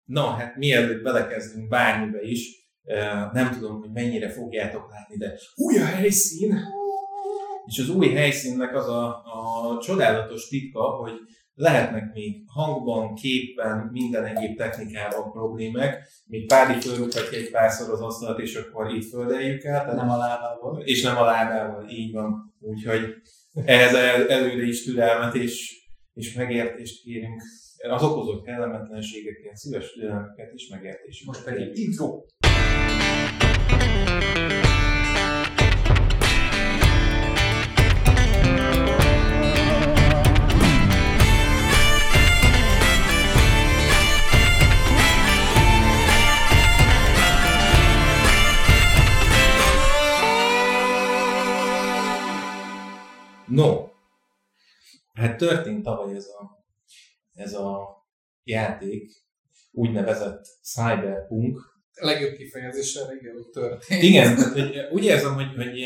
Na, hát mielőtt belekezdünk bármibe is, nem tudom, hogy mennyire fogjátok látni, de új a helyszín! És az új helyszínnek az a csodálatos titka, hogy lehetnek még hangban, képen, minden egyéb technikában problémák. Még Pádi fölrúghatja egy párszor az asztalt, és akkor itt földeljük el. Nem a lábával. És nem a lábával, így van. Úgyhogy ehhez előre is türelmet és megértést kérünk. Az okozott kellemetlenségeket, szíves türelmeket és megértésüket. Most pedig intro! No, hát történt tavaly ez a játék, úgynevezett Cyberpunk. A legjobb kifejezéssel igen, történt. Igen, tehát, úgy érzem, hogy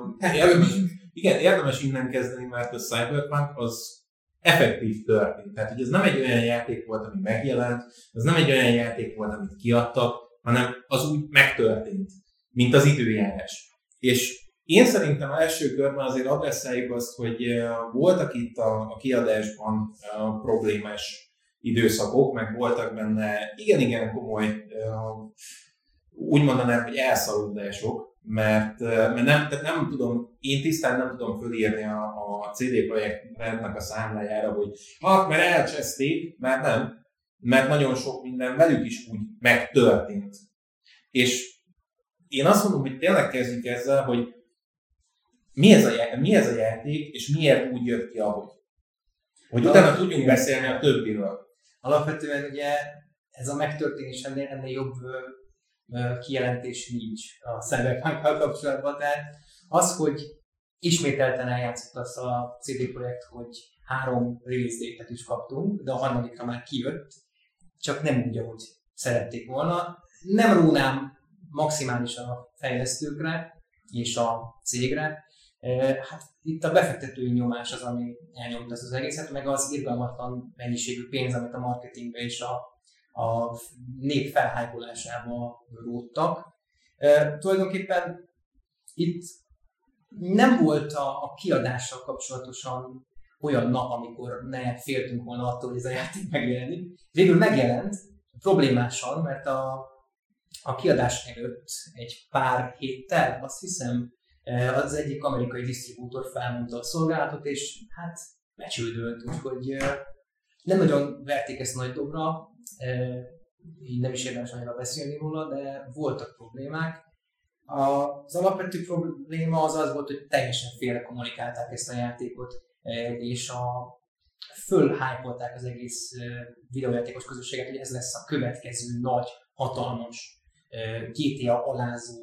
érdemes innen kezdeni, mert a Cyberpunk az effektív történt. Tehát, hogy ez nem egy olyan játék volt, ami megjelent, ez nem egy olyan játék volt, amit kiadtak, hanem az úgy megtörtént, mint az időjárás. És én szerintem első körben azért adresszáljuk azt, hogy voltak itt a kiadásban problémás időszakok, meg voltak benne igen komoly, úgy mondanám, hogy elszalódások, mert nem tudom, én tisztán nem tudom fölírni a CD Projektnek a számlájára, hogy mert elcseszték, mert nagyon sok minden velük is úgy megtörtént. És én azt mondom, hogy tényleg kezdjük ezzel, hogy mi ez a játék, és miért úgy jött ki, ahogy. Hogy utána tudjunk beszélni a többiről. Alapvetően ugye ez a megtörténés ennél jobb kijelentés nincs a Cyberpunk-kal kapcsolatban. Tehát az, hogy ismételten eljátszott az a CD Projekt, hogy 3 release date-et is kaptunk, de a harmadikra már kijött, csak nem úgy, ahogy szerették volna. Nem rónám maximálisan a fejlesztőkre és a cégre. Hát itt a befektetői nyomás az, ami elnyomta ezt az egészet, meg az irgalmatlan mennyiségű pénz, amit a marketingbe és a nép felhájpolásába róttak. Tulajdonképpen itt nem volt a kiadással kapcsolatosan olyan nap, amikor ne féltünk volna attól, hogy ez a játék megjelenik. Végül megjelent, problémásan, mert a kiadás előtt egy pár héttel, azt hiszem, az egyik amerikai disztribútor felmondta a szolgálatot, és hát becsődölt, úgyhogy nem nagyon verték ezt nagy dobra, így nem is érdemes annyira beszélni róla, de voltak problémák. Az alapvető probléma az volt, hogy teljesen félre kommunikálták ezt a játékot, és fölhypolták az egész videójátékos közösséget, hogy ez lesz a következő nagy, hatalmas GTA alázó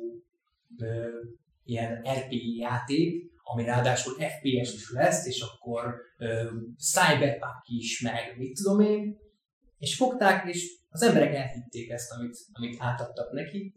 ilyen RPG játék, ami ráadásul FPS is lesz, és akkor Cyberpunk is, meg mit tudom én, és fogták, és az emberek elhitték ezt, amit átadtak neki.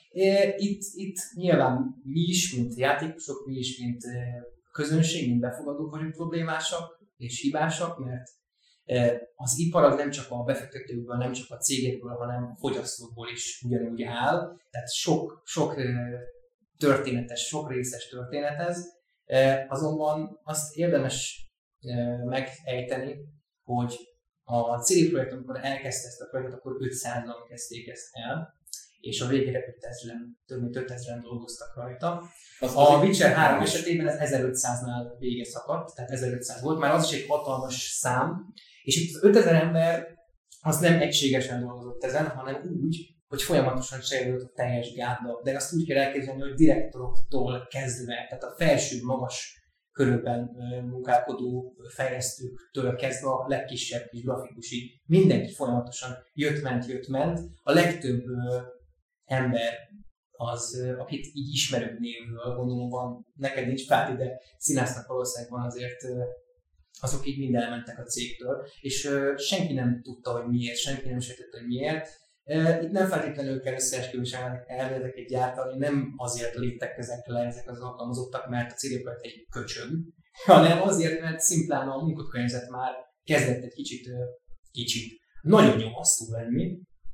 Itt nyilván mi is, mint játékosok, mi is, mint közönség, mint befogadók vagyunk problémásak és hibásak, mert az ipar az nem csak a befektetőkből, nem csak a cégekből, hanem a fogyasztókból is ugyanúgy áll. Tehát sok történetes, sok részes történetez. Azonban azt érdemes megejteni, hogy a CD Projekt, amikor elkezdte ezt a projektet, akkor 500-an kezdték ezt el, és a végére 5000-en, több mint 5000-en dolgoztak rajta. A Witcher 3 esetében ez 1500-nál vége szakadt, tehát 1500 volt, már az is egy hatalmas szám, és itt az 5000 ember az nem egységesen dolgozott ezen, hanem úgy, hogy folyamatosan cserélődött a teljes gárda, de azt úgy kell elképzelni, hogy direktoroktól kezdve, tehát a felső, magas körülben munkálkodó fejlesztőktől kezdve a legkisebb kis grafikusig mindenki folyamatosan jött-ment. A legtöbb ember az, akit így ismerőbb névről, gondolom van, neked nincs Páti, de színásznak valószínűleg van azért, azok így mind elmentek a cégtől, és senki nem tudta, hogy miért, senki nem sejtette, hogy miért. Itt nem feltétlenül kell összeesküvés elméleteket gyártani, nem azért léptek ezek az alkalmazottak, mert a CD Projekt egy köcsög, hanem azért, mert szimplán a munkakörnyezet már kezdett egy kicsit nagyon nyomasztó lenni,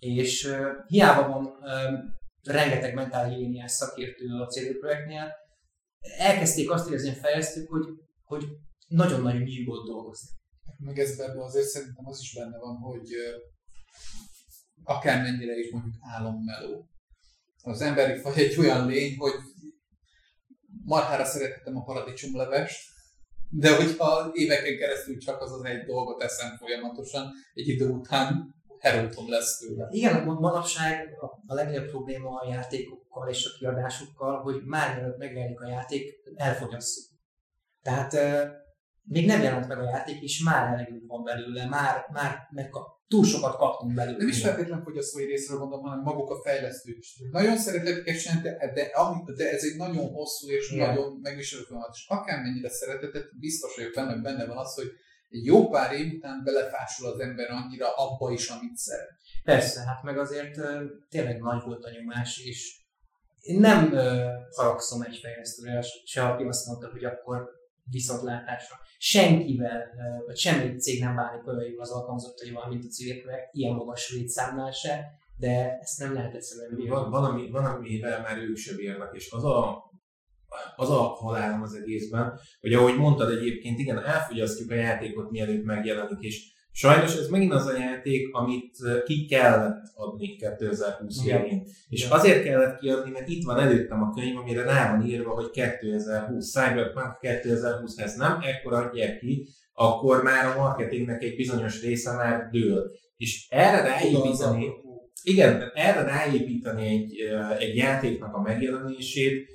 És hiába van rengeteg mentálhigiéniás szakértő a CD Projektnél, elkezdték azt érezni a fejlesztők, hogy nagyon-nagyon nyugodt dolgozni. Meg ezben azért szerintem az is benne van, hogy akármennyire is mondjuk álommeló. Az emberi faj egy olyan lény, hogy marhára szerettem a paradicsomlevest, de hogyha éveken keresztül csak az egy dolgot eszem folyamatosan, egy idő után heróton lesz tőle. Igen, manapság a legnagyobb probléma a játékokkal és a kiadásokkal, hogy már mielőtt megjelenik a játék, elfogyasszuk. Tehát még nem jelent meg a játék, és már elegünk van belőle, már túl sokat kaptunk belőle. Nem is feltétlenül fogyasztói részről mondom, hanem maguk a fejlesztők is. Nagyon szeretek kesen, de ez egy nagyon hosszú és nagyon megviselő folyamat. És akármennyire szeretetet, biztos vagyok benne van az, hogy egy jó pár év után belefásul az ember annyira abba is, amit szeret. Persze, hát meg azért tényleg nagy volt a nyomás, és én nem haragszom egy fejlesztőre, se aki azt mondta, hogy akkor viszontlátásra. Senkivel, vagy semmi cég nem válik olyan jól az alkalmazottaival, mint a CD Projekt, ilyen magas létszámnál se, de ezt nem lehet egyszerűen bírni. Van amivel már ők sem bírnak, és az a halálom az egészben, hogy ahogy mondtad egyébként, igen, elfogyasztjuk a játékot, mielőtt megjelenik, és sajnos ez megint az a játék, amit ki kellett adni 2020 végén. És azért kellett kiadni, mert itt van előttem a könyv, amire rá van írva, hogy 2020, Cyberpunk 2020, ha ezt nem ekkor adják ki, akkor már a marketingnek egy bizonyos része már dől. És erre ráépíteni egy játéknak a megjelenését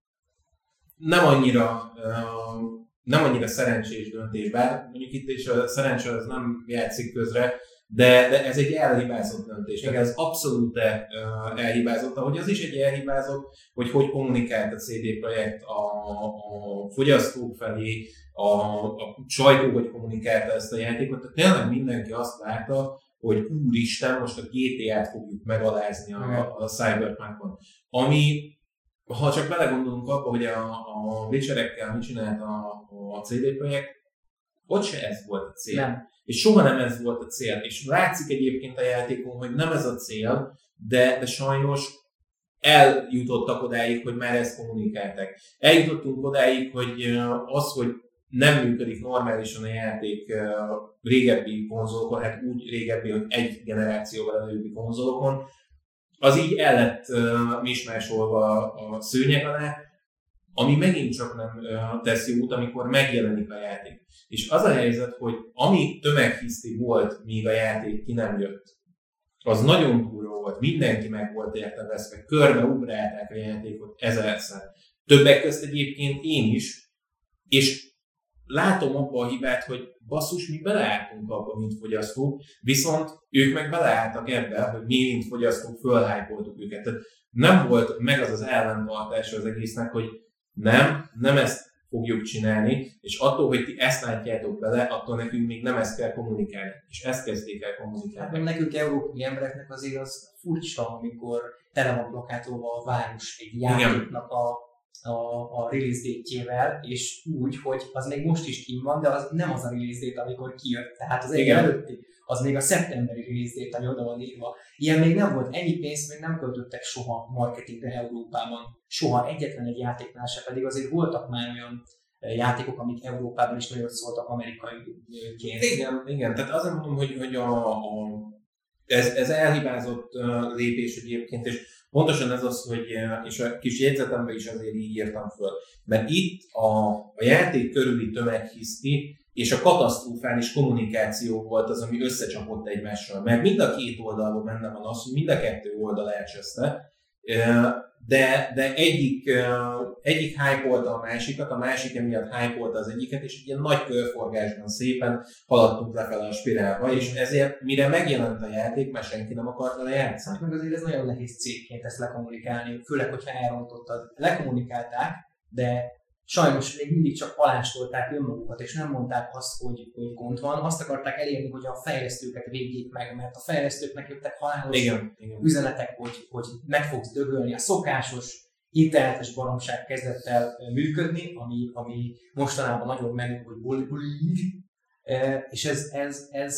nem annyira szerencsés döntés, bár mondjuk itt is a szerencse az nem játszik közre, de ez egy elhibázott döntés. Tehát ez abszolút elhibázott, ahogy az is egy elhibázott, hogy kommunikált a CD Projekt a fogyasztók felé, a sajtó, hogy kommunikálta ezt a játékot. Tehát tényleg mindenki azt várta, hogy úristen, most a GTA-t fogjuk megalázni a Cyberpunkon. Ami, ha csak belegondolunk abba, hogy a Witcherekkel mit csinált a CD Projekt, ott se ez volt a cél. Nem. És soha nem ez volt a cél. És látszik egyébként a játékon, hogy nem ez a cél, de sajnos eljutottak odáig, hogy már ezt kommunikálták. Eljutottunk odáig, hogy hogy nem működik normálisan a játék régebbi konzolokon, hát úgy régebbi, hogy egy generációval előbbi konzolokon, az így el lett mismásolva a szőnyeg alá, ami megint csak nem tesz jót, amikor megjelenik a játék. És az a helyzet, hogy ami tömeghiszti volt, míg a játék ki nem jött, az nagyon durva volt, mindenki meg volt érte veszve, körbeugrálták a játékot ezerszer. Többek közt egyébként én is, és látom abba a hibát, hogy basszus, mi beleálltunk abba, mint fogyasztók, viszont ők meg beleálltak ebbe, hogy mi, mint fogyasztók, fölhájpoltuk őket. Tehát nem volt meg az ellentartása az egésznek, hogy nem ezt fogjuk csinálni, és attól, hogy ti ezt látjátok bele, attól nekünk még nem ezt kell kommunikálni. És ezt kezdték el kommunikálni. Hát nekünk európai embereknek azért az furcsa, amikor tele van blokkátolva a város egy játéknak a release date-jével, és úgy, hogy az még most is kint van, de az nem az a release date, amikor kijött. Tehát az előtti, az még a szeptemberi release date, ami oda van írva. Ilyen még nem volt, ennyi pénzt még nem költöttek soha marketingre Európában. Soha egyetlen egy játéknál se, pedig azért voltak már olyan játékok, amik Európában is nagyon szóltak amerikaiként. Igen, tehát azért mondom, hogy ez elhibázott lépés egyébként, és pontosan ez az, hogy, és a kis jegyzetemben is azért így írtam föl, mert itt a játék körüli tömeghiszti és a katasztrofális kommunikáció volt az, ami összecsapott egymással. Mert mind a két oldalon benne van az, hogy mind a kettő oldal elcseszte, de egyik hype-olta a másikat, a másik emiatt hype-olta az egyiket, és egy ilyen nagy körforgásban szépen haladtunk lefele a spirálba, és ezért mire megjelent a játék, már senki nem akart vele játszani. Meg azért ez nagyon nehéz cégként ezt lekommunikálni, főleg, hogyha elrontottad. Lekommunikálták, de sajnos még mindig csak alástolták önmagukat, és nem mondták azt, hogy gond van. Azt akarták elérni, hogy a fejlesztőket védjék meg, mert a fejlesztőknek jöttek halálos üzenetek, hogy meg fogsz dögölni. A szokásos internetes baromság kezdett el működni, ami mostanában nagyon menő, hogy bullying, és ez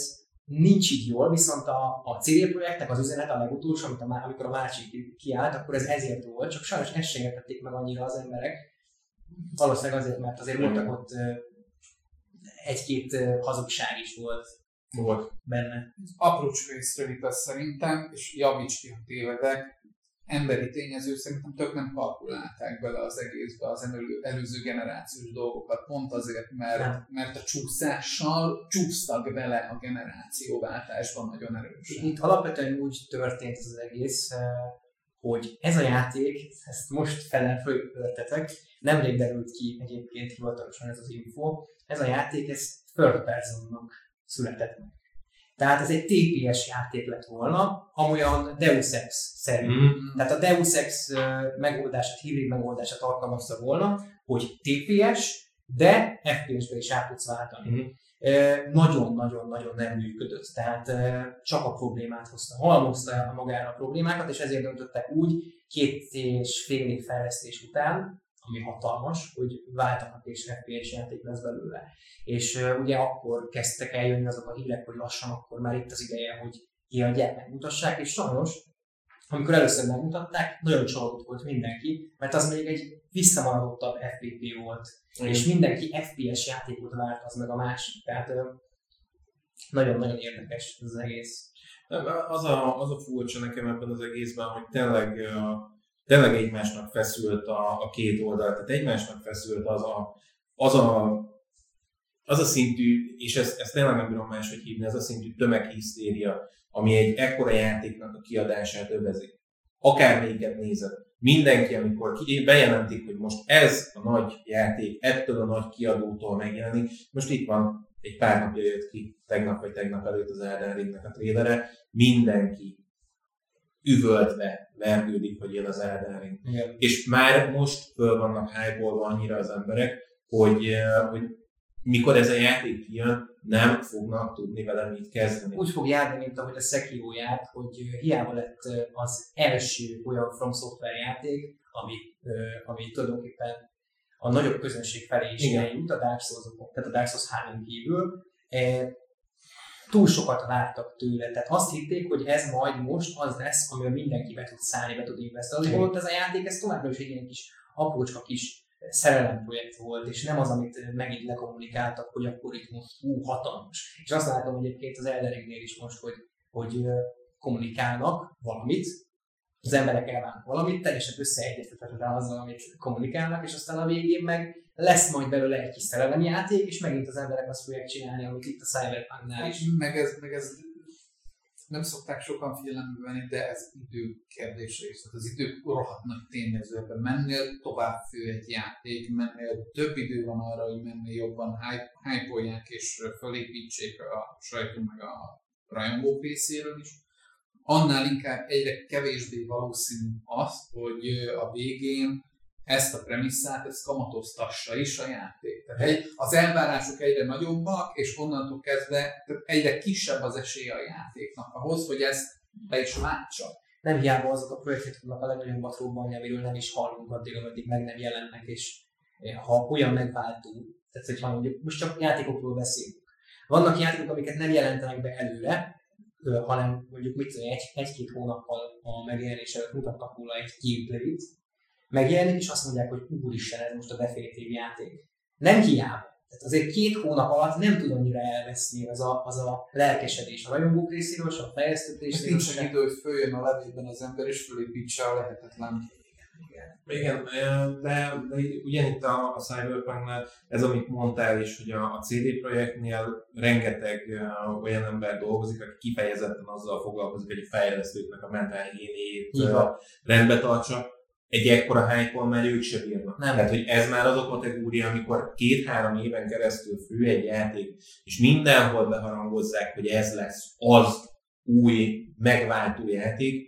nincs így jól, viszont a CD Projektnek az üzenet a legutolsó, amikor a másik kiállt, akkor ez ezért volt, csak sajnos ezt sem értették meg annyira az emberek. Valószínűleg azért, mert azért voltak ott egy-két hazugság is volt benne. Aprócska észrevétel szerintem, és javíts ki, ha tévedek, emberi tényező szerintem tök nem kalkulálták bele az egészbe az előző generációs dolgokat, pont azért, mert a csúszással csúsztak bele a generációváltásban nagyon erősen. Itt alapvetően úgy történt az egész, hogy ez a játék, ezt most fölöltetek, nemrég derült ki egyébként hivatalosan ez az info, ez a játék, ez third personnak született meg. Tehát ez egy TPS játék lett volna, amolyan Deus Ex-szerű. Tehát a Deus Ex megoldását, hibrid megoldását alkalmazta volna, hogy TPS, de FPS-be is át tudsz váltani. Nagyon-nagyon-nagyon nem működött, tehát csak a problémát hozta. Halmozta magára a problémákat, és ezért döntöttek úgy 2,5 év fejlesztés után, ami hatalmas, hogy váltanak és FPS játék lesz belőle. És ugye akkor kezdtek eljönni azok a hírek, hogy lassan akkor már itt az ideje, hogy kiadják, megmutassák, és sajnos, amikor először megmutatták, nagyon csalódott volt mindenki, mert az még egy visszamaradottabb FPP volt, és mindenki FPS játékot várt, az meg a másik, tehát nagyon-nagyon érdekes ez az egész. Az a furcsa nekem ebben az egészben, hogy tényleg egymásnak feszült a két oldal, tehát egymásnak feszült az a szintű, és ezt tényleg nem bírom máshogy hívni, ez a szintű tömeghisztéria, ami egy ekkora játéknak a kiadását övezik. Akármelyiket nézed, mindenki, amikor bejelentik, hogy most ez a nagy játék ettől a nagy kiadótól megjelenik, most itt van, egy pár napja jött ki, tegnap vagy tegnap előtt az Elden Ringnek a trélere, mindenki üvöltve vergődik, hogy él az Elden Ring. Igen. És már most föl vannak hype-olva annyira az emberek, hogy mikor ez a játék kijön, nem fognak tudni vele mit kezdeni. Úgy fog járni, mint ahogy a Sekiro járt, hogy hiába lett az első olyan From Software játék, ami tulajdonképpen a nagyobb közönség felé is eljut, a Dark Souls 3 kívül. Túl sokat vártak tőle, tehát azt hitték, hogy ez majd most az lesz, amivel mindenki be tud szállni, be tud investálni. Volt ez a játék, ez továbbra is egy ilyen kis aprócska kis szerelemprojekt volt, és nem az, amit megint lekommunikáltak, hogy akkor itt most hatalmas. És azt látom egyébként az Elden Ringnél is most, hogy kommunikálnak valamit, az emberek elvárnak valamit, teljesen összeegyeztethetetlen azzal, amit kommunikálnak, és aztán a végén meg lesz majd belőle egy kis szerelemjáték, és megint az emberek azt fogják csinálni, amit itt a Cyberpunknál is. Meg ez nem szokták sokan figyelembe venni, de ez idő kérdése is. Tehát az idő rohadt nagy tényező, ebben mennél tovább fő egy játék, mennél több idő van arra, hogy mennél jobban hype-olják és fölépítsék a sajtó meg a rajongók részéről is. Annál inkább egyre kevésbé valószínű az, hogy a végén ezt a premisszát, ezt kamatoztassa is a játék. Tehát az elvárások egyre nagyobbak, és onnantól kezdve egyre kisebb az esélye a játéknak ahhoz, hogy ezt be is látsa. Nem hiába azok a projektek tudnak a legnagyobbat robbanni, amiről nem is hallunk addig, ameddig meg nem jelennek, és ha olyan megváltó, tehát hogyha mondjuk most csak játékokról beszélünk. Vannak játékok, amiket nem jelentenek be előre, hanem mondjuk egy-két hónappal a megjelenés előtt mutatnak róla egy gameplayt, megjelenik, és azt mondják, hogy úristen, ez most a definitív játék. Nem hiába. Tehát azért 2 hónap alatt nem tud annyira elveszni az a lelkesedés a rajongók részéről, és a fejlesztők részéről. Nincs idő, hogy följön a levélben az ember, és fölépítse a lehetetlen. Igen, de ugyanitt a Cyberpunknál ez, amit mondtál is, hogy a CD Projektnél rengeteg olyan ember dolgozik, aki kifejezetten azzal foglalkozik, hogy a fejlesztőknek a mentálhigiénéjét rendbe tartsa. Egy ekkora hype-on már ők se bírnak. Tehát, hogy ez már az a kategória, amikor 2-3 éven keresztül fő egy játék, és mindenhol beharangozzák, hogy ez lesz az új, megváltó játék,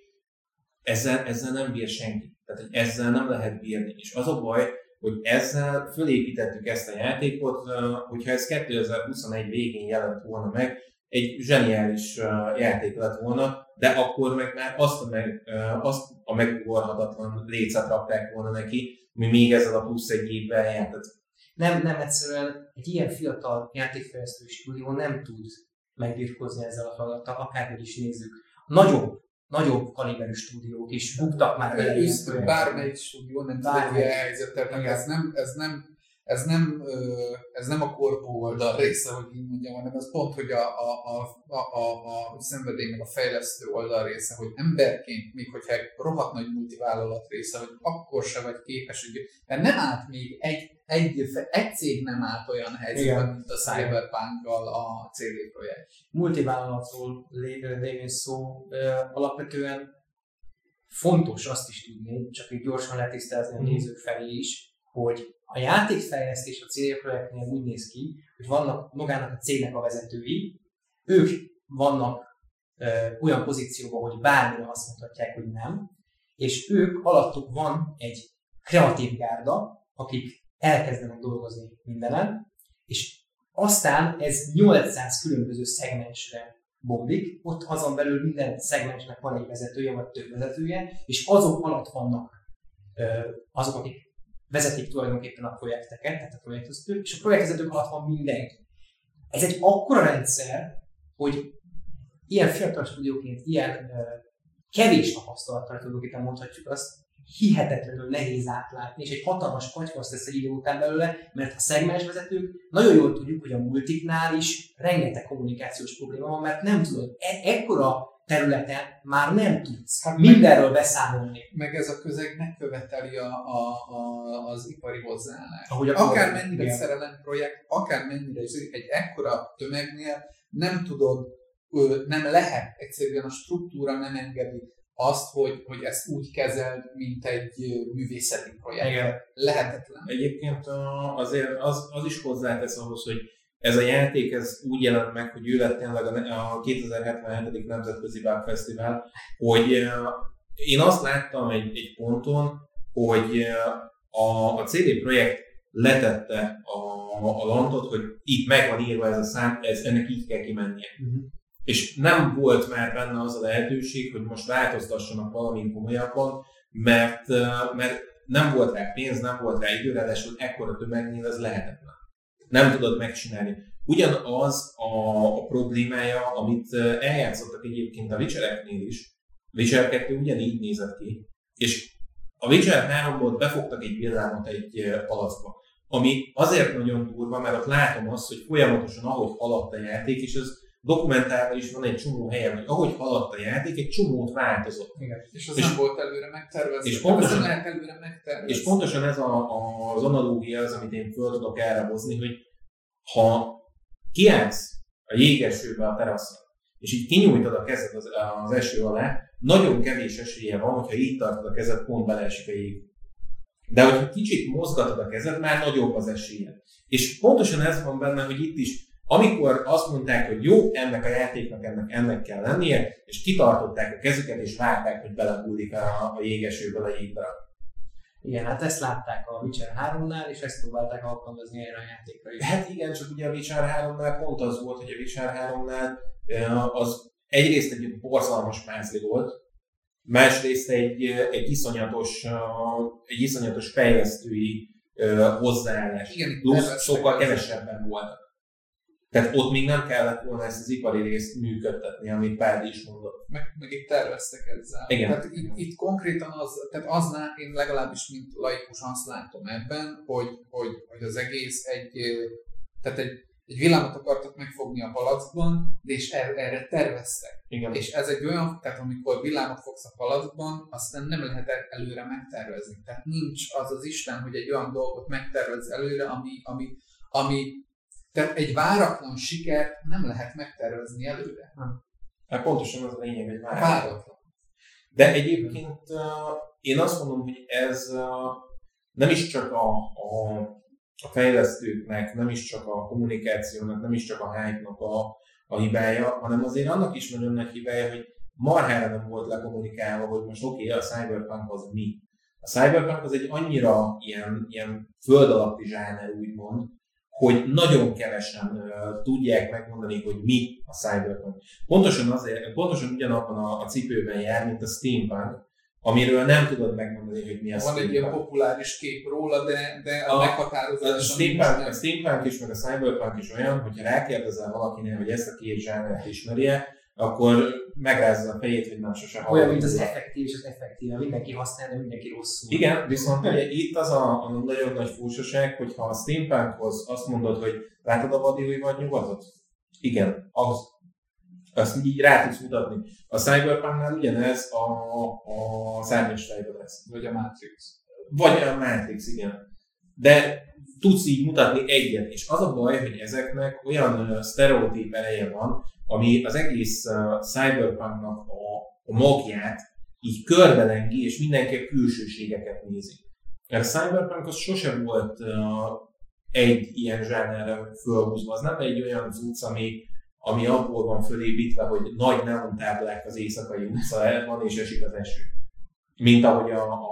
ezzel nem bír senki. Tehát, hogy ezzel nem lehet bírni. És az a baj, hogy ezzel fölépítettük ezt a játékot, hogyha ez 2021 végén jelent volna meg, egy zseniális játék lett volna, de akkor meg már azt a megugorhatatlan lécet rakták volna neki, ami még ezzel a plusz egy évvel járt. Nem egyszerűen egy ilyen fiatal játékfejlesztő stúdió nem tud megbirkózni ezzel a feladattal, akárhogy is nézzük. Nagyobb kaliberű stúdiók is buktak már bele ilyen projektbe. Bármelyik stúdió nem tudja ilyen helyzetet, ez nem a korpó oldal része, hogy így mondjam, hanem ez pont, hogy a szenvedély meg a fejlesztő oldal része, hogy emberként, még hogyha egy rohadt nagy multivállalat része, hogy akkor se vagy képes, hogy mert nem állt még egy cég nem állt olyan helyzetben, mint a Cyberpunk-kal a CD Projekt. Multivállalatról lévén szó, alapvetően fontos azt is tudni, csak így gyorsan letisztázni a nézők felé is, hogy a játékfejlesztés a CD Projektnél úgy néz ki, hogy vannak magának a cégnek a vezetői, ők vannak olyan pozícióban, hogy bármire azt mondhatják, hogy nem, és ők alattuk van egy kreatív gárda, akik elkezdenek dolgozni mindenen, és aztán ez 800 különböző szegmensre bomlik, ott azon belül minden szegmensnek van egy vezetője, vagy több vezetője, és azok alatt vannak azok, akik vezetik tulajdonképpen a projekteket, tehát a projektvezetők, és a projektvezetők alatt van mindenki. Ez egy akkora rendszer, hogy ilyen fiatal stúdióként, ilyen kevés tapasztalattal tulajdonképpen mondhatjuk azt, hihetetlenül nehéz átlátni, és egy hatalmas katyvasz lesz egy idő után belőle, mert a szegmensvezetők nagyon jól tudjuk, hogy a multiknál is rengeteg kommunikációs probléma van, mert nem tudod, ekkora területen már nem tudsz mindenről beszámolni. Meg ez a közeg megköveteli az ipari hozzáállást. Akármennyire szerelem projekt, akármennyire is egy ekkora tömegnél nem tudod, nem lehet, egyszerűen a struktúra nem engedi azt, hogy ezt úgy kezeld, mint egy művészeti projekt. Igen. Lehetetlen. Egyébként azért az is hozzátesz ahhoz, hogy ez a játék ez úgy jelent meg, hogy ő lett tényleg a 2077. Nemzetközi Bug Fesztivál, hogy én azt láttam egy ponton, hogy a CD Projekt letette a lantot, hogy itt meg van írva ez a szám, ennek így kell kimennie. És nem volt már benne az a lehetőség, hogy most változtassanak valamin komolyabban, mert nem volt rá pénz, nem volt rá idő, ráadásul ekkora tömegnél ez lehetetlen. Nem tudod megcsinálni. Ugyanaz a problémája, amit eljátszottak egyébként a Witchereknél is. Witcher 2 ugyanígy nézett ki, és a Witcher 3-ból befogtak egy villámot egy palackba. Ami azért nagyon durva, mert ott látom azt, hogy folyamatosan ahogy haladt a játék, és ez dokumentálva is van egy csomó helyen, hogy ahogy haladt a játék, egy csomót változott. Igen. És az nem volt előre megtervezve. És pontosan ez az analógia az, amit én föl tudok erre hozni, hogy ha kiállsz a jégesőbe a teraszon, és így kinyújtod a kezed az eső alá, nagyon kevés esélye van, hogyha így tartod a kezed, pont beleesik a jég. De hogyha kicsit mozgatod a kezed, már nagyobb az esélye. És pontosan ez van benne, hogy itt is, amikor azt mondták, hogy jó, ennek a játéknak ennek kell lennie, és kitartották a kezüket, és várták, hogy belehullik a jégesőből a jégbe. Igen, hát ezt látták a Witcher 3-nál, és ezt próbálták alkalmazni erre a játékra is. Hát igen, csak ugye a Witcher 3-nál pont az volt, hogy a Witcher 3-nál az egyrészt egy borzalmas mázli volt, másrészt egy iszonyatos fejlesztői hozzáállás. Igen, plusz sokkal kevesebben voltak. Tehát ott még nem kellett volna ezt az ipari részt működtetni, amit Pádi is mondott. Meg itt terveztek ezzel. Igen. Tehát itt konkrétan én legalábbis mint laikus azt látom ebben, hogy az egész egy villámot akartak megfogni a palackban, de és erre terveztek. Igen. És ez egy olyan, tehát amikor villámot fogsz a palackban, azt nem lehet előre megtervezni. Tehát nincs az Isten, hogy egy olyan dolgot megtervez előre, ami tehát egy váratlan sikert nem lehet megtervezni előre. Hát pontosan az a lényeg, hogy váratlan. De egyébként én azt mondom, hogy ez nem is csak a fejlesztőknek, nem is csak a kommunikációnak, nem is csak a hype-nak a hibája, hanem azért annak is nagyon nagy hibája, hogy marhára nem volt lekommunikálva, hogy most oké, a Cyberpunk az mi. A Cyberpunk az egy annyira ilyen földalatti zsáner, úgymond, hogy nagyon kevesen tudják megmondani, hogy mi a Cyberpunk. Pontosan ugyanabban a cipőben jár, mint a Steampunk, amiről nem tudod megmondani, hogy mi az. Van egy ilyen populáris kép róla, de a meghatározás... A steampunk is, meg a cyberpunk is olyan, hogyha rákérdezel valakinél, hogy ezt a két zsánert ismerje, akkor megrázza a fejét, hogy nem sose hallott. Olyan, mint az effektív és az effektív, mindenki használ, de mindenki rosszul. Igen, viszont ugye itt az a nagyon nagy furcsaság, hogyha a steampunkhoz azt mondod, hogy látod a vadi új vagy nyugatot? Igen, az. Azt így rá tudsz mutatni. A Cyberpunknál ugyanez a szárnyas fejben lesz. Vagy a Matrix. Vagy a Matrix, igen. De tudsz így mutatni egyet, és az a baj, hogy ezeknek olyan sztereotíp ereje van, ami az egész Cyberpunknak a magját így körbelengi, és mindenki a külsőségeket nézi. Mert a Cyberpunk az sose volt egy ilyen zsánerre fölhúzva. Az nem egy olyan cucc, ami abból van fölépítve, hogy nagy neontáblák az éjszakai utca van, és esik az eső. Mint ahogy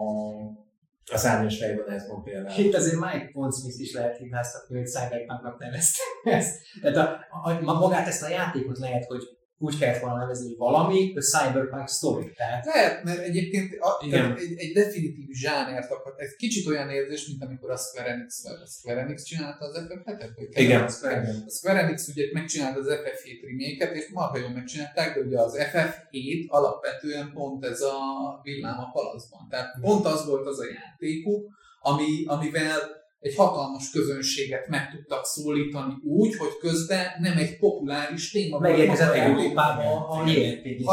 a szárnyas fejben ez van például. Itt azért Mike Pondsmith is lehet hibáztatni, hogy Cyberpunknak nevezte ezt. Tehát magát ezt a játékot lehet, hogy úgy kellett volna nevezni, hogy valami, a Cyberpunk Story. Tehát... Lehet, mert egyébként egy definitív zsánert akar. Ez kicsit olyan érzés, mint amikor a Square Enix csinálta az FF7-et? Igen. A Square Enix ugye megcsinálta az FF7 remake-et, és marha jól megcsinálták, de ugye az FF7 alapvetően pont ez a villám a palaszban. Tehát pont az volt az a játékuk, amivel egy hatalmas közönséget meg tudtak szólítani úgy, hogy közben nem egy populáris téma. Megérkezett Európába a JRPG.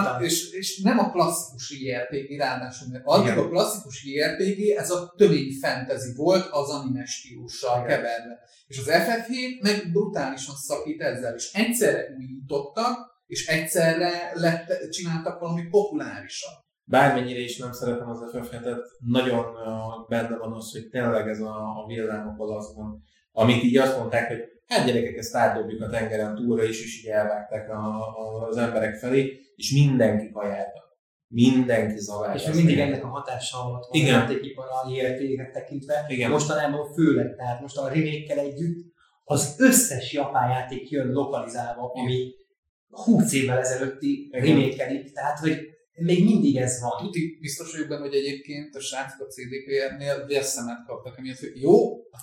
És nem a klasszikus JRPG, ráadásul, mert addig a klasszikus JRPG, ez a tömény fantasy volt az anime stílussal keverve. És az FF7 meg brutálisan szakít ezzel, és egyszerre újítottak, és egyszerre csináltak valami populárisat. Bármennyire is nem szeretem az FF7-et, nagyon benne van az, hogy tényleg ez a villámok palaszban, amit így azt mondták, hogy hát gyerekek, ezt átdobjuk a tengeren túlra is, és így elvágták az emberek felé, és mindenki kajálta. Mindenki zavarja. És mindig ennek a hatással volt a játékipar a JRPG-ket tekintve. Igen. Mostanában főleg, tehát most a remake-kel együtt az összes japán játék jön lokalizálva, ami 20 évvel ezelőtti remake-elik, tehát hogy még mindig ez van. Tuti biztos vagyok benne, hogy egyébként a srácok a CDPR-nél vérszemet kaptak, emiatt, hogy jó,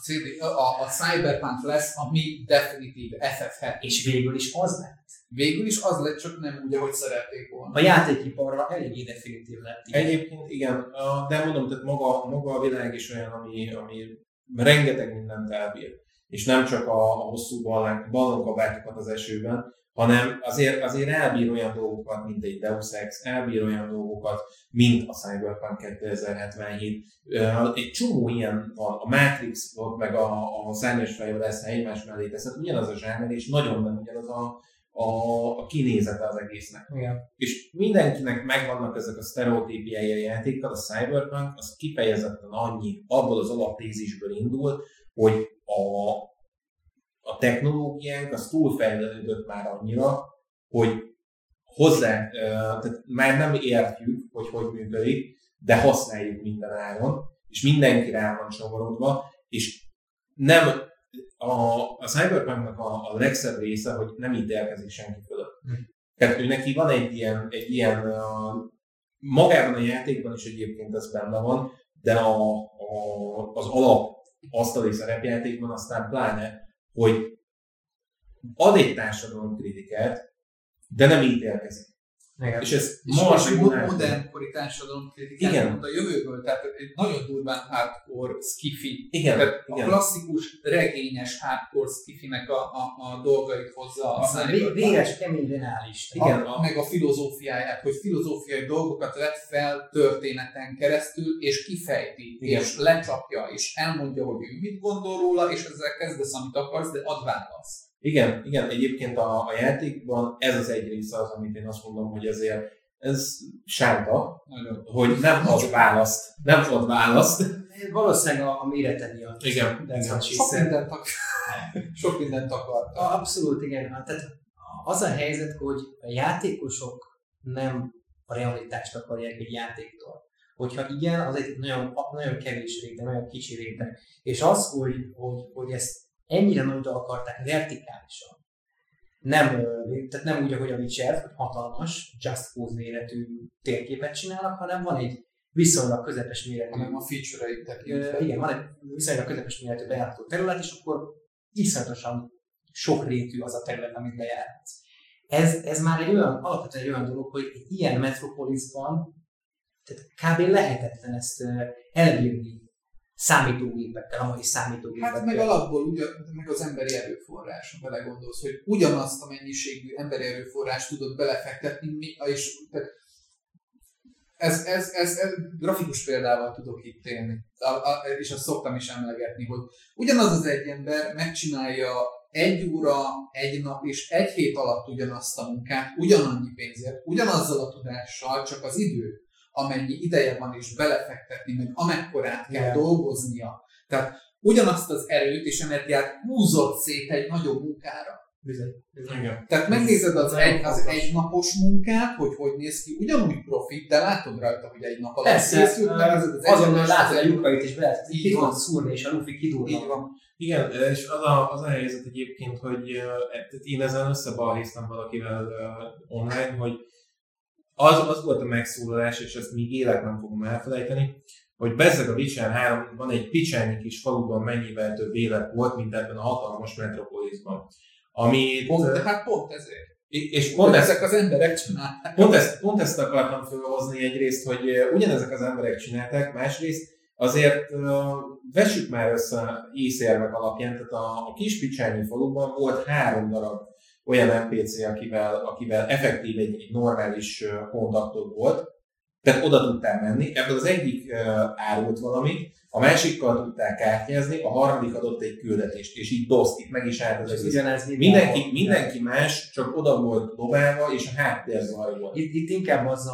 a Cyberpunk lesz a mi definitív FF7. És végül is az lett. Végül is az lett, csak nem úgy, ahogy szerették volna. A játékiparra eléggé definitív lett. Egyébként igen, de mondom, tehát maga a világ is olyan, ami rengeteg mindent elbír. És nem csak a hosszú ballonkabátyokat az esőben, hanem azért elbír olyan dolgokat, mint egy Deus Ex, elbír olyan dolgokat, mint a Cyberpunk 2077. Egy csomó ilyen van, a Matrix volt, meg a szárnyas fejvel lesz, ha egymás mellé teszed, ugyanaz a zsáner, és nagyon nem ugyanaz a kinézete az egésznek. Igen. És mindenkinek megvannak ezek a sztereotípiái a játékkal, a Cyberpunk az kifejezetten annyi, abból az alaptézisből indul, hogy a technológiánk az túlfejlődött már annyira, hogy hozzá, tehát már nem értjük, hogy működik, de használjuk minden áron, és mindenki rá van csomorodva, és nem a Cyberpunknak a legszebb része, hogy nem ítélkezik senki fölött. Tehát ő neki van egy ilyen magában a játékban is egyébként ez benne van, de az alap asztali szerepjátékban aztán pláne, hogy ad egy társadalomkritikát, de nem ítélkezik. Igen. És ez modernkori társadalomkritikát mond a jövőből, tehát egy nagyon durván hardcore skifi. Igen. Tehát a klasszikus regényes hardcore skifinek a dolgait hozza a Cyberpunk. Véres, kemény, reális. Igen, meg a filozófiáját, hogy filozófiai dolgokat vett fel történeten keresztül, és kifejti, és lecsapja, és elmondja, hogy ő mit gondol róla, és ezzel kezdesz, amit akarsz, de ad választ. Igen, egyébként a játékban ez az egy része az, amit én azt mondom, hogy ezért ez sánta, hogy nem ad választ. Valószínűleg a mérete miatt. Igen. Sok mindent akarta. Abszolút igen. Tehát az a helyzet, hogy a játékosok nem a realitást akarják egy játéktól. Hogyha igen, az egy nagyon, nagyon kevés réteg, nagyon kicsi réteg. És az, hogy ezt ennyire nagyra akarták vertikálisan. Tehát nem úgy, ahogy a Witcher, hogy hatalmas, Just Cause méretű térképet csinálnak, hanem van egy viszonylag közepes méretű. Hanem a feature-eit tekintve. Igen, van egy viszonylag közepes méretű bejárható terület, és akkor iszonyatosan sokrétű az a terület, amit bejárhatsz. Ez már alapvetően egy olyan dolog, hogy egy ilyen metropolisban tehát kb. Lehetetlen ezt elbírni számítógépekkel, a mai számítógépekkel. Hát meg alapból meg az emberi erőforrás, ha belegondolsz, hogy ugyanazt a mennyiségű emberi erőforrást tudod belefektetni, és ez grafikus példával tudok itt élni, és azt szoktam is emlegetni, hogy ugyanaz az egy ember megcsinálja 1 óra, 1 nap és 1 hét alatt ugyanazt a munkát, ugyanannyi pénzért, ugyanazzal a tudással, csak az idő, amennyi ideje van és belefektetni, meg amekkorát kell dolgoznia. Tehát ugyanazt az erőt és energiát húzott szét egy nagyobb munkára. Bizony. Tehát megnézed az egy napos munkát, hogy néz ki, ugyanúgy profit, de látod rajta, hogy egy nap alatt készült, megnézed az azonnal látod a lyukait is be lehet szúrni, és a lufi kidúrnak. Így van. Igen, és az a helyzet egyébként, hogy én ezen összebalhéztam valakivel online, hogy az volt a megszólalás, és ezt még életben fogom elfelejteni, hogy bezzeg a Witcher 3 van egy picsányi kis faluban mennyivel több élet volt, mint ebben a hatalmas metropolisban. Pont ezért. És ezek az emberek csinálták. Pont ezt akartam felhozni egyrészt, hogy ugyanezek az emberek csinálták, másrészt azért vessük már össze észérvek alapján, tehát a kis picsányi faluban volt 3 darab olyan NPC, akivel effektív egy normális kontaktod volt, tehát oda tudtál menni, ebből az egyik árult valamit, a másikkal tudtál kártyázni, a harmadik adott egy küldetést, és így itt meg is állt az egész. Mindenki más, csak oda volt dobálva, és a háttérzaj volt. Itt inkább az,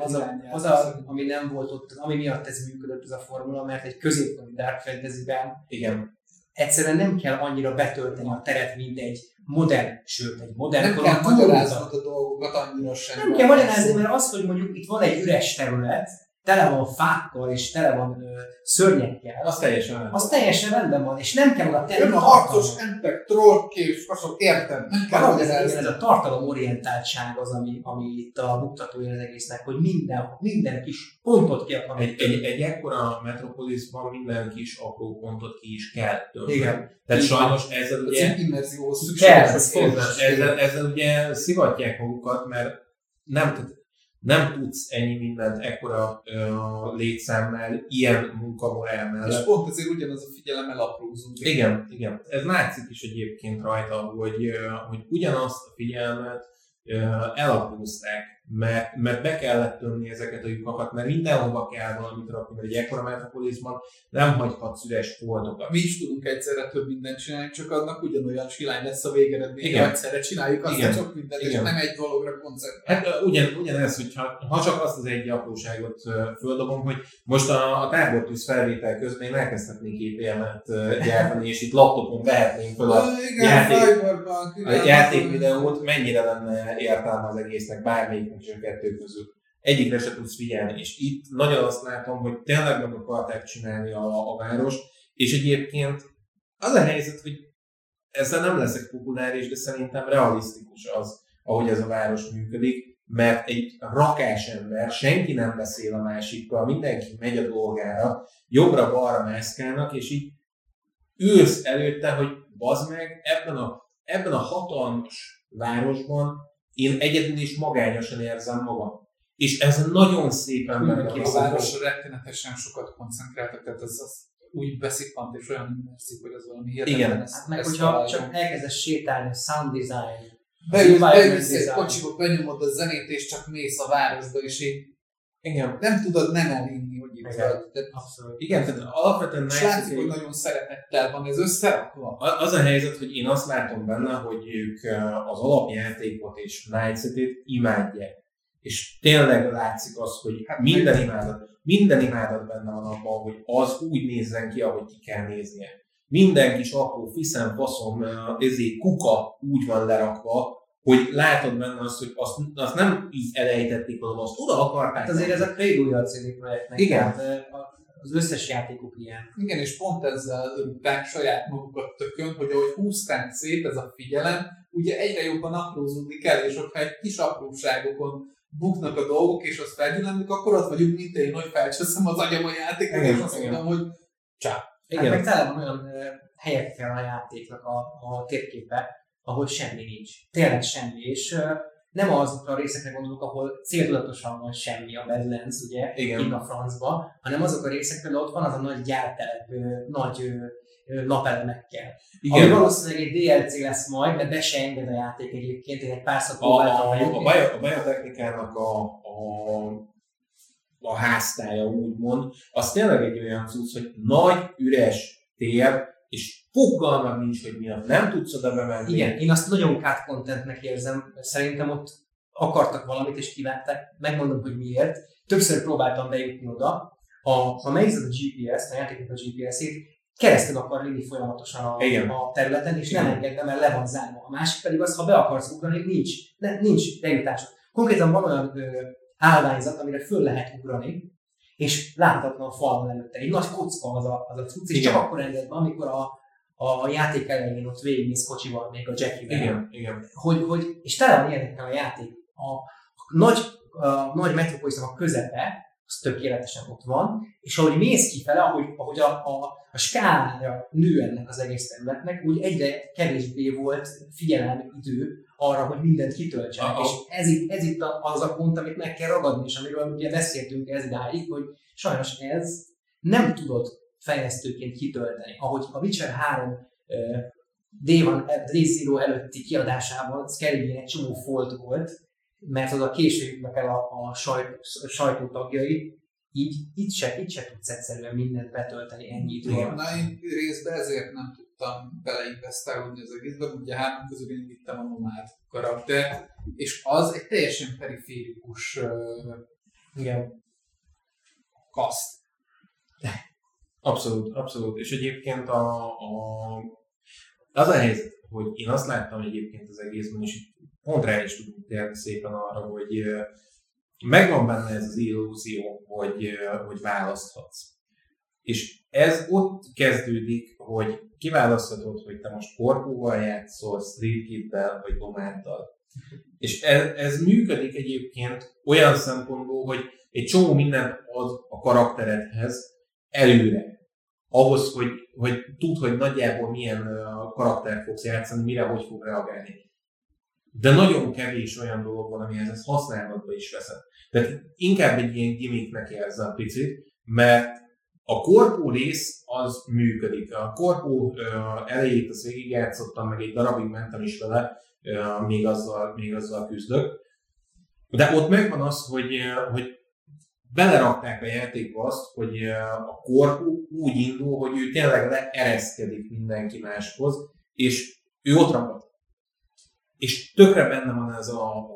ami nem volt ott, ami miatt ez működött, ez a formula, mert egy középkori Dark Fantasy-ben egyszerűen nem kell annyira betölteni a teret, mint egy modern, sőt egy modern nem kell magyaráznod a dolgokat annyira sem. Nem kell magyarázni, mert az, hogy mondjuk itt van egy üres terület, tele van fákkal és tele van szörnyekkel. Az teljesen rendben van, és nem kell oda tenni. Jön a harcos entek, trollkés, azok értem. Nem kell magyarázni. Ez a tartalomorientáltság az, ami itt a buktatója az egésznek, hogy minden kis pontot ki akar. Egy ekkora metropolisban minden kis apró pontot ki is kell többet. Igen. Tehát sajnos ezzel ugye... immerzióhoz szükséges. Ezzel ugye szivatják magukat, mert nem tudsz ennyi mindent ekkora létszámnál, ilyen munkamorál mellett. És pont ezért ugyanaz a figyelem elaprózunk. Igen. Ez látszik is egyébként rajta, hogy ugyanazt a figyelmet elaprózták, mert be kellett tömni ezeket a lyukakat, mert mindenhova kell valamit rakni, mert egy ekkora metropolisban nem hagyhatsz üres foltokat. Mi is tudunk egyszerre több mindent csinálni, csak annak ugyanolyan silány lesz a végeredmény, hogy egyszerre csináljuk azt a sok mindent, és nem egy dologra koncentrálni. Hát ugyanez, hogy ha csak azt az egy apróságot földobom, hogy most a tábortűz felvétel közben én elkezdhetnék EPM-et gyártani, és itt laptopon vehetnénk fel a játékvideót, mennyire lenne értelme az egésznek bármelyik és a kettő közül. Egyikre se tudsz figyelni, és itt nagyon azt látom, hogy tényleg meg akarták csinálni a város, és egyébként az a helyzet, hogy ezzel nem leszek populáris, de szerintem realisztikus az, ahogy ez a város működik, mert egy rakás ember, senki nem beszél a másikkal, mindenki megy a dolgára, jobbra-balra mászkálnak, és így ülsz előtte, hogy bazd meg, ebben a hatalmas városban én egyedül is magányosan érzem magam. És ez nagyon szépen benne a városra rettenetesen sokat koncentráltak, tehát az úgy beszippant és olyan immerszik, hogy az valami hihetetlen. Igen. Meg hogyha csak elkezdesz sétálni, a sound design, beülsz egy kocsiba, benyomod a zenét, és csak mész a városba, és így nem tudod nem elinni, hogy itt vagy. Abszolút. Igen, tehát alapvetően látszik, hogy nagyon szeretettel van ez összerakva. Az a helyzet, hogy én azt látom benne, hogy ők az alapjátékot és Night City-t imádják. És tényleg látszik az, hogy minden imádat benne van abban, hogy az úgy nézzen ki, ahogy ki kell néznie. Minden kis apró fiszem, faszom, kuka úgy van lerakva, hogy látod benne azt, hogy azt nem így elejtették oda, azt oda akarták. Hát azért ez a prédúja a CD Projektnek. Igen. Az összes játékok ilyen. Igen, és pont ezzel rúgták saját magukat tökön, hogy ahogy húzták szét ez a figyelem, ugye egyre jobban aprózódik el, és hogyha egy kis apróságokon buknak a dolgok, és azt felgyűlölnek, akkor ott vagyunk, mint én, hogy felcseszem az agyam a játékot, és azt mondom, hogy csá. Hát meg tele van olyan helyekkel a játéknak a térképe, ahol semmi nincs. Tényleg semmi, és nem azokra a részekre gondolok, ahol céltudatosan van semmi, a Badlands, ugye, itt a francba, hanem azok a részek, például ott van az a nagy gyártelep, nagy napelemekkel. Ami valószínűleg egy DLC lesz majd, de be se enged a játék egyébként, én egy párszor próbáltam. A biotechnikának a háztája úgymond, az tényleg egy olyan cucc, hogy nagy, üres tér, és fogalmam nincs, hogy miatt nem tudsz oda bemenni. Igen, én azt nagyon cut contentnek érzem, szerintem ott akartak valamit és kívánták, megmondom, hogy miért. Többször próbáltam bejutni oda, ha megnézed a GPS-t, a játéknak a GPS-ét, keresztül akar vinni folyamatosan a területen, és nem engedne, mert le van zárva. A másik pedig az, ha be akarsz ugrani, nincs bejutásod. Konkrétan van olyan állványzat, amire föl lehet ugrani, és láthatatlan a falon előtte. Egy nagy kocka az a cucc, és csak akkor enged be, amikor a játék elején ott végigmész kocsival, még a Jackie-vel. Igen. És tele van ilyenekkel a játék. A nagy metropolisznak a közepe, az tökéletesen ott van, és ahogy mész kifele, ahogy a skálára nő ennek az egész területnek, úgy egyre kevésbé volt idő arra, hogy mindent kitöltsenek. És ez itt az a pont, amit meg kell ragadni, és amiről ugye beszéltünk ez idáig, hogy sajnos ez nem tudod fejlesztőként kitölteni. Ahogy a Witcher 3 Day Zero előtti kiadásában Skellige egy csomó folt volt, mert oda később jutnak el a sajtótagjai, így itt se tudsz egyszerűen mindent betölteni ennyi idő alatt. Na, én részben ezért nem tudtam beleinvestálódni az egészben, ugye 3 közül én vittem a nomád karaktert, és az egy teljesen periférikus kaszt. Abszolút. És egyébként az a helyzet, hogy én azt láttam egyébként az egészben, és pont rá is tudunk térni szépen arra, hogy megvan benne ez az illúzió, hogy választhatsz. És ez ott kezdődik, hogy kiválaszthatod, hogy te most korpóval játszol, Street Kid-del vagy nomáddal. És ez működik egyébként olyan szempontból, hogy egy csomó mindent ad a karakteredhez előre. Ahhoz, hogy tudd, hogy nagyjából milyen karaktert fogsz játszani, mire hogy fog reagálni. De nagyon kevés olyan dolog van, amihez ezt használatba is veszed. Tehát inkább egy ilyen gimmicknek érzem picit, mert a korpó rész az működik. A korpó elejét azt végigjátszottam, meg egy darabig mentem is vele, még azzal küzdök. De ott megvan az, hogy belerakták a játékba azt, hogy a korpó úgy indul, hogy ő tényleg leereszkedik mindenki máshoz, és ő ott ragad. És tökre benne van ez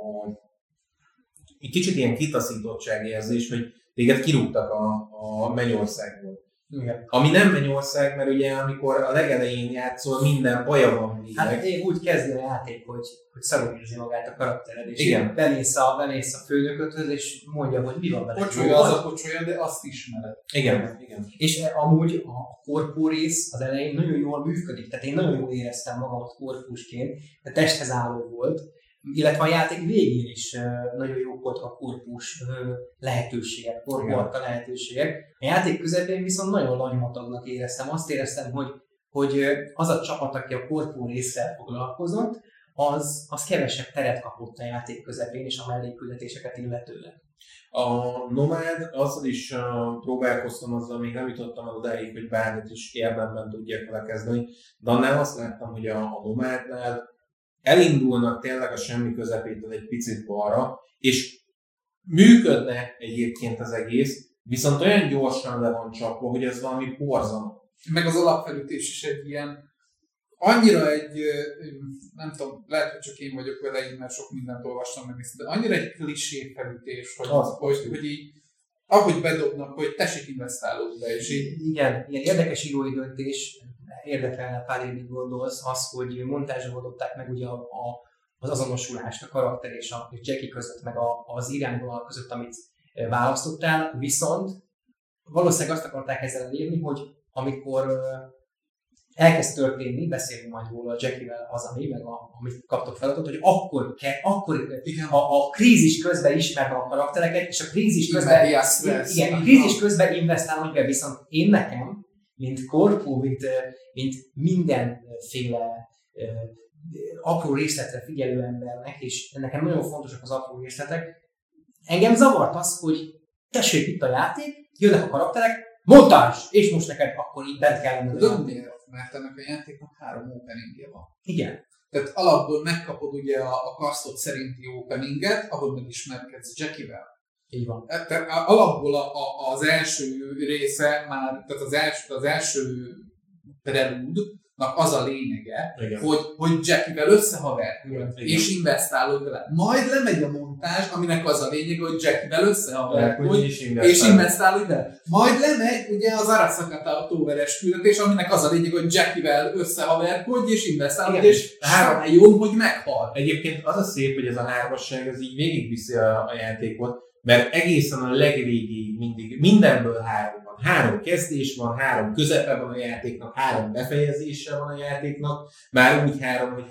egy kicsit ilyen kitaszítottság érzés, hogy téged kirúgtak a mennyországból. Igen. Ami nem mennyország, mert ugye amikor a legelején játszol, minden baja van végig. Hát én úgy kezdi a játék, hogy szarul érzi magát a karaktered, és igen. bemész a főnököthöz, és mondja, hogy mi van vele. Pocsolya az a pocsolya, de azt ismered. Igen. És amúgy a korpó rész az elején nagyon jól működik, tehát én nagyon jól éreztem magamat korpusként, de testhez álló volt, illetve a játék végén is nagyon jók voltak a korpus lehetőségek, korporka lehetőségek. A játék közepén viszont nagyon lagymatagnak éreztem. Azt éreztem, hogy az a csapat, aki a korpó résszel foglalkozott, az kevesebb teret kapott a játék közepén és a mellékküldetéseket illetően. A nomád, azzal is próbálkoztam, azzal még nem jutottam el odáig, hogy bármit is érdemben tudjak vele kezdeni, de annál azt láttam, hogy a nomádnál elindulnak tényleg a semmi közepétől egy picit balra, és működne egyébként az egész, viszont olyan gyorsan le van csapva, hogy ez valami borzalmas. Meg az alapfelütés is egy ilyen, annyira nem tudom, lehet, hogy csak én vagyok vele, mert sok mindent olvastam meg, de annyira egy klisé felütés, hogy így, ahogy bedobnak, hogy tessék investálódni be, és így. Igen, ilyen érdekes írói döntés, érdekelne pár évig gondolsz, az, hogy montázsra adották meg ugye az azonosulást a karakter és a Jackie között, meg az irányvonal között, amit választottál, viszont valószínűleg azt akarták ezzel elérni, hogy amikor elkezd történni, beszélünk majd róla a Jackie-vel az, meg amit kaptok feladatot, hogy akkor a krízis közben ismerve a karaktereket, és a krízis közben investálni be, viszont én nekem, mint korpó, mint mindenféle apró részletre figyelő embernek, és nekem nagyon fontosak az apró részletek, engem zavart az, hogy tessék itt a játék, jönnek a karakterek, montázs! És most neked akkor így bent kell lenni. Tudom miért? Mert ennek a játéknak 3 openingje van. Igen. Tehát alapból megkapod ugye a kasztot szerinti openinget, ahol megismerkedsz Jackie-vel. Így van. Tehát alapból az első része már, tehát az első prelúdnak az a lényege, hogy Jackie-vel összehaverkodj, és investálod vele. Majd lemegy a montázs, aminek az a lényege, hogy Jackie-vel összehaverkodj, és investálod vele. Majd lemegy ugye az Arasaka Toweres küldetés, aminek az a lényege, hogy Jackie-vel összehaverkodj, és investálod, és jó, hogy meghal. Egyébként az a szép, hogy ez a hármasság, ez így végigviszi a játékot, mert egészen a legvégig mindig mindenből 3 van. 3 kezdés van, 3 közepe van a játéknak, 3 befejezése van a játéknak, már úgy 3, hogy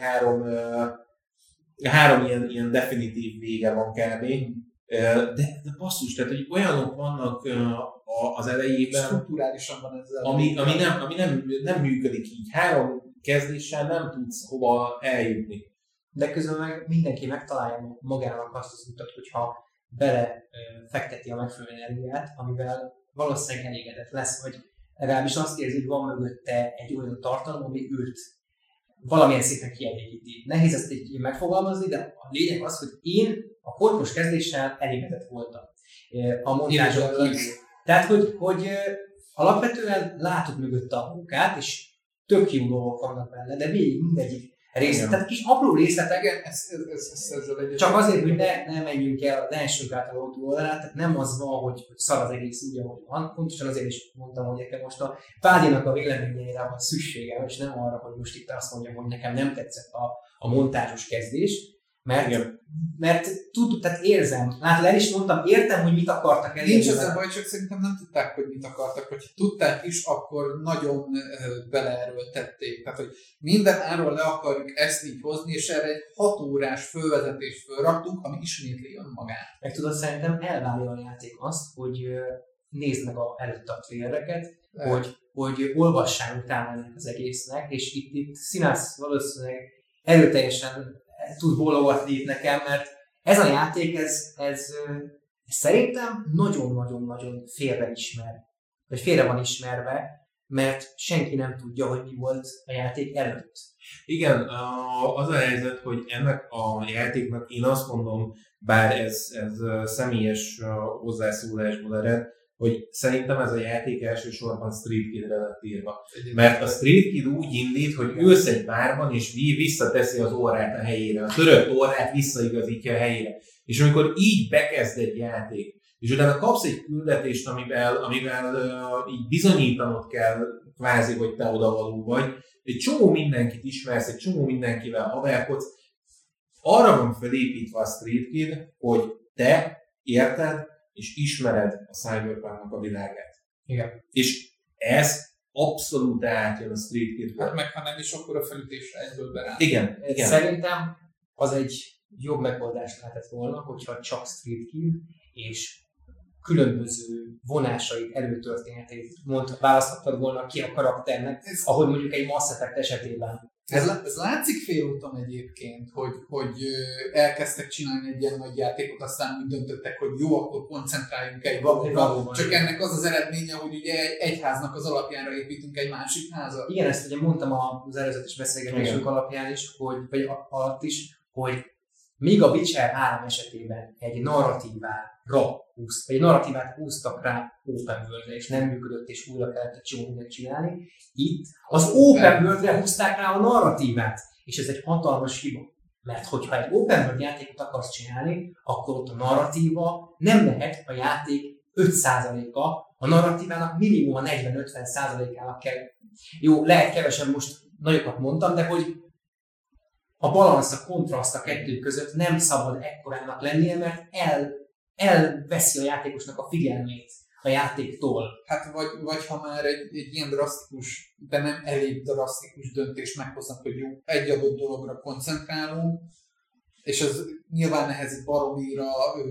3 ilyen definitív vége van kb. De basszus, tehát hogy olyanok vannak az elejében, strukturálisan van ezzel, ami nem működik így. 3 kezdéssel nem tudsz hova eljutni. De közben meg mindenki megtalálja magának azt az utat, hogyha bele fekteti a megfelelő energiát, amivel valószínűleg elégedett lesz, hogy legalábbis azt érzi, hogy van mögötte egy olyan tartalom, ami őt valamilyen szinten kielégíti. Nehéz ezt így megfogalmazni, de a lényeg az, hogy én a korpus kezdéssel elégedett voltam a montázson kívül. Tehát, hogy alapvetően látod mögötte a munkát, és tök jó dolgok vannak benne, de végig mindegyik részlet. Tehát kis apró részletek, csak azért, hogy ne menjünk el, ne essünk át a lótú oldalát, tehát nem az van, hogy szar az egész úgy, ahogy van. Pontosan azért is mondtam, hogy nekem most a Pádinak a véleményeire van szükségem, és nem arra, hogy most itt azt mondjam, hogy nekem nem tetszett a montázsos kezdés, mert tehát érzem, látod, el is mondtam, értem, hogy mit akartak elérni. Nincs ezzel baj, csak szerintem nem tudták, hogy mit akartak, hogyha tudták is, akkor nagyon beleerőltették. Tehát, hogy minden áról le akarjuk ezt így hozni, és erre egy 6 órás fölvezetést fölraktunk, ami ismétli önmagát. Meg tudod, szerintem elvárja a játék azt, hogy nézd meg előtte a trailereket, hogy olvassál utána ennek az egésznek, és itt Színász valószínűleg erőteljesen tud bólogatni itt nekem, mert ez a játék, ez szerintem nagyon-nagyon-nagyon félre van ismerve, mert senki nem tudja, hogy mi volt a játék előtt. Igen, az a helyzet, hogy ennek a játéknak én azt mondom, bár ez személyes hozzászólásból ered, hogy szerintem ez a játék elsősorban Street Kidre lett írva. Mert a Street Kid úgy indít, hogy ülsz egy bárban, és visszateszi az órát a helyére, a törött órát visszaigazítja a helyére. És amikor így bekezd egy játék, és utána kapsz egy küldetést, amivel így bizonyítanod kell kvázi, hogy te odavaló vagy, egy csomó mindenkit ismersz, egy csomó mindenkivel haverkodsz, arra van felépítve a Street Kid, hogy te érted, és ismered a Cyberpunknak a világát. Igen. És ez abszolút átjön a Street Kidből. Hát meg ha nem is, akkor a felütésre egyből berá. Igen. Szerintem az egy jobb megoldás lehetett volna, hogyha csak Street Kid és különböző vonásait, előtörténetét választhattad volna ki a karakternek, ahogy mondjuk egy Mass Effect esetében. Ez látszik félúton egyébként, hogy elkezdtek csinálni egy ilyen nagy játékot, aztán úgy döntöttek, hogy jó, akkor koncentráljunk egy valóban. Csak ennek az az eredménye, hogy ugye egy háznak az alapjára építünk egy másik házat. Igen, ezt ugye mondtam az előzetes beszélgetésünk alapján is, vagy alatt is, hogy míg a Witcher 3 esetében egy narratívát húztak rá open world-re, és nem működött, és újra kellett egy csomó mindent csinálni, itt az open world-re húzták rá a narratívát, és ez egy hatalmas hiba. Mert hogyha egy open world játékot akarsz csinálni, akkor ott a narratíva nem lehet a játék 5%-a, a narratívának minimum a 40-50%-ának kell. Jó, lehet kevesen, most nagyokat mondtam, de hogy a balansz, a kontraszt a kettő között nem szabad ekkorának lennie, mert elveszi a játékosnak a figyelmét a játéktól. Hát vagy ha már egy ilyen drasztikus, de nem elég drasztikus döntést meghoznak, hogy jó, egy adott dologra koncentrálunk, és az nyilván ehhez baromira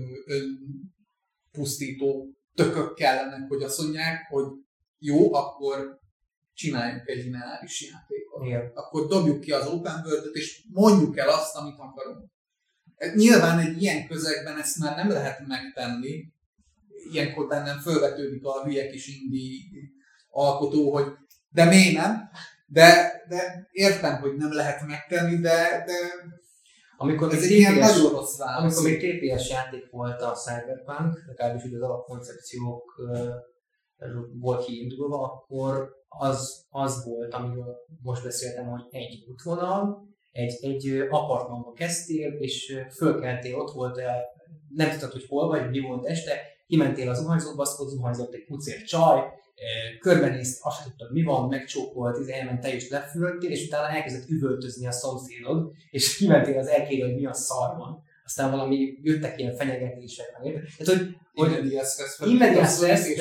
önpusztító tökök kellenek, hogy azt mondják, hogy jó, akkor csináljunk egy lineáris játékot. Igen. Akkor dobjuk ki az open world-et, és mondjuk el azt, amit akarunk. Nyilván egy ilyen közegben ezt már nem lehet megtenni. Ilyenkor bennem fölvetődik a hülye kis indie alkotó, hogy de miért nem? De értem, hogy nem lehet megtenni, de amikor ez egy ilyen nagyon rossz válasz. Amikor még TPS játék volt a Cyberpunk, legalábbis az alapkoncepciók volt kiindulva, akkor az volt, amiről most beszéltem, hogy egy útvonal, egy apartmanba kezdtél, és fölkeltél, ott volt, nem tudtad, hogy hol vagy, mi volt este, kimentél az zuhanyzóba, azt zuhanyzott egy pucér csaj, körbenézd, azt tudtad, mi van, megcsókolt, elment te is lefülöttél, és utána elkezdett üvöltözni a szomszédod, és kimentél az erkélyre, hogy mi a szar van. Aztán valami jöttek ilyen fenyegetések, tehát, hogy immediate stressz,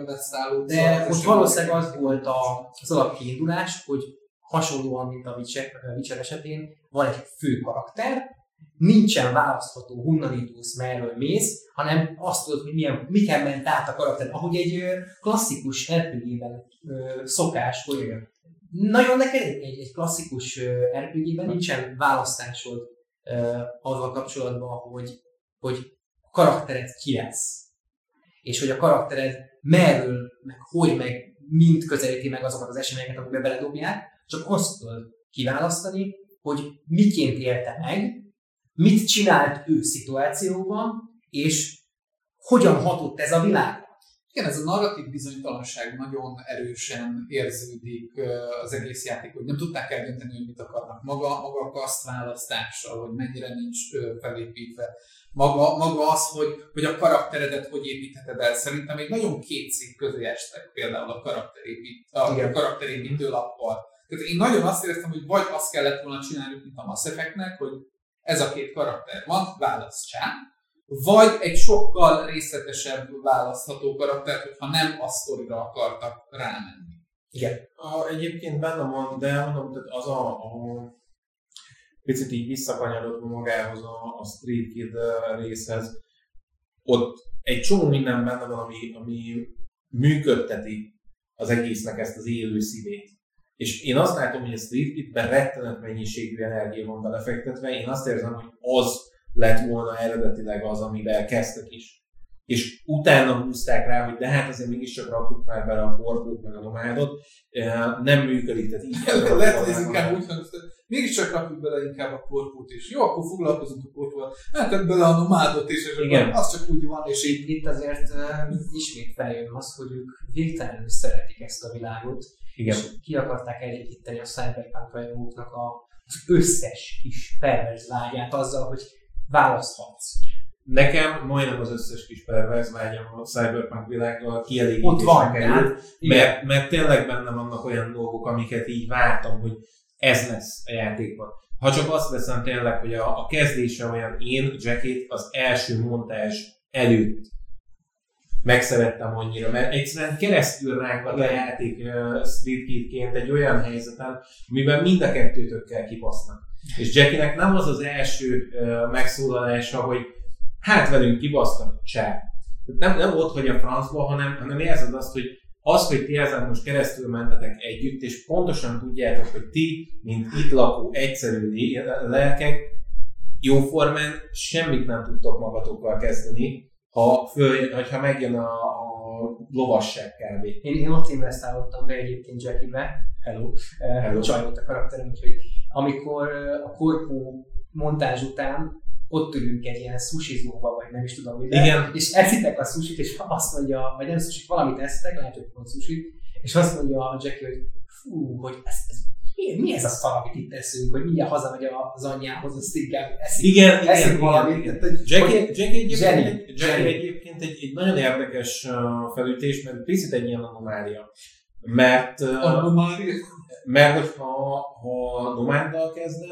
de most valószínűleg az volt az alapkiindulás, hogy hasonlóan, mint a Witcher esetén, van egy fő karakter, nincsen választható, honnan indulsz, merről mész, hanem azt tudod, hogy miken ment át a karakter. Ahogy egy klasszikus RPG-ben szokás, hogy nagyon neked egy klasszikus RPG-ben nincsen választásod azzal kapcsolatban, hogy a karaktered ki lesz. És hogy a karaktered merről, meg hogy, meg mind közelíti meg azokat az eseményeket, amikbe beledobják, csak azt tudod kiválasztani, hogy miként élte meg, mit csinált ő szituációban, és hogyan hatott ez a világra. Igen, ez a narratív bizonytalanság nagyon erősen érződik az egész játék, hogy nem tudták eldönteni, hogy mit akarnak. Maga a kasztválasztással, hogy mennyire nincs felépítve. Maga az, hogy a karakteredet hogy építheted el. Szerintem egy nagyon két cikk közé estek például a karakterépítő lappal. Tehát én nagyon azt éreztem, hogy vagy azt kellett volna csinálni, mint a Mass Effectnek, hogy ez a két karakter van, választsák, vagy egy sokkal részletesebb választható karaktert, hogyha nem a sztorira akartak rámenni. Igen. Egyébként benne van, de mondom, tehát az a picit így visszakanyarodva magához a Street Kid részhez, ott egy csomó minden benne van, ami működteti az egésznek ezt az élő szívét. És én azt látom, hogy a Street Kidben rettenet mennyiségű energia van belefektetve, én azt érzem, hogy az lett volna eredetileg az, amivel kezdtek is. És utána húzták rá, hogy de hát azért mégiscsak rakjuk már bele a korpót, meg a nomádot, nem működik, tehát így lehet, hogy ez inkább úgy hangzik, mégiscsak rakjuk bele inkább a korpót is. Jó, akkor foglalkozunk a korpóval, hát bele a nomádot is, és akkor az csak úgy van. És itt azért ismét feljön az, hogy ők végtelenül szeretik ezt a világot, igen. És ki akarták elégíteni a Cyberpunk rajongóknak az összes kis perverz vágyát azzal, hogy választhatsz. Nekem majdnem az összes kis perverz vágyam a Cyberpunk világgal kielégítésre kerül, mert tényleg benne vannak olyan dolgok, amiket így vártam, hogy ez lesz a játékban. Ha csak azt veszem tényleg, hogy a kezdése olyan, én Jacket az első montázs előtt megszerettem annyira, mert egyszerűen keresztül ránkat a játék Street Kidként egy olyan helyzeten, amiben mind a kettőtökkel kibasznak. És Jackynek nem az az első megszólalása, hogy hát velünk kibasztak, csá. Nem ott, hogy a francba, hanem érzed azt, hogy ti ezen most keresztül mentetek együtt, és pontosan tudjátok, hogy ti, mint itt lakó egyszerű lelkek, jóformán semmit nem tudtok magatokkal kezdeni, ha megjön a lovasság kb. Én ott investálottam be egyébként Jackybe, hello. Csaj volt a karakterem, úgyhogy amikor a korpó montázs után ott ülünk egy ilyen sushizóba, vagy nem is tudom mire, és eszitek a sushit, és azt mondja, vagy nem sushit, valamit esztek, lehet, hogy pont sushit, és azt mondja a Jackie, hogy fú, hogy mi ez a szar, amit itt eszünk, hogy mindjárt hazamegy az anyjához, azt inkább eszik valamit. Jackie egyébként egy nagyon érdekes felütés, mert picit egy ilyen anomália. Mert hogyha nomáddal kezdesz,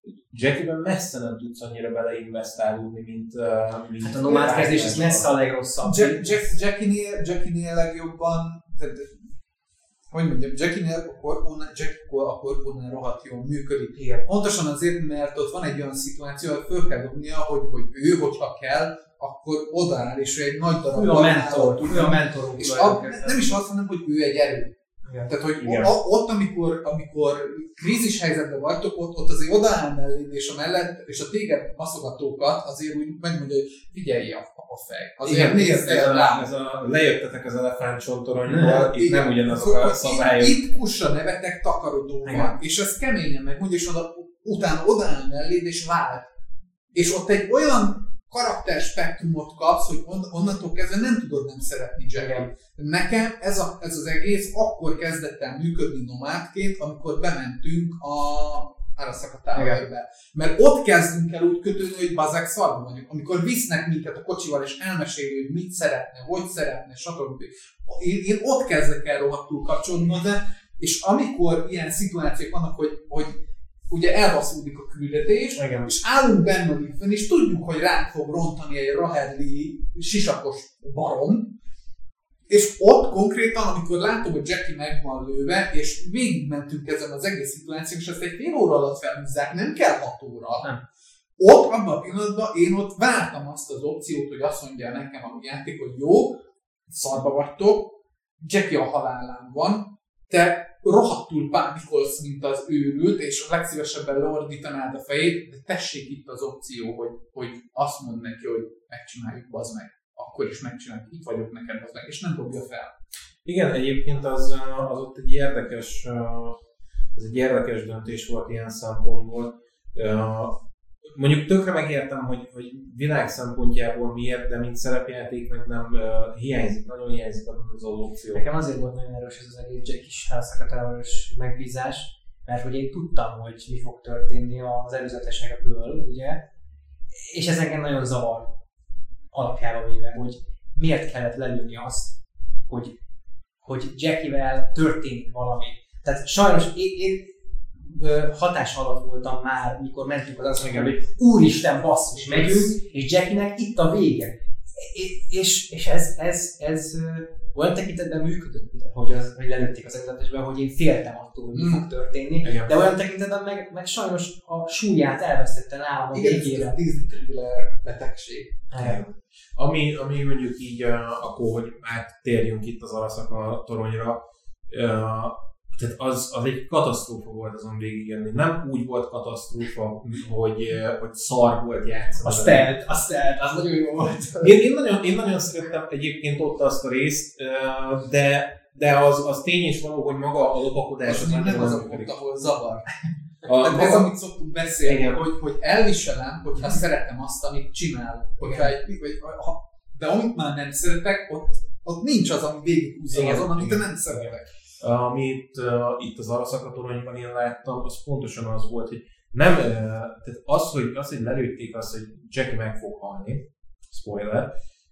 Jackie-ben messze nem tudsz annyira beleinvestálódni, mint hát a nomádkezdés ez messze a legrosszabb. Jackie-nél legjobban, hogy mondjam, Jackie-nél a korpónál rohadt jól működik. Igen. Pontosan azért, mert ott van egy olyan szituáció, hogy föl kell dobnia, hogy ő, hogyha kell, akkor odaáll, és ő egy nagy darab. Ő a mentor. És nem is azt mondom, hogy ő egy erő. Igen. Tehát, hogy ott, amikor krízis helyzetben vagytok, ott azért odaáll mellé, és a téged baszogatókat azért úgy megmondja, hogy figyelj a fej. Azért nézd el rám. Lejöttetek az elefántcsontoronyból, itt nem ugyanazok a szabályok. Itt kussa nevetek takarodóval, és ez keményen megmondja, és utána odaáll melléd, és vált. És ott egy olyan karakterspektrumot kapsz, hogy onnantól kezdve nem tudod nem szeretni Jackie. Nekem ez az egész akkor kezdett el működni nomádként, amikor bementünk a Arasaka Towerbe. Mert ott kezdünk el úgy kötődni, hogy bazeg szarban vagyunk. Amikor visznek minket a kocsival, és elmeséli, hogy mit szeretne, hogy szeretne, stb. Én ott kezdek el rohadtul kapcsolódni, és amikor ilyen szituációk vannak, hogy ugye elbaszódik a küldetés, és állunk benne a liftben, és tudjuk, hogy ránk fog rontani egy rahedli sisakos barom, és ott konkrétan, amikor látom, hogy Jackie meg van lőve, és végigmentünk ezen az egész szituáción, és ezt egy fél óra alatt felhúzzák, nem kell 6 óra. Nem. Ott, abban a pillanatban én ott vártam azt az opciót, hogy azt mondja nekem a játék, hogy jó, szarba vagytok, Jackie a halálán van, te rohadtul pánikolsz, mint az őrült, és legszívesebben leordítanád a fejét, de tessék itt az opció, hogy azt mondd neki, hogy megcsináljuk, bazd meg. Akkor is megcsináljuk, itt vagyok neked, bazd meg, és nem dobja fel. Igen, egyébként az ott egy érdekes döntés volt ilyen szempontból. Mondjuk tökre megértem, hogy világ szempontjából miért, de mint szerepjáték meg nem hiányzik, nagyon hiányzik az opció. Nekem azért volt nagyon erős ez az egész Jackie-s Arasaka-os megbízás, mert hogy én tudtam, hogy mi fog történni az előzetesekből, ugye, és ez engem nagyon zavar alapjába véve, hogy miért kellett lelőni azt, hogy Jackie-vel történik valami. Tehát sajnos én hatás alatt voltam már, mikor mentünk az azt mondani, hogy úristen basszus, megyünk, és Jackie-nek itt a vége. És ez olyan tekintetben működött, hogy lelőtték az előzetesben, hogy én féltem attól, hogy mi fog történni, de olyan tekintetben meg sajnos a súlyát elvesztette nálam a végére. Igen, ez a Disney thriller betegség. Ami mondjuk így, akkor, hogy áttérjünk itt az Arasaka toronyra, tehát az egy katasztrófa volt azon végigérni. Nem úgy volt katasztrófa, hogy szar volt játszani. Az nagyon jó volt. Én nagyon szerettem egyébként ott azt a részt, de az tény is való, hogy maga a lopakodás az nem az a pont, ahol zavar. Ez, amit szoktunk beszélni, hogy elviselem, hogyha szeretem azt, amit csinál. De amit már nem szeretek, ott nincs az, ami végighúzza azon, amit nem szeretek. Amit itt az Arasaka toronyban én láttam, az pontosan az volt, hogy nem, tehát az, hogy lelőtték azt, hogy Jackie meg fog halni, spoiler,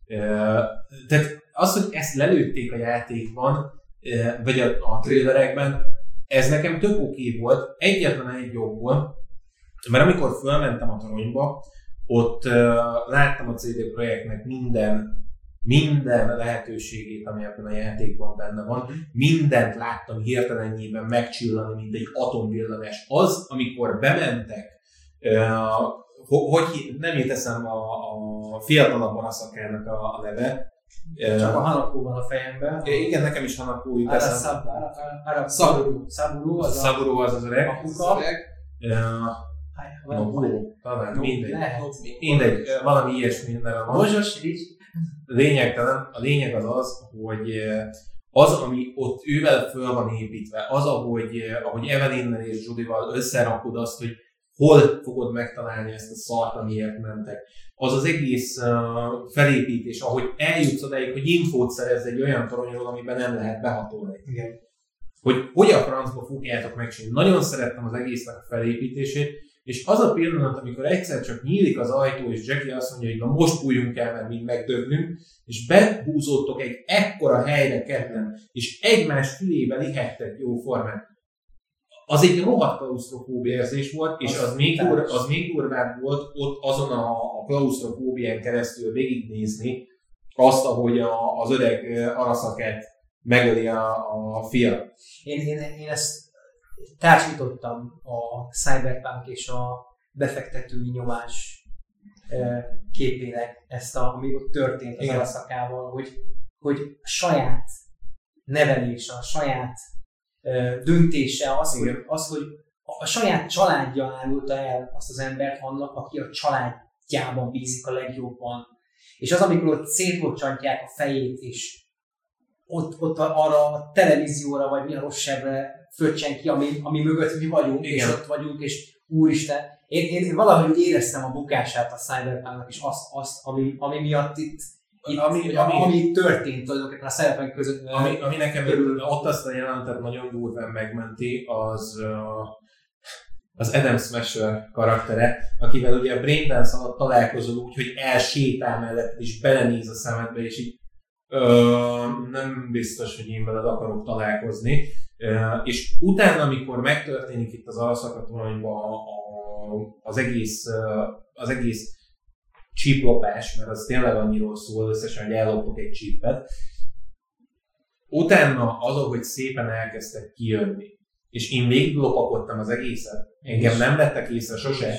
tehát az, hogy ezt lelőtték a játékban, vagy a trailerekben, ez nekem tök oké volt, egyetlen egy jogból, mert amikor fölmentem a toronyba, ott láttam a CD Projektnek minden lehetőségét, ami ebben a játékban benne van. Mindent láttam hirtelenjében megcsillani, mint egy atomvillanás. Az, amikor bementek, hogy nem jut eszem a fiatalabb Arasakának a neve. Csak a Hanako van a fejemben. Igen, nekem is Hanako jut eszem. Saburo az az öreg. Apuka. Talán mindegy, valami ilyesmi neve van. Lényegtelen, a lényeg az, hogy az, ami ott ővel föl van építve, az, ahogy Evelynnel és Judyval összerakod azt, hogy hol fogod megtalálni ezt a szart, amiért mentek. Az az egész felépítés, ahogy eljutsz odáig, hogy infót szerezz egy olyan toronyról, amiben nem lehet behatolni. Igen. Hogy a francba fogjátok megcsinálni. Nagyon szerettem az egésznek a felépítését, és az a pillanat, amikor egyszer csak nyílik az ajtó, és Jackie azt mondja, hogy na most bújjunk el, mert mind megdöglünk, és behúzódtok egy ekkora helyre ketten, és egymás fülébe lihettek jó formán. az egy rohadt klausztrofóbia érzés volt, és az még durvább volt ott azon a klausztrofóbián keresztül végignézni azt, ahogy az öreg Arasakát megöli a fia. Én ezt társítottam a Cyberpunk és a befektetői nyomás képének, ezt ami ott történt az Arasakával, hogy a saját nevelése, a saját döntése az, hogy a saját családja árulta el azt az embert annak, aki a családjában bízik a legjobban. És az, amikor ott szétbocsantják a fejét, és ott arra a televízióra, vagy milyen rossebbre fröccsen ki, ami mögött mi vagyunk, igen. És ott vagyunk, és úristen, én valahogy éreztem a bukását a Cyberpunknak, és azt ami miatt itt ami történt tulajdonképpen a Cyberpunk között. Ami nekem ott azt a jelenetet nagyon durván megmenti, az Adam Smasher karaktere, akivel ugye a Braindance alatt találkozol úgy, hogy elsétál mellett, és belenéz a szemedbe, és így nem biztos, hogy én veled akarok találkozni. És utána, amikor megtörténik itt az Arasaka toronyban az egész csíplopás, mert az tényleg annyiról szól összesen, hogy ellopok egy csípet, utána az, ahogy szépen elkezdtek kijönni, és én végig lopakodtam az egészet, engem nem vettek észre sose,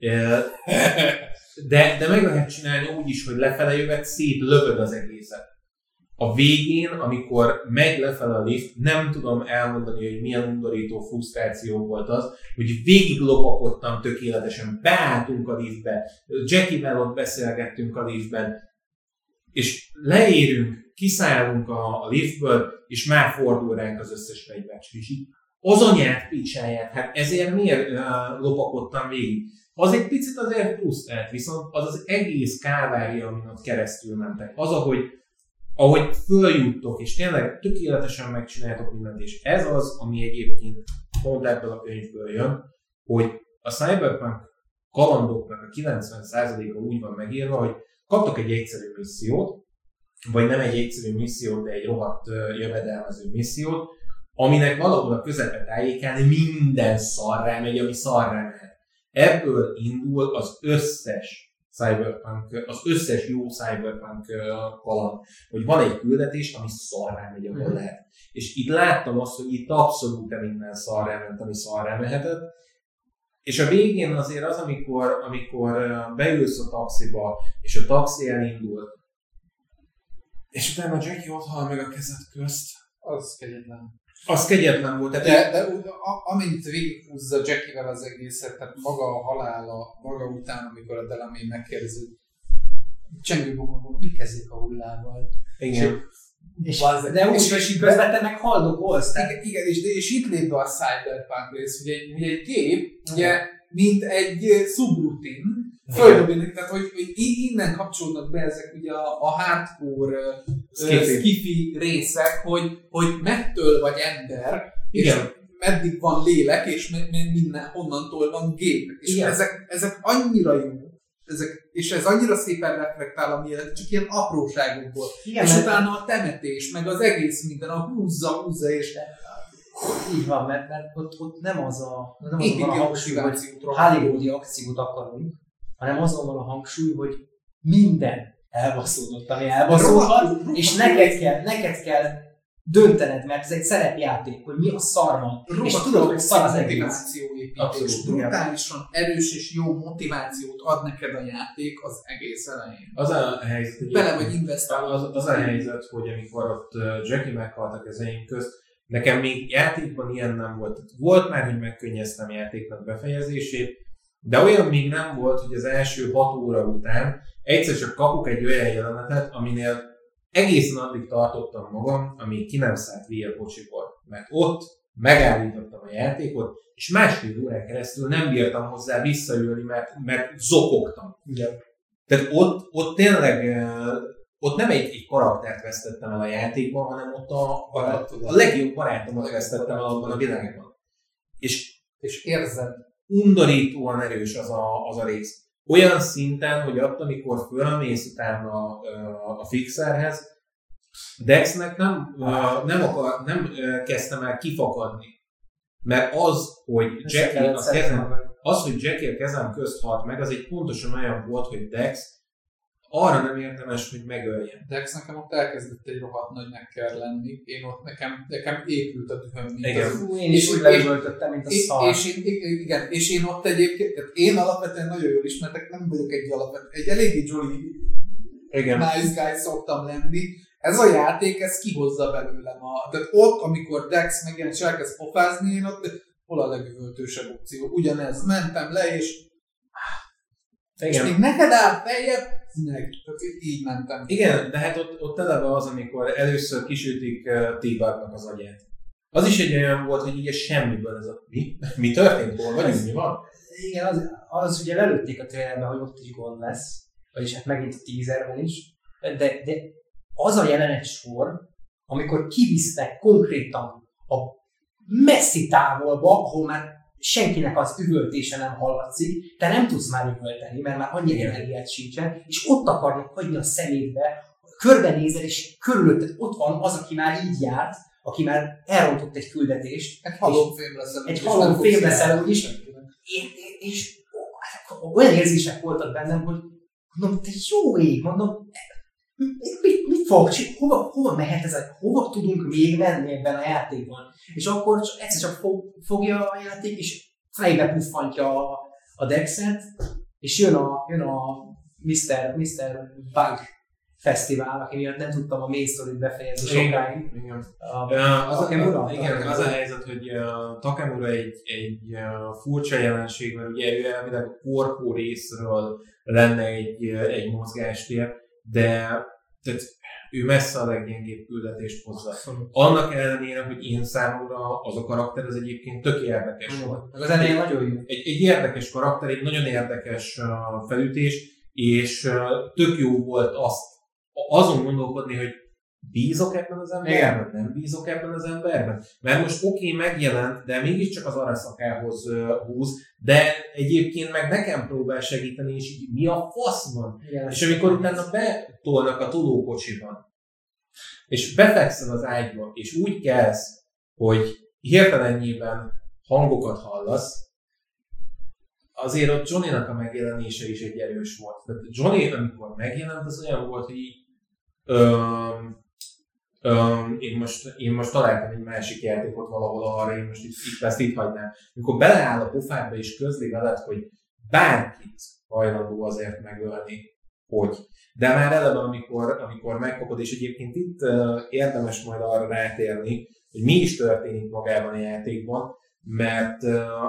de meg lehet csinálni úgy is, hogy lefele jövet, szétlövöd az egészet. A végén, amikor megy lefele a lift, nem tudom elmondani, hogy milyen undorító frusztráció volt az, hogy végig lopakodtam tökéletesen, beálltunk a liftbe, Jackie-vel ott beszélgettünk a liftben, és leérünk, kiszállunk a liftből, és már fordul ránk az összes fegyvercs. És így az anyát picsáját, hát ezért miért lopakodtam végig? Az egy picit azért frusztrált, viszont az egész kávária, amin ott keresztül mentek. Az, ahogy följuttok, és tényleg tökéletesen megcsináltok mindent, és ez az, ami egyébként pont ebből a könyvből jön, hogy a Cyberpunk kalandoknak a 90%-a úgy van megírva, hogy kaptok egy egyszerű missziót, vagy nem egy egyszerű missziót, de egy rohadt jövedelmező missziót, aminek valahol a közepe tájékán minden szarrá megy, ami szarrá mehet. Ebből indul az összes Cyberpunk, az összes jó Cyberpunk kaland, hogy van egy küldetés, ami szarrá megy, ahol lehet. És itt láttam azt, hogy itt abszolút minden szarrá ment, ami szarrá mehetett. És a végén azért az, amikor beülsz a taxiba, és a taxi elindul, és utána a Jackie ott hal meg a kezed közt. Az kegyetlen. Az kegyetlen volt. De amint végighúzza Jackie-vel az egészet, tehát maga a halála, maga után, amikor a Delamain megkérdezi, csengőbogóban mi kezdik a hullával? Igen. De úgy, hogy közben te meg haldokolsz. Igen, és itt lép be a Cyberpunk rész, ugye egy gép, ugye, mint egy subrutin, földobjanak, tehát hogy innen kapcsolódnak be ezek ugye a hardcore skifi részek, hogy mettől vagy ember, és meddig van lélek, és minden honnantól van gép. És ezek annyira jó, és ez annyira szépen reflektál a mielőtt, csak ilyen apróságokból. Igen, és utána a temetés, meg az egész minden, a húzza, és így van, mert ott nem az van a hangsúly, hogy hollywoodi akciót akarunk, hanem azon van a hangsúly, hogy minden elbaszódott, ami elbaszódhat, és neked kell döntened, mert ez egy szerepjáték, hogy mi a szar van, és tudod, hogy szar az egész. Motivációépítés, brutálisan erős és jó motivációt ad neked a játék az egész elején. Az a helyzet, bele vagy investálva. Az a helyzet, hogy amikor ott Jackie meghalt a kezeim közt, nekem még játékban ilyen nem volt. Volt már, hogy megkönnyeztem játéknak befejezését, de olyan még nem volt, hogy az első 6 óra után egyszer csak kapok egy olyan jelenetet, aminél egészen addig tartottam magam, amíg ki nem szállt VR kocsiból. Mert ott megállítottam a játékot, és másfél órán keresztül nem bírtam hozzá visszaülni, mert zokogtam. Igen. Tehát ott tényleg ott nem egy karaktert vesztettem el a játékban, hanem ott a legjobb barátomat vesztettem el abban a világban. És érzed. Undorítóan erős az a rész. Olyan szinten, hogy ott, amikor fölmész utána a fixerhez, Dexnek nem kezdtem el kifakadni. Mert hogy Jackie a kezem közt halt meg, az egy pontosan olyan volt, hogy Dex arra nem érdemes, hogy megöljen. Dex nekem ott elkezdett egy rohadt nagynak kell lenni. Én ott nekem épült a dühöm, mint én is úgy leüvöltöttem, mint a szar. És én ott egyébként, tehát én alapvetően nagyon jól ismertek, nem vagyok egy eléggé jolly nice guy szoktam lenni. Ez a játék, ez kihozza belőlem tehát ott, amikor Dex megjelent és elkezd pofázni, én ott hol a legüvöltősebb opció. Ugyanez, mentem le és és még neked áll feljebb, így mentem. Igen, de hát ott eleve az, amikor először kisütik T-Bugnak az agyát. Az is egy olyan volt, hogy így semmiből ez a... Mi történt? Hol vagyunk? Mi van? Igen, az ugye lelőtték a trailerben, hogy ott is gond lesz. Vagyis hát megint a teaserben is. De az a jelenet sor, amikor kivisznek konkrétan a messzi távolba, ahol már senkinek az üvöltése nem hallatszik, te nem tudsz már üvölteni, mert már annyi energiát sincsen, és ott akarnak hagyni a szemétbe, körbenézel, és körülötted ott van az, aki már így járt, aki már elrontott egy küldetést. Egy halomfémleszel. Egy halomfémleszel, és olyan érzések voltak bennem, hogy mondom, te jó ég, mondom, mit fog csinálni? Hova mehet ez? Hova tudunk még menni ebben a játékban? És akkor egyszer csak fogja a játék, és fejbe puffantja a Dexet, és jön a Mr. Bug fesztivál, aki miatt nem tudtam a main story-t befejezni sokáig. Igen. Az a helyzet, hogy Takemura egy furcsa jelenség, mert ugye ő elvileg a korpó részről lenne egy mozgástér, de tehát ő messze a leggyengébb küldetést hozza. Annak ellenére, hogy én számomra az a karakter az egyébként tök érdekes volt. Az elején nagyon jó. Egy érdekes karakter, egy nagyon érdekes felütés, és tök jó volt azon gondolkodni, hogy bízok ebben az emberben, nem bízok ebben az emberben. Mert most megjelent, de mégiscsak az araszakához húz, de egyébként meg nekem próbál segíteni, és így mi a fasz van? És amikor utána betolnak a tolókocsiban, és befekszel az ágyba, és úgy kelsz, hogy hirtelenjében hangokat hallasz, azért ott Johnny-nak a megjelenése is egy erős volt. Tehát Johnny, amikor megjelent, az olyan volt, hogy így én most találtam egy másik játékot valahol arra, én most ezt itt hagynám. Amikor beleáll a pofádba és közli veled, hogy bárkit hajlandó azért megölni, hogy. De már eleve, amikor megkapod, és egyébként itt érdemes majd arra rátérni, hogy mi is történik magában a játékban, mert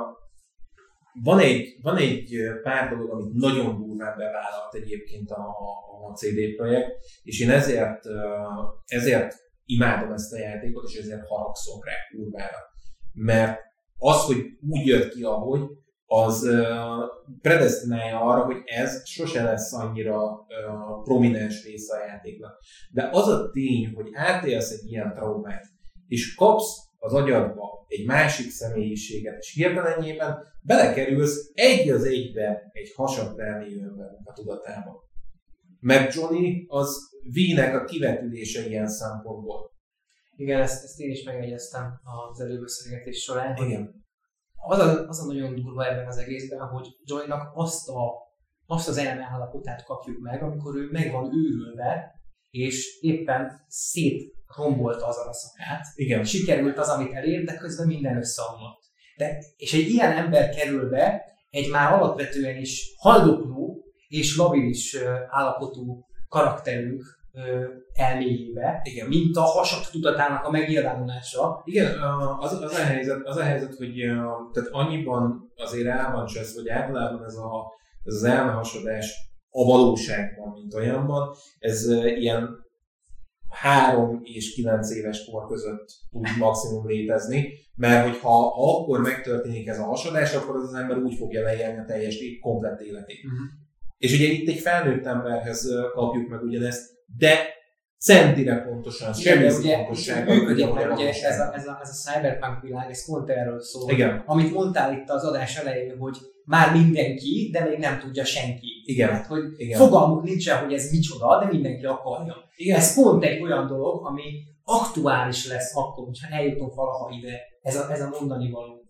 van egy pár dolog, amit nagyon durván bevállalt egyébként a CD Projekt, és én ezért imádom ezt a játékot, és ezért haragszom rá kurvára. Mert az, hogy úgy jött ki, ahogy, az predesztinálja arra, hogy ez sose lesz annyira prominens része a játéknak. De az a tény, hogy átélsz egy ilyen traumát, és kapsz az agyadba egy másik személyiséget, és hirtelenjében belekerülsz egy az egybe egy hasadrelméjőben a tudatába. Mert Johnny az V-nek a kivetülése ilyen szempontból. Igen, ezt én is megjegyeztem az előbeszélgetés során. Igen. Az a nagyon durva ebben az egészben, hogy Johnnynak azt az elmeállapotát kapjuk meg, amikor ő meg van őrülve, és éppen szétrombolta az araszakát. Igen. Sikerült az, amit elér, de közben minden összeomlott. És egy ilyen ember kerül be egy már alapvetően is haldokló és labilis állapotú karakterünk elméjébe, igen, mint a hasad tudatának a megnyilvánulása. Igen, az a helyzet, hogy tehát annyiban azért el van csesz, hogy általában ez az elmehasadás a valóságban, mint olyanban, ez ilyen 3 és 9 éves kor között tud maximum létezni, mert hogyha akkor megtörténik ez a hasadás, akkor az ember úgy fogja leélni a teljes komplett életét. És ugye itt egy felnőtt emberhez kapjuk meg ugyanezt, de centire pontosan, semmi pontossággal. Ugye ez a cyberpunk világ, ez pont erről szól. Igen. Amit mondtál itt az adás elején, hogy már mindenki, de még nem tudja senki. Igen. Tehát, hogy fogalmuk nincsen, hogy ez micsoda, de mindenki akarja. Igen. Ez pont egy olyan dolog, ami aktuális lesz akkor, hogyha eljutunk valaha ide. Ez a mondani való.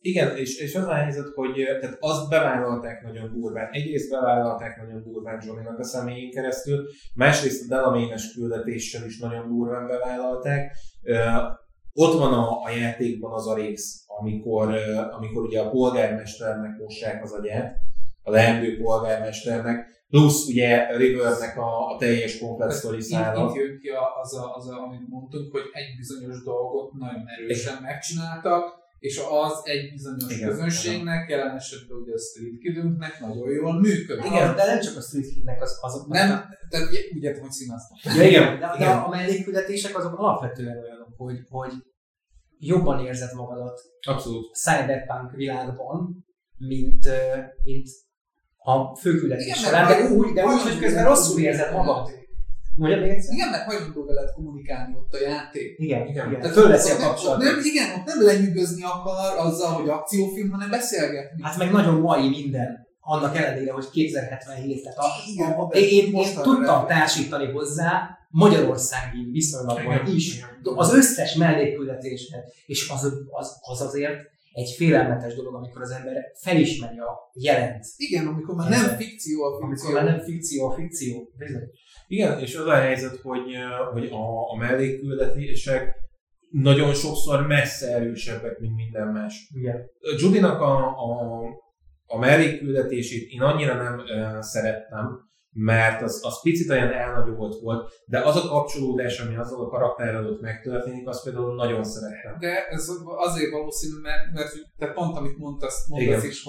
Igen, és az a helyzet, hogy tehát azt bevállalták nagyon durván. Egyrészt bevállalták nagyon durván Johnnynak a személyén keresztül, másrészt a Delamain-es küldetéssel is nagyon durván bevállalták. Ott van a játékban az a rész, amikor ugye a polgármesternek mossák az agyát, a leendő polgármesternek, plusz ugye Rivernek a teljes komplet sztori szála. Itt jön ki az, amit mondtunk, hogy egy bizonyos dolgot nagyon erősen megcsináltak, és az egy bizonyos közönségnek, jelen esetben ugye a Street Kidünknek nagyon jól működik. Igen, de nem csak a Street Kidnek azoknak. Nem, tehát úgy értem, hogy színáztam. Ja, igen, de a mellékküldetések azok alapvetően olyanok, hogy jobban érzed magadat Abszolút. Cyberpunk világban, mint a főküldetés során, de úgy, hogy közben rosszul érzed magad. Igen, mert hajlandó veled kommunikálni ott a játék. Igen. Tehát fölveszi a kapcsolatot. Ott nem lenyűgözni akar azzal, hogy akciófilm, hanem beszélgetni. Hát meg nagyon mai minden. Annak ellenére, hogy 2077, tehát én tudtam társítani hozzá Magyarországi viszonylatban is az összes mellékküldetésnek, és az azért egy félelmetes dolog, amikor az ember felismeri a jelent. Igen, amikor már nem fikció a fikció. Amikor már nem fikció a fikció. Igen, és az a helyzet, hogy a mellékküldetések nagyon sokszor messze erősebbek, mint minden más. Igen. Judynak a mellékküldetését én annyira nem szerettem, mert az picit olyan elnagyolt volt, de az a kapcsolódás, ami azzal a karakterrel ott megtörténik, azt például nagyon szerettem. De ez azért valószínű, mert te pont amit mondasz is,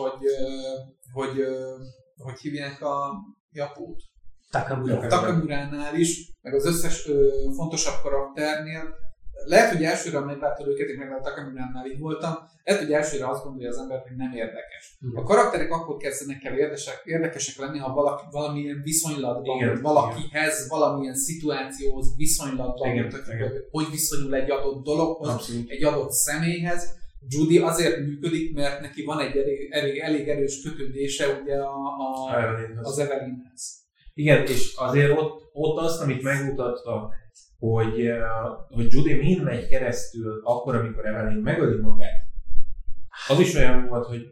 hogy hívják a Japót. Takamuránál is, meg az összes fontosabb karakternél. Lehet, hogy elsőre, amely látod őket, én meg a Takamuránál így voltam, lehet, hogy elsőre azt gondolja az ember, hogy nem érdekes. A karakterek akkor kezdenek el érdekesek lenni, ha valaki valamilyen viszonylatban, igen, valakihez, valamilyen szituációhoz viszonylatban, igen, hogy viszonyul egy adott dologhoz, abszolút, egy adott személyhez. Judy azért működik, mert neki van egy elég erős kötődése ugye az Evelynhez. Igen, és azért ott azt, amit megmutattak, hogy Judy mind megy keresztül akkor, amikor Evelyn megöli magát, az is olyan volt, hogy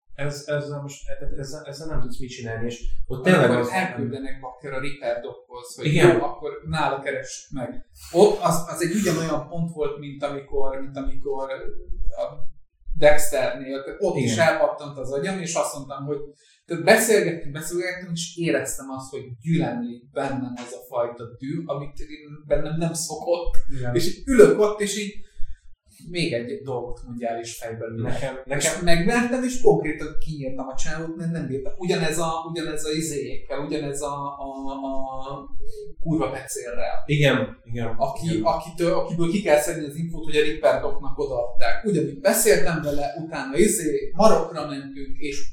ezzel nem tudsz mit csinálni, és ott tényleg az... elküldenek akkor a Ripper Doghoz, hogy igen, jó, akkor nála keresd meg. Ott az egy ugyanolyan pont volt, mint amikor a Dexternél, ott igen, is elpattant az agyam, és azt mondtam, hogy beszélgettünk, és éreztem azt, hogy gyülemlik bennem az a fajta dű, amit én bennem nem szokott, igen, és ülök ott, és így még egy dolgot mondjál is fejben ülök. És megvertem, és konkrétan kinyírtam a csávot, mert nem bírtam. Ugyanez a izékkel, ugyanez a kurva pecélrel. Igen. Akiből ki kell szedni az infót, hogy a Ripper Dognak odaadták. Ugyanúgy beszéltem vele, utána Marokra mentünk,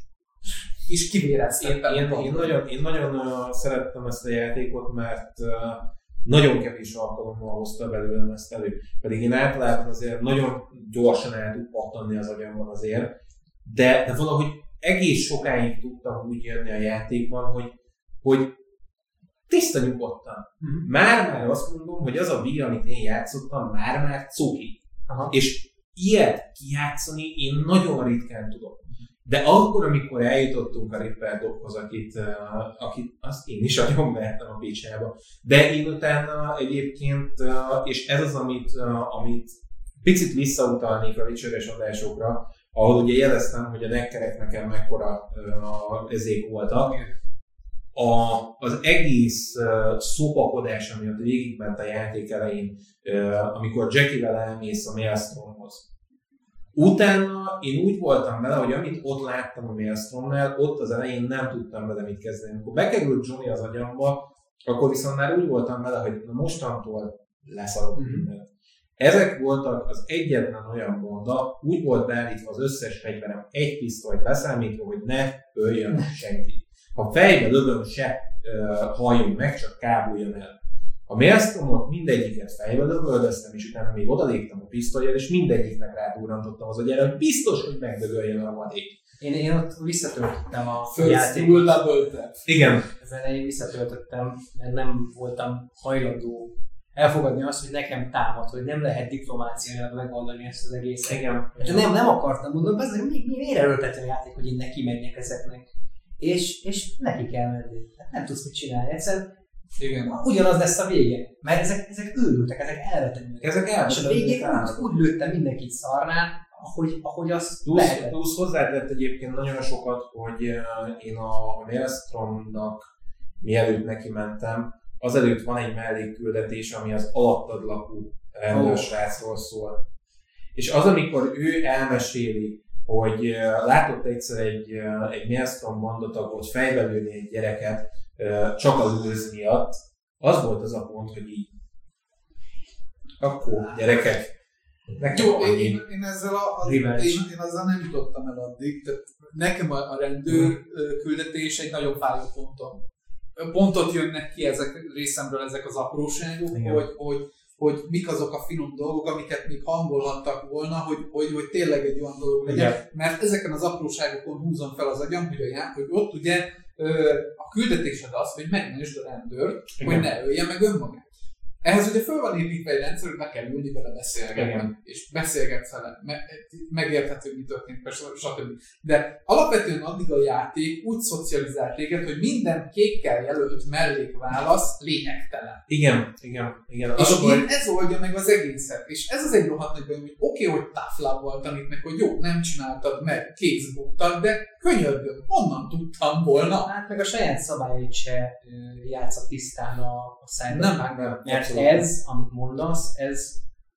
és kivéreztem. Én nagyon szerettem ezt a játékot, mert nagyon kevés alkalommal hozta belőlem ezt elő. Pedig én általában azért nagyon gyorsan el tud pattanni az agyamban azért, de valahogy egész sokáig tudtam úgy jönni a játékban, hogy tiszta nyugodtan. Már azt mondom, hogy az a Wii, amit én játszottam, már cuki. És ilyet kijátszani én nagyon ritkán tudok. De akkor, amikor eljutottunk a Ripper Doghoz, akit azt én is nagyon vertem a picsába, de én utána egyébként, és ez az, amit picit visszautalnék a Witcher-es adásokra, ahol ugye jeleztem, hogy a nekkerek nekem mekkora ezék voltak. Az egész szopakodás, ami ott végigment a játék elején, amikor Jackie-vel elmész a Maelstromhoz. Utána én úgy voltam vele, hogy amit ott láttam a Maelstromnál, ott az elején nem tudtam vele mit kezdeni. Amikor bekerült Johnny az agyamba, akkor viszont már úgy voltam vele, hogy mostantól leszarok mindent. Ezek voltak az egyetlen olyan mondat, úgy volt beállítva az összes fegyverem, egy pisztolyt leszámítva, hogy ne öljön senki. Ha fejbe lövöm, se halljon meg, csak kábuljon el. A Maelstromot mindegyiket fejbe lövöldöztem, és utána még odaléptem a pisztolyjal, és mindegyiknek rádurrantottam az agyára, hogy biztos, hogy megdögöljön a vadék. Én ott visszatöltöttem a játékot. Igen. Ezen én visszatöltöttem, mert nem voltam hajlandó elfogadni azt, hogy nekem támad, hogy nem lehet diplomáciailag megoldani ezt az egészet. Igen. Nem akartam mondani, de miért erőltető a játék, hogy én neki menjek ezeknek. És neki kell menni. Nem tudsz mit csinálni. Egyszerűen igen. Ugyanaz lesz a vége. Mert ezek őrültek, ezek elvetemültek. Ezek elvetemültek. És a végén úgy lőttem mindenkit szarnál, ahogy azt lehetett. Plusz hozzátett egyébként nagyon sokat, hogy én a Maelstromnak mielőtt neki mentem, azelőtt van egy mellékküldetés, ami az alattad lakó rendőrsrácról szól. És az, amikor ő elmeséli, hogy látott egyszer egy Maelstrom bandotagot fejbelőni egy gyereket csak a lőz miatt, az volt az a pont, hogy így akkor gyerekek, jó, én azzal nem jutottam el addig, tehát nekem a rendőr küldetés egy nagyon fájó pontot jönnek ki részemről ezek az apróságok, hogy mik azok a finom dolgok, amiket még hangolhattak volna, hogy tényleg egy olyan dolog legyen. Igen. Mert ezeken az apróságokon húzom fel az agyam, hogy ott ugye a küldetésed az, hogy megmondjad a rendőrt, hogy ne ölje meg önmagát. Ehhez ugye föl van építve egy rendszer, hogy be kell ülni vele beszélgetni, és beszélgetsz vele, megérthető, mi történik, stb. De alapvetően addig a játék úgy szocializált téged, hogy minden kékkel jelölt mellékválasz lényegtelen. Igen. És ez oldja meg az egészet. És ez az egy rohadt nagy bajom, hogy oké, hogy tough love volt tanít hogy jó, nem csináltad meg, kész buktad, de könyörgöm, honnan tudtam volna? Hát meg a saját szabályait se játszott tisztán a Cyberpunk, mert ez, amit mondasz, ez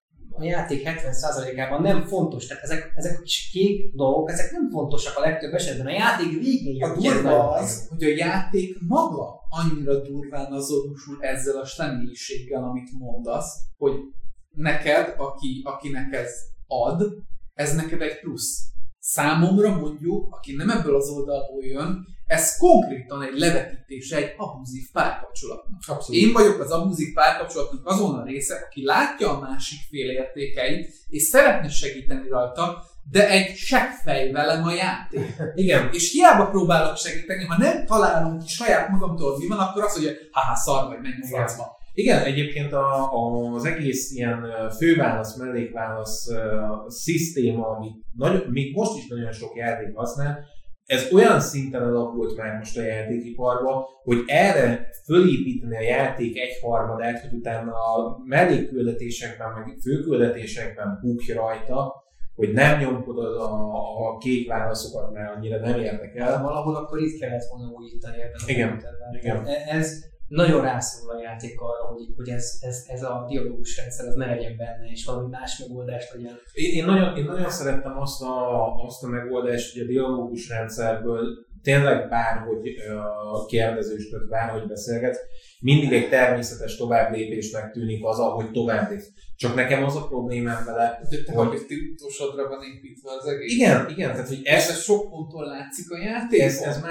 a játék 70%-ában nem fontos. Tehát ezek a kis kék dolgok, ezek nem fontosak a legtöbb esetben. A játék végén a durva az, hogy a játék maga annyira durván azonosul ezzel a személyiséggel, amit mondasz, hogy neked, akinek ez ad, ez neked egy plusz. Számomra mondjuk, aki nem ebből az oldalból jön, ez konkrétan egy levetítése egy abuzív párkapcsolatnak. Abszolút. Én vagyok az abuzív párkapcsolatnak azon a része, aki látja a másik fél értékeit, és szeretne segíteni rajta, de egy seggfej velem a játék. Igen. És hiába próbálok segíteni, ha nem találom ki saját magamtól, mi van, akkor azt mondja, haha, szar vagy, menj a francba. Igen, egyébként az egész ilyen főválasz, mellékválasz szisztéma, amit még most is nagyon sok játék használ, ez olyan szinten alakult már most a játékiparban, hogy erre fölépíteni a játék egyharmadát, hogy utána a mellékküldetésekben, meg főküldetésekben bukj rajta, hogy nem nyomkodod a kék válaszokat, mert annyira nem érdekel. Valahol akkor itt kellett volna újítani ebben a Igen. Ez nagyon rászól a játék arra, hogy ez a dialógus rendszer az ne legyen benne, és valami más megoldás legyen. Én nagyon szerettem azt a megoldást, hogy a dialógus rendszerből tényleg bárhogy kérdezősköd, bárhogy beszélgetsz, mindig egy természetes továbblépésnek tűnik az, ahogy továbblépsz. Csak nekem az a problémám vele, hogy utolsódra van építve az egész. Igen, tehát hogy ez sok ponton látszik a játék.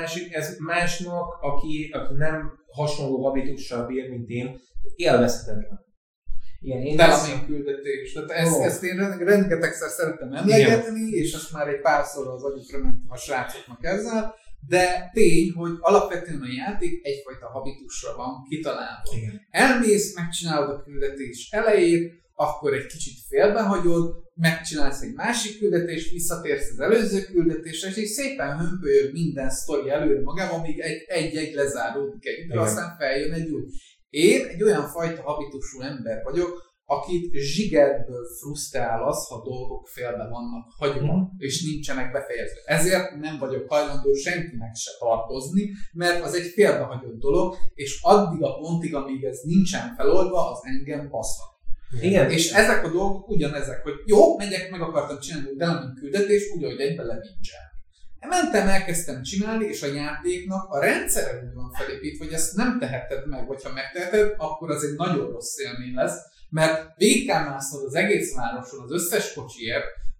Ez másnak, aki nem hasonló habitussal bír, mint én, élvezhetetlen. Igen, Telamén küldetés. Tehát ezt én rengetegszer szerettem emlegetni, és azt már egy párszor az agyukra mentem a srácoknak ezzel, de tény, hogy alapvetően a játék egyfajta habitusra van kitalálva. Igen. Elmész, megcsinálod a küldetés elejét, akkor egy kicsit félbehagyod, megcsinálsz egy másik küldetést, visszatérsz az előző küldetésre, és így szépen hömpölyög minden sztori előre magában, amíg egy lezáródik egy, de aztán feljön egy új. Én egy olyan fajta habitusú ember vagyok, akit zsigerből frusztrál az, ha dolgok félbe vannak hagyva, és nincsenek befejezve. Ezért nem vagyok hajlandó senkinek se tartozni, mert az egy félbehagyott dolog, és addig a pontig, amíg ez nincsen feloldva, az engem baszhat. Igen. És ezek a dolgok ugyanezek, hogy jó, megyek, meg akartam csinálni, de nem küldetés, úgy, hogy egybe levincselni. Mentem, elkezdtem csinálni, és a játéknak a rendszere úgy van felépítve, hogy ezt nem teheted meg, vagy ha megteheted, akkor az egy nagyon rossz élmény lesz, mert végig kell másznod az egész városon az összes kocsiért,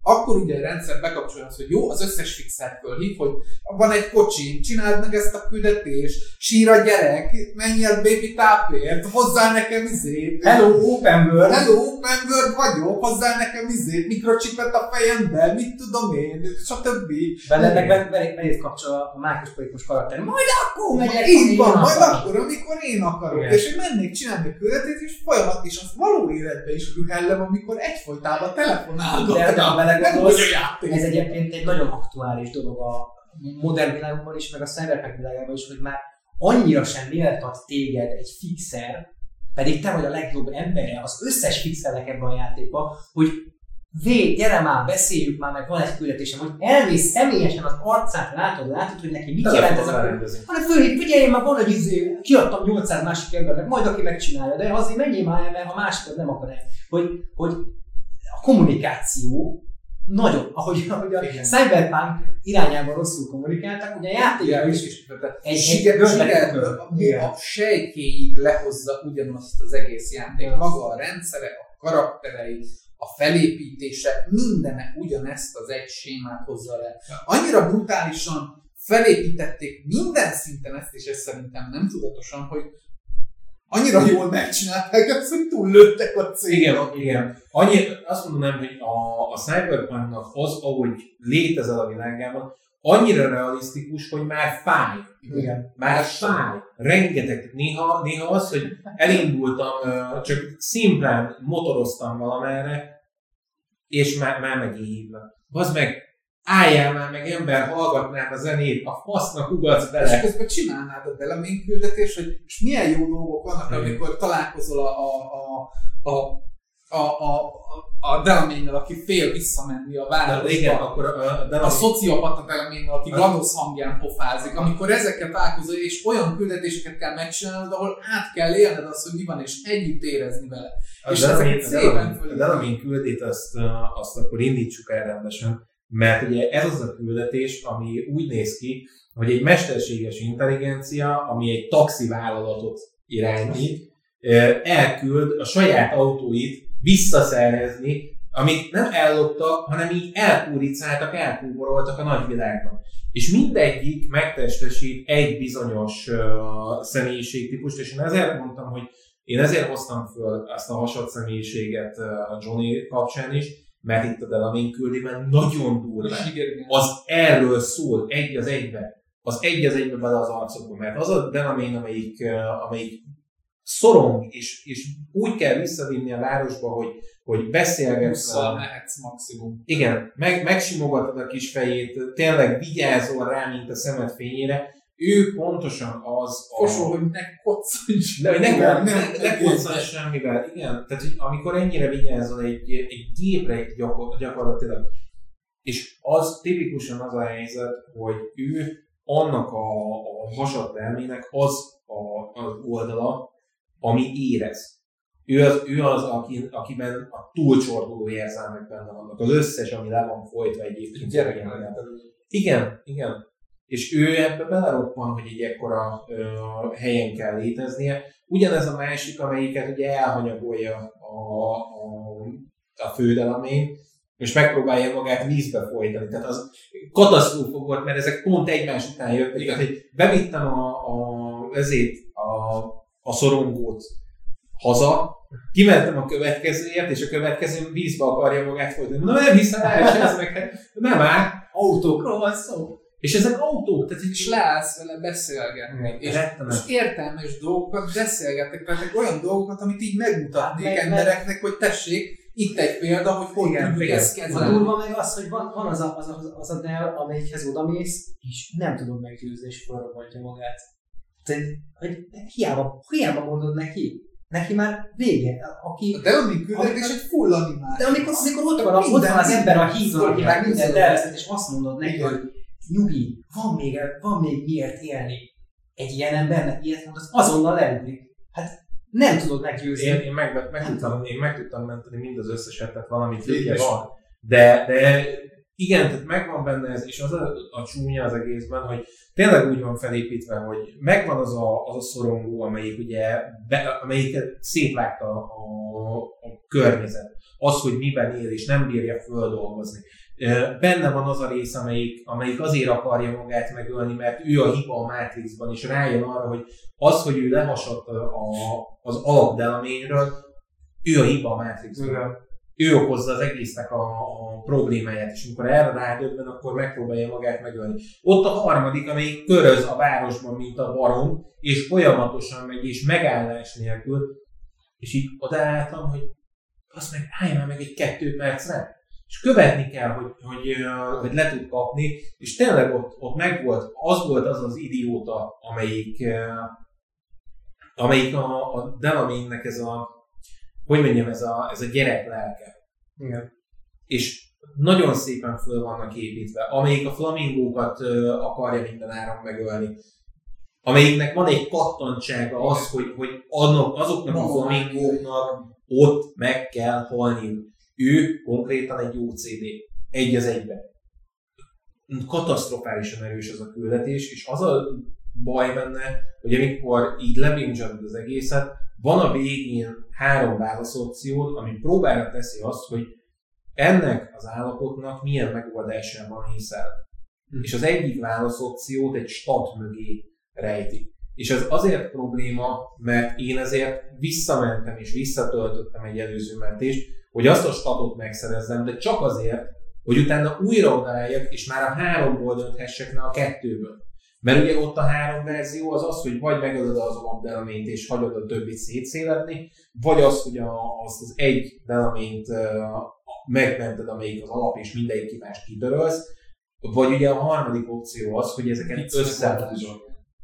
akkor ugye a rendszer bekapcsolja azt, hogy jó, az összes fixert fölhív, hogy van egy kocsim, csináld meg ezt a küldetést, sír a gyerek, menj el baby tápért, hozzá nekem Hello, open world! Hello, open world vagyok, hozzá nekem mikrocsipet a fejembe, mit tudom én, stb. Beléd kapcsol a Mákos Palikus karakter. Majd akkor megyek, így van, majd akkor, amikor én akarok. Igen. És én mennék csinálni a küldetést, és folyamat is azt való életben is rühellem, amikor egyfolytában telefonálok. De ha belegondolsz, ez egyébként egy nagyon aktuális dolog a modern világban is, meg a cyberpunk világában is, hogy már annyira sem méltat téged egy fixer, pedig te vagy a legjobb embere az összes fixernek ebben a játékban, hogy gyere már, beszéljük már, meg van egy küldetésem, hogy elmész személyesen az arcát, látod, hogy neki mit jelent ez a küldetésem. Hanem fölhív, figyelj, már van egy kiadtam 800 másik embernek, majd aki megcsinálja, de azért menjél már el, mert a másikat nem akar el. Hogy a kommunikáció nagyon, ahogy a Cyberpunk irányában rosszul kommunikáltak, ugye a játékban is a sejtjéig lehozza ugyanazt az egész játék. Maga a rendszere, a karakterei, a felépítése, mindene ugyanezt az egy sémát hozza le. Annyira brutálisan felépítették minden szinten ezt, és ez szerintem nem tudatosan, hogy annyira jól megcsinálták ezt, hogy túllőttek a céget. Igen. Azt mondanám, hogy a Cyberpunknak az, ahogy létezel a világában, annyira realisztikus, hogy már fáj. Igen. Már fáj. Rengeteg. Néha az, hogy elindultam, csak szimplán motoroztam valamerre, és már megéhívnak. Az meg, álljál már meg ember, hallgatnád a zenét, a fasznak ugatsz bele. És közben csinálnád a Delamine küldetést, hogy és milyen jó dolgok vannak, amikor találkozol a Delamine-nel, aki fél visszamenni a városba. Igen, akkor a szociopata Delamine-nel, aki GLaDOS hangján pofázik. Amikor ezeket találkozol, és olyan küldetéseket kell megcsinálnod, ahol át kell élned azt, hogy mi van, és együtt érezni vele. És ezeket szépen fölé. A Delamine küldét azt akkor indítsuk el rendesen, mert ugye ez az a küldetés, ami úgy néz ki, hogy egy mesterséges intelligencia, ami egy taxivállalatot irányít, elküld a saját autóit visszaszerezni, amit nem elloptak, hanem így elkúricáltak, elkúboroltak a nagyvilágban. És mindegyik megtestesít egy bizonyos személyiségtípust, és én ezért mondtam, hogy én ezért hoztam föl ezt a hasad személyiséget Johnny kapcsán is, mert itt a Delamine küldében nagyon durván. Az erről szól, egy az egybe bele az arcokba, mert az a Delamine, amelyik szorong, és úgy kell visszavinni a városba, hogy beszélgetsz. 20-szal mehetsz maximum. Igen, megsimogatod a kis fejét, tényleg vigyázol rá, mint a szemed fényére. Ő pontosan az Fosol, hogy ne koccanj. De hogy ne koccanj semmivel. Igen, tehát hogy amikor ennyire vigyázol egy gépre gyakorlatilag, és az tipikusan az a helyzet, hogy ő annak a hasadtermének az oldala, ami érez. Ő az akiben a túlcsorduló érzelmek benne vannak. Az összes, ami le van folytva egyébként. Igen. És ő ebbe beleroppan, hogy egy ekkora helyen kell léteznie. Ugyanez a másik, amelyiket ugye elhanyagolja a fő Delamine, és megpróbálja magát vízbe folytani. Tehát az katasztrófa volt, mert ezek pont egymás után jöttek. Tehát, hogy bevittem a szorongót haza, kimentem a következőért, és a következő vízbe akarja magát folytani. Na nem hiszem el, ez meg, nem áll. Autókról van szó. És ezek autók, tehát és leállsz vele beszélgetni. És értelmes dolgokat beszélgetnek, tehát olyan dolgokat, amit így megmutatnék embereknek, hogy tessék, itt egy példa, hogy tudjuk ezt kezelni. A durva meg az, hogy van az a Dell, amelyikhez odamész, és nem tudod meggyőzni, és felrobbantja magát. Tehát, hogy hiába mondod neki már vége. A Delamine küldetés egy full animáció. De amikor ott van az ember a hídon, aki már mindent elveszett, és azt mondod neki, hogy nyugi, van még miért élni. Egy ilyen embernek ilyet mondasz, azonnal leugrik. Hát nem tudod meggyőzni. Én meg tudtam menteni mind az összeset, tehát valamit vége van. De igen, tehát megvan benne ez, és az a csúnya az egészben, hogy tényleg úgy van felépítve, hogy megvan az a szorongó, amelyiket szétvágta a környezet. az, hogy miben él, és nem bírja földolgozni. Benne van az a rész, amelyik azért akarja magát megölni, mert ő a hiba a Matrixban, és rájön arra, hogy az, hogy ő lehasadt az alapdeleményről, ő a hiba a Matrixban. Ő okozza az egésznek a problémáját, és amikor erre rádöbben, akkor megpróbálja magát megölni. Ott a harmadik, amelyik köröz a városban, mint a barom, és folyamatosan megy, és megállás nélkül, és így odaálltam, hogy azt meg állj meg egy 2 percre, és követni kell, hogy le tud kapni, és tényleg ott megvolt, az volt az idióta, amelyik a Delamainnek ez a gyerek lelke. Igen. És nagyon szépen föl vannak építve, amelyik a flamingókat akarja minden áron megölni. Amelyiknek van egy kattantsága az, hogy azoknak a flamingóknak ott meg kell halniuk. Ő konkrétan egy OCD. Egy az egyben. Katasztrofálisan erős az a küldetés, és az a baj benne, hogy amikor így lebincsad az egészet, van a végén 3 válaszopciód, ami próbára teszi azt, hogy ennek az állapotnak milyen megoldásában hiszel. És az egyik válaszopciót egy stat mögé rejti. És ez azért probléma, mert én ezért visszamentem és visszatöltöttem egy előző mentést, hogy azt a statot megszerezzem, de csak azért, hogy utána újra odaálljak, és már a 3-ból dönthessek le a 2-ből. Mert ugye ott a 3 verzió az, hogy vagy megölöd az alapdeleményt és hagyod a többit szétszéledni, vagy az, hogy azt az egy deleményt megmented, amelyik az alap, és mindegyik kívást kitörölsz, vagy ugye a harmadik opció az, hogy ezeket összehúzod.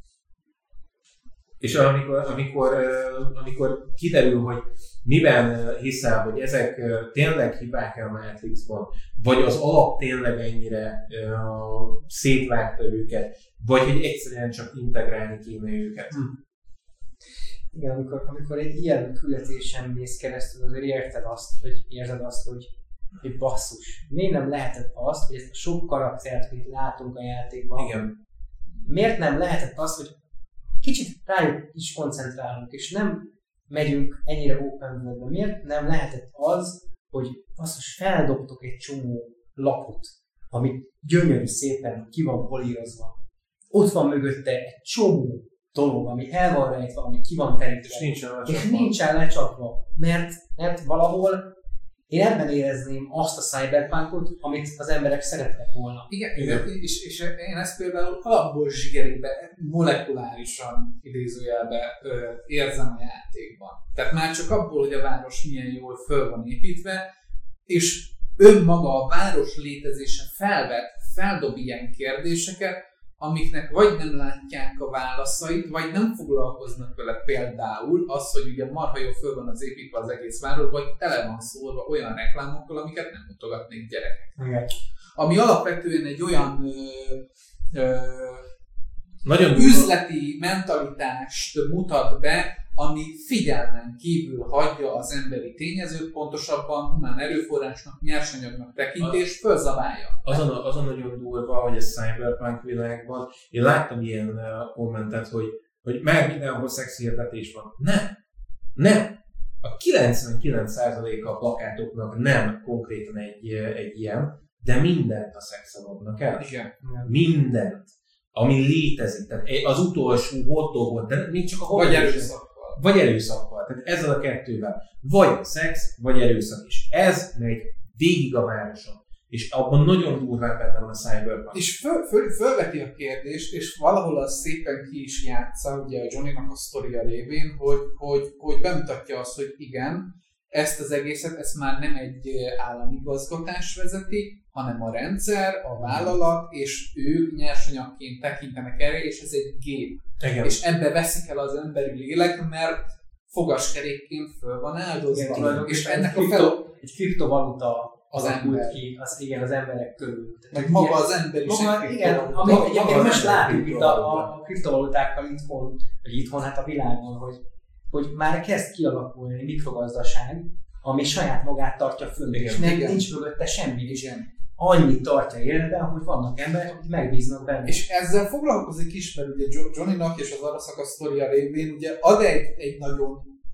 És amikor kiderül, hogy miben hiszel, hogy ezek tényleg hibák a Matrixban, vagy az alap tényleg ennyire szétvágta őket, vagy hogy egyszerűen csak integrálni kéne őket. Igen, amikor egy ilyen küldetésen mész keresztül, azért érzed azt, hogy basszus. Miért nem lehetett azt, hogy ezt a sok karaktert, amit látunk a játékban, igen. Miért nem lehetett azt, hogy kicsit rájuk is koncentrálunk, és nem megyünk ennyire open world-be. Miért nem lehetett az, hogy basszus, feldobtok egy csomó lapot, amit gyönyörű szépen ki van polírozva. Ott van mögötte egy csomó dolog, ami el van rejtve, ami ki van terítve. És nincsen lecsapva. Mert valahol én ebben érezném azt a cyberpunkot, amit az emberek szeretnek volna. Igen. És én ezt például alapból zsigerébe, molekulárisan idézőjelbe érzem a játékban. Tehát már csak abból, hogy a város milyen jól föl van építve, és önmaga a város létezése feldob ilyen kérdéseket, amiknek vagy nem látják a válaszait, vagy nem foglalkoznak vele, például az, hogy ugye marha jól föl van az építve az egész város, vagy tele van szórva olyan reklámokkal, amiket nem mutogatnék gyerekek. Okay. Ami alapvetően egy olyan üzleti mentalitást mutat be, ami figyelmen kívül hagyja az emberi tényezőt, pontosabban humán erőforrásnak, nyersanyagnak tekint, és fölzabálja. Az a nagyon durva, hogy a cyberpunk világban, én láttam ilyen kommentet, hogy már mindenhol szexhirdetés van. Nem. A 99%-a a plakátoknak nem konkrétan egy ilyen, de mindent a szexen adnak el. Igen. Mindent, ami létezik. Tehát az utolsó hotdogot, de még csak a hotdog. Vagy erőszakkal. Tehát ezzel a 2-vel. Vagy szex, vagy erőszak is. Ez megy végig a városon. És abban nagyon durván benne van a cyberpunk. És fölveti a kérdést, és valahol az szépen ki is játsza, ugye a Johnnynak a sztoria révén, hogy bemutatja azt, hogy igen, ezt az egészet, ezt már nem egy államigazgatás vezeti, hanem a rendszer, a vállalat, és ők nyersanyagként tekintenek erre, és ez egy gép. Igen. És ebbe veszik el az emberi lélek, mert fogaskerékként föl van áldozva. Igen, és ennek egy kriptovaluta az ember ki, az emberek körül. Meg maga az emberiség. Igen, amit egyébként most látunk itt a kriptovalutákkal itthon, hát a világon, hogy már kezd kialakulni egy mikrogazdaság, ami saját magát tartja föl, és nincs mögötte semmi, és annyit tartja életben, hogy vannak emberek, akik megbíznak benne. És ezzel foglalkozik is, mert ugye Johnnynak és az Arasaka sztoria révén ugye ad egy nagyon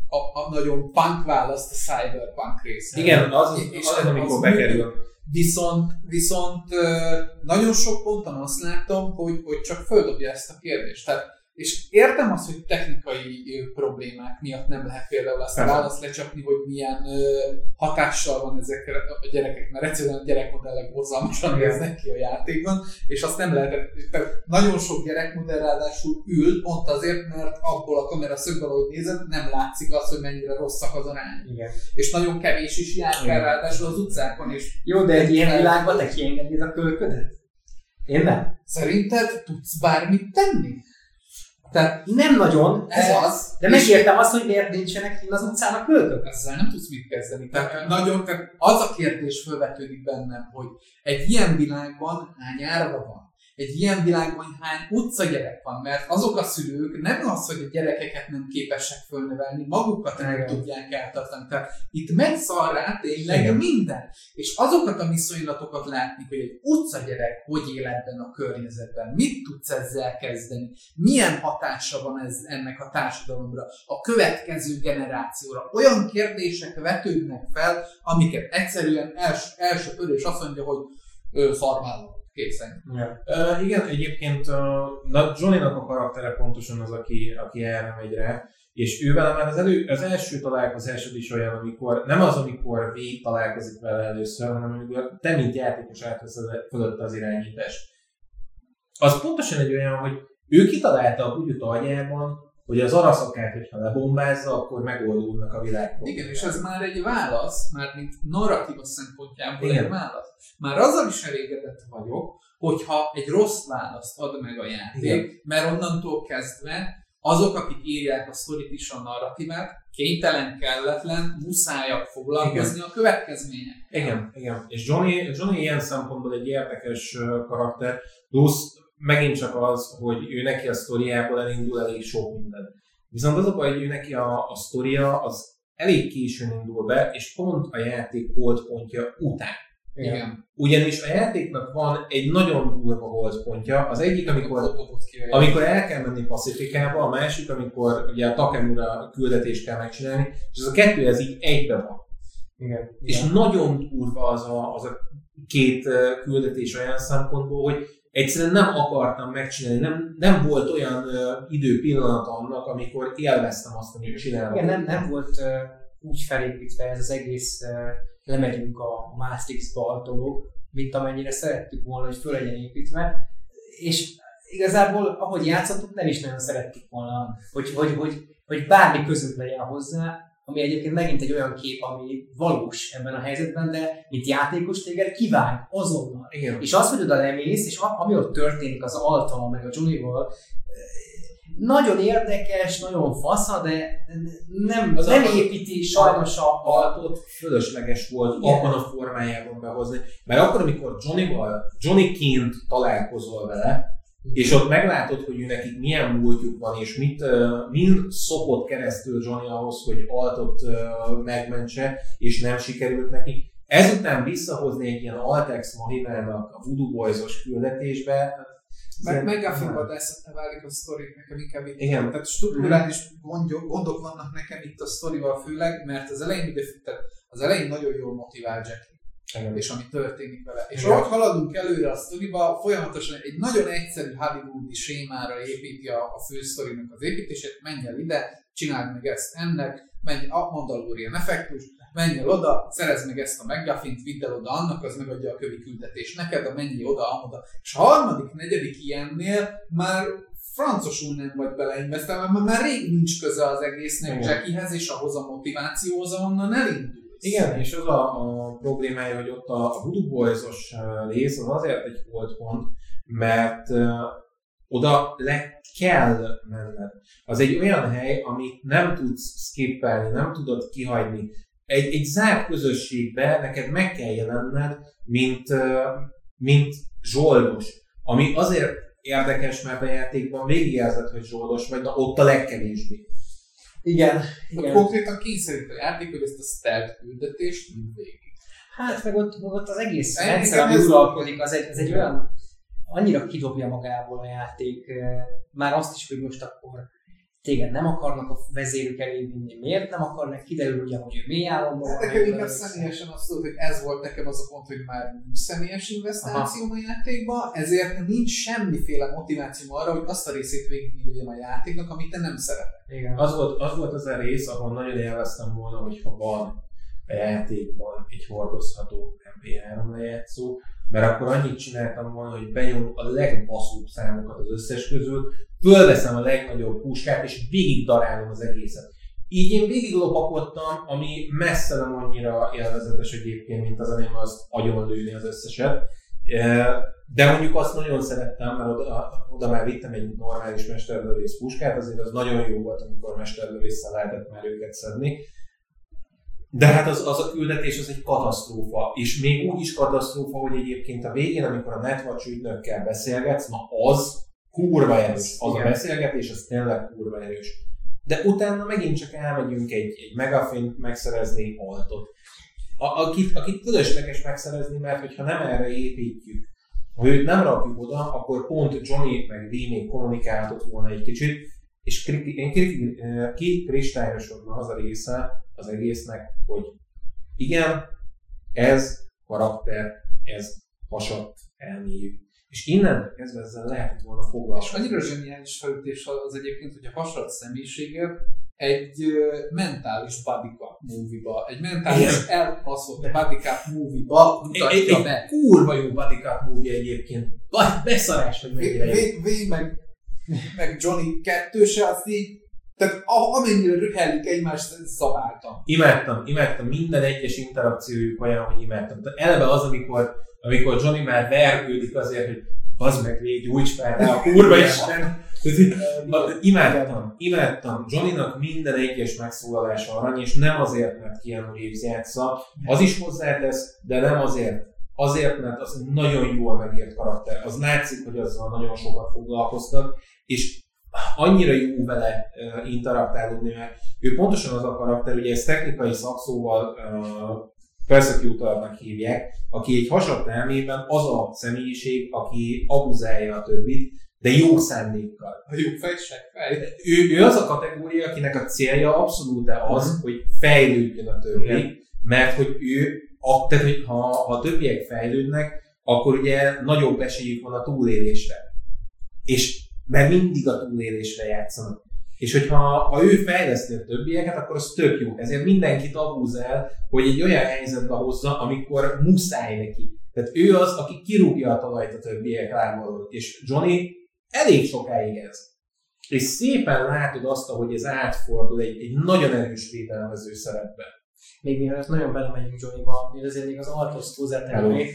a nagyon punk választ a cyberpunk része. Igen, az amikor bekerül. Viszont nagyon sok ponton azt látom, hogy csak földobja ezt a kérdést. Tehát, és értem azt, hogy technikai problémák miatt nem lehet például azt a választ lecsapni, hogy milyen hatással van ezekre a gyerekek, mert egyszerűen a gyerekmodellek borzalmasan néznek ki a játékban, és azt nem lehet, nagyon sok gyerekmodell ráadásul ül, pont azért, mert abból a kameraszögből, ahogy nézed, nem látszik az, hogy mennyire rosszak az arányok. És nagyon kevés is jár kell ráadásul az utcákon is. Jó, de egy ilyen világban te kiengednéd a kölködet? Én nem. Szerinted tudsz bármit tenni? Tehát nem nagyon, de megértem azt, hogy miért nincsenek az utcán a költök. Ezzel nem tudsz mit kezdeni. Tehát az a kérdés felvetődik bennem, hogy egy ilyen világban hány árva van? Egy ilyen világban hány utcagyerek van? Mert azok a szülők nem az, hogy a gyerekeket nem képesek fölnevelni, magukat nem tudják eltartani. Tehát itt megy szar rá tényleg minden. És azokat a viszonylatokat látni, hogy egy utcagyerek hogy él ebben a környezetben, mit tudsz ezzel kezdeni, milyen hatása van ennek a társadalomra, a következő generációra. Olyan kérdések vetődnek fel, amiket egyszerűen elsöpör, és azt mondja, hogy szarvállalom. Készen. Igen, egyébként Johnny-nak a karaktere pontosan az, aki erre megy rá, és ővel már az első találkozásod is olyan, amikor nem az, amikor végig találkozik vele először, hanem amikor te, mint játékos átveszed fölött az irányítást. Az pontosan egy olyan, hogy ő kitalálta a kutyut agyában, hogy az araszokat, hogyha lebombázza, akkor megoldódnak a világban. Igen, és ez már egy válasz, már mint narratíva szempontjából egy válasz. Már azzal is elégedett vagyok, hogyha egy rossz választ ad meg a játék, mert onnantól kezdve azok, akik írják a sztorit is, a narratívát, kénytelen, kelletlen, muszájak foglalkozni a következményekkel. Igen. És Johnny ilyen szempontból egy érdekes karakter, plusz megint csak az, hogy ő neki a sztoriából elindul elég sok minden. Viszont az a baj, hogy ő neki a sztoria az elég későn indul be, és pont a játék holdpontja után. Igen. Ugyanis a játéknak van egy nagyon durva holdpontja. Az egyik, amikor el kell menni Pacifikába, a másik, amikor ugye a Takemura küldetést kell megcsinálni, és ez a kettő ez így egybe van. Igen. És nagyon durva az a két küldetés olyan szempontból, hogy egyszerűen nem akartam megcsinálni, nem volt olyan időpillanat annak, amikor élveztem azt, amit csinálok. Igen, nem volt úgy felépítve ez az egész lemegyünk a Maastrichtba a dolog, mint amennyire szerettük volna, hogy föl legyen építve, és igazából, ahogy játszottuk, nem is nagyon szerettük volna, hogy bármi között legyen hozzá, ami egyébként megint egy olyan kép, ami valós ebben a helyzetben, de mint játékos téged kivág azonnal. Igen. És az, hogy oda lemész, és ami ott történik az Altal, meg a Johnnyval, nagyon érdekes, nagyon fasza, de nem építi sajnos a Altot fölösleges volt abban a formájában behozni. Mert akkor, amikor Johnnyként találkozol vele, és ott meglátod, hogy ő nekik milyen múltjuk van, és min szokott keresztül Johnny ahhoz, hogy Altot megmentse, és nem sikerült neki. Ezután visszahozni egy ilyen Altex Machinának a Voodoo Boys-os küldetésbe, meg McGuffin vadászatá válik a sztori, nekem inkább itt. Igen. Tehát struktúrális gondok vannak nekem itt a sztorival főleg, mert az elején nagyon jól motivál Jackie. Igen. És ami történik vele. És ahogy haladunk előre a sztoriba, folyamatosan egy nagyon egyszerű hollywoodi sémára építi a fősztorinak az építését, menj el ide, csináld meg ezt ennek, menj a Mandalorian effektus, menj el oda, szerezd meg ezt a McGuffint, vidd el oda annak, az megadja a kövi küldetést neked, a menjél oda. És a harmadik, negyedik ilyennél már francosul nem vagy beleinvesztálva, mert már rég nincs köze az egésznek Jackiehez, és ahhoz a motivációhoz, ahonnan elindulsz. Igen, és az a problémája, hogy ott a Voodoo Boys-os rész az azért egy holdpont, mert oda le kell menned. Az egy olyan hely, amit nem tudsz skippelni, nem tudod kihagyni. Egy zárt közösségbe neked meg kell jelenned, mint zsoldos. Ami azért érdekes, mert a játékban végigjelzett, hogy zsoldos vagy, de ott a legkevésbé. Igen. Konkrétan kényszerít a játék, hogy ezt a stealth küldetést végig. Hát meg ott az egész rendszer, ami uralkodik, az egy olyan, annyira kidobja magából a játék, már azt is, hogy most akkor téged nem akarnak a vezérük elé vinni. Miért nem akarnak? Kiderül ugye, hogy ő mély álomban van. Nekem inkább személyesen azt tudod, hogy ez volt nekem az a pont, hogy már nincs személyes investációm a játékba, ezért nincs semmiféle motivációm arra, hogy azt a részét végigvigyem a játéknak, amit te nem szeretek. Igen. Az volt az a rész, ahol nagyon élveztem volna, hogyha van a játékban egy hordozható MP3 lejátszó, mert akkor annyit csináltam volna, hogy benyom a legbaszóbb számokat az összes közül, fölveszem a legnagyobb puskát, és végig darálom az egészet. Így én végig lopakodtam, ami messze nem annyira élvezetes egyébként, mint az anime, azt agyonlőni az összeset. De mondjuk azt nagyon szerettem, mert oda már vittem egy normális mesterlövész puskát, azért az nagyon jó volt, amikor mesterlövésszel lehetett már őket szedni. De hát az a küldetés az egy katasztrófa, és még úgy is katasztrófa, hogy egyébként a végén, amikor a Netwatch ügynökkel beszélgetsz, na az kurva erős, az a beszélgetés, az tényleg kurva erős. De utána megint csak elmegyünk egy megafint megszerezni altot. Akit fölösleges megszerezni, mert hogyha nem erre építjük, ha őt nem rakjuk oda, akkor pont Johnny meg V még kommunikálhatott volna egy kicsit, és kikristályosodna az a része az egésznek, hogy igen, ez karakter, ez hasadt elmélyű. És innen kezdve ezzel lehetett volna foglalkozni. És annyira zseniális felütés az egyébként, hogy a hasadt személyiséget egy mentális bodycup movie-ba, egy mentális elbaszott bodycup movie-ba mutatja be. Egy kurva jó bodycup movie egyébként. Beszarás, hogy mennyire jó. Meg Johnny kettőse, azt így, tehát amennyire röhellik egymást, szabáltam. Imádtam minden egyes interakciójuk olyan, hogy imádtam. De eleve az, amikor Johnny már vergődik azért, hogy bazd meg végig, gyújts fel rá a kurva isten. Imádtam. Johnnynak minden egyes megszólalása arany, és nem azért, mert Keanu Reeves játsza, az is hozzátesz, de nem azért. Azért, mert az nagyon jól megért karakter. Az látszik, hogy azzal nagyon sokat foglalkoztak, és annyira jó vele interaktálódni, mert ő pontosan az a karakter, ugye ezt technikai szakszóval persecutornak hívják, aki egy hasadt elmében az a személyiség, aki abuzálja a többit, de jó szándékkal. A jó fejsegfej. Ő az a kategória, akinek a célja abszolút az, hogy fejlődjön a többi, mert hogy tehát, hogy ha a többiek fejlődnek, akkor ugye nagyobb esélyük van a túlélésre. És mert mindig a túlélésre játszanak. És hogyha ő fejleszti a többieket, akkor az tök jó. Ezért mindenkit abúzál, hogy egy olyan helyzetbe hozza, amikor muszáj neki. Tehát ő az, aki kirúgja a talajt a többiek lábalól. És Johnny elég sokáig ez. És szépen látod azt, hogy ez átfordul egy nagyon erős védelmező szerepbe. Még mielőtt nagyon belemegyünk Johnnyba, azért még az Altos hozzátenni,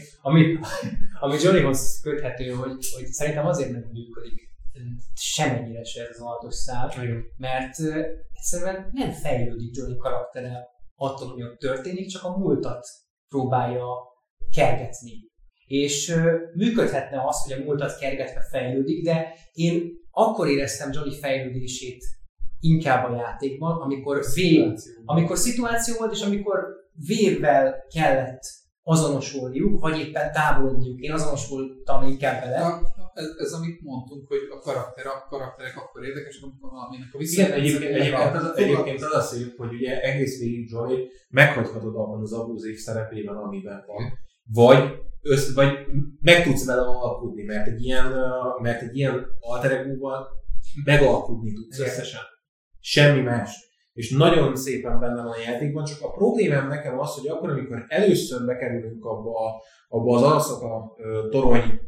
ami Johnnyhoz köthető, hogy szerintem azért nem működik semennyire se ez az Altos szál, mert egyszerűen nem fejlődik Johnny karaktere attól, hogy ott történik, csak a múltat próbálja kergetni. És működhetne az, hogy a múltat kergetve fejlődik, de én akkor éreztem Johnny fejlődését inkább a játékban, amikor szituáció volt, és amikor vérvel kellett azonosulniuk, vagy éppen távolodniuk. Én azonosultam inkább vele. Ez amit mondtunk, hogy a karakterek akkor érdekesek, amikor valaminek a Egyébként az a szép, hogy ugye egész végig Johnny meghagyhatod abban az abúzív szerepében, amiben van. Vagy meg tudsz vele alkudni, mert egy ilyen alter egóval megalkudni tudsz összesen. Semmi más. És nagyon szépen benne van a játékban, csak a problémám nekem az, hogy akkor, amikor először bekerülünk abba az arszaka torony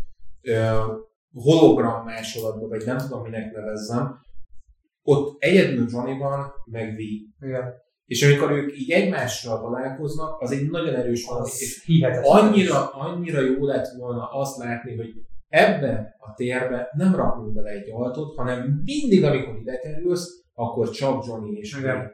hologram másolatba, vagy nem tudom minek nevezzem, ott egyedül Johnny van, meg V. Igen. És amikor ők így egymással találkoznak, az egy nagyon erős valami. És annyira jó lett volna azt látni, hogy ebbe a térbe nem rakunk bele egy altot, hanem mindig, amikor ide kerülsz, akkor csak Johnny és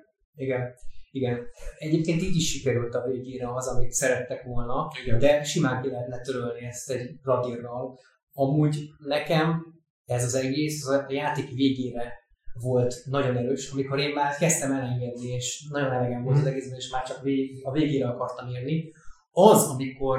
Igen. Egyébként így is sikerült a végére az, amit szerettek volna, de simán ki lehetne törölni ezt egy radírral. Amúgy nekem ez az egész a játék végére volt nagyon erős, amikor én már kezdtem elengedni, és nagyon elegem volt az egészben, és már csak a végére akartam érni. Az, amikor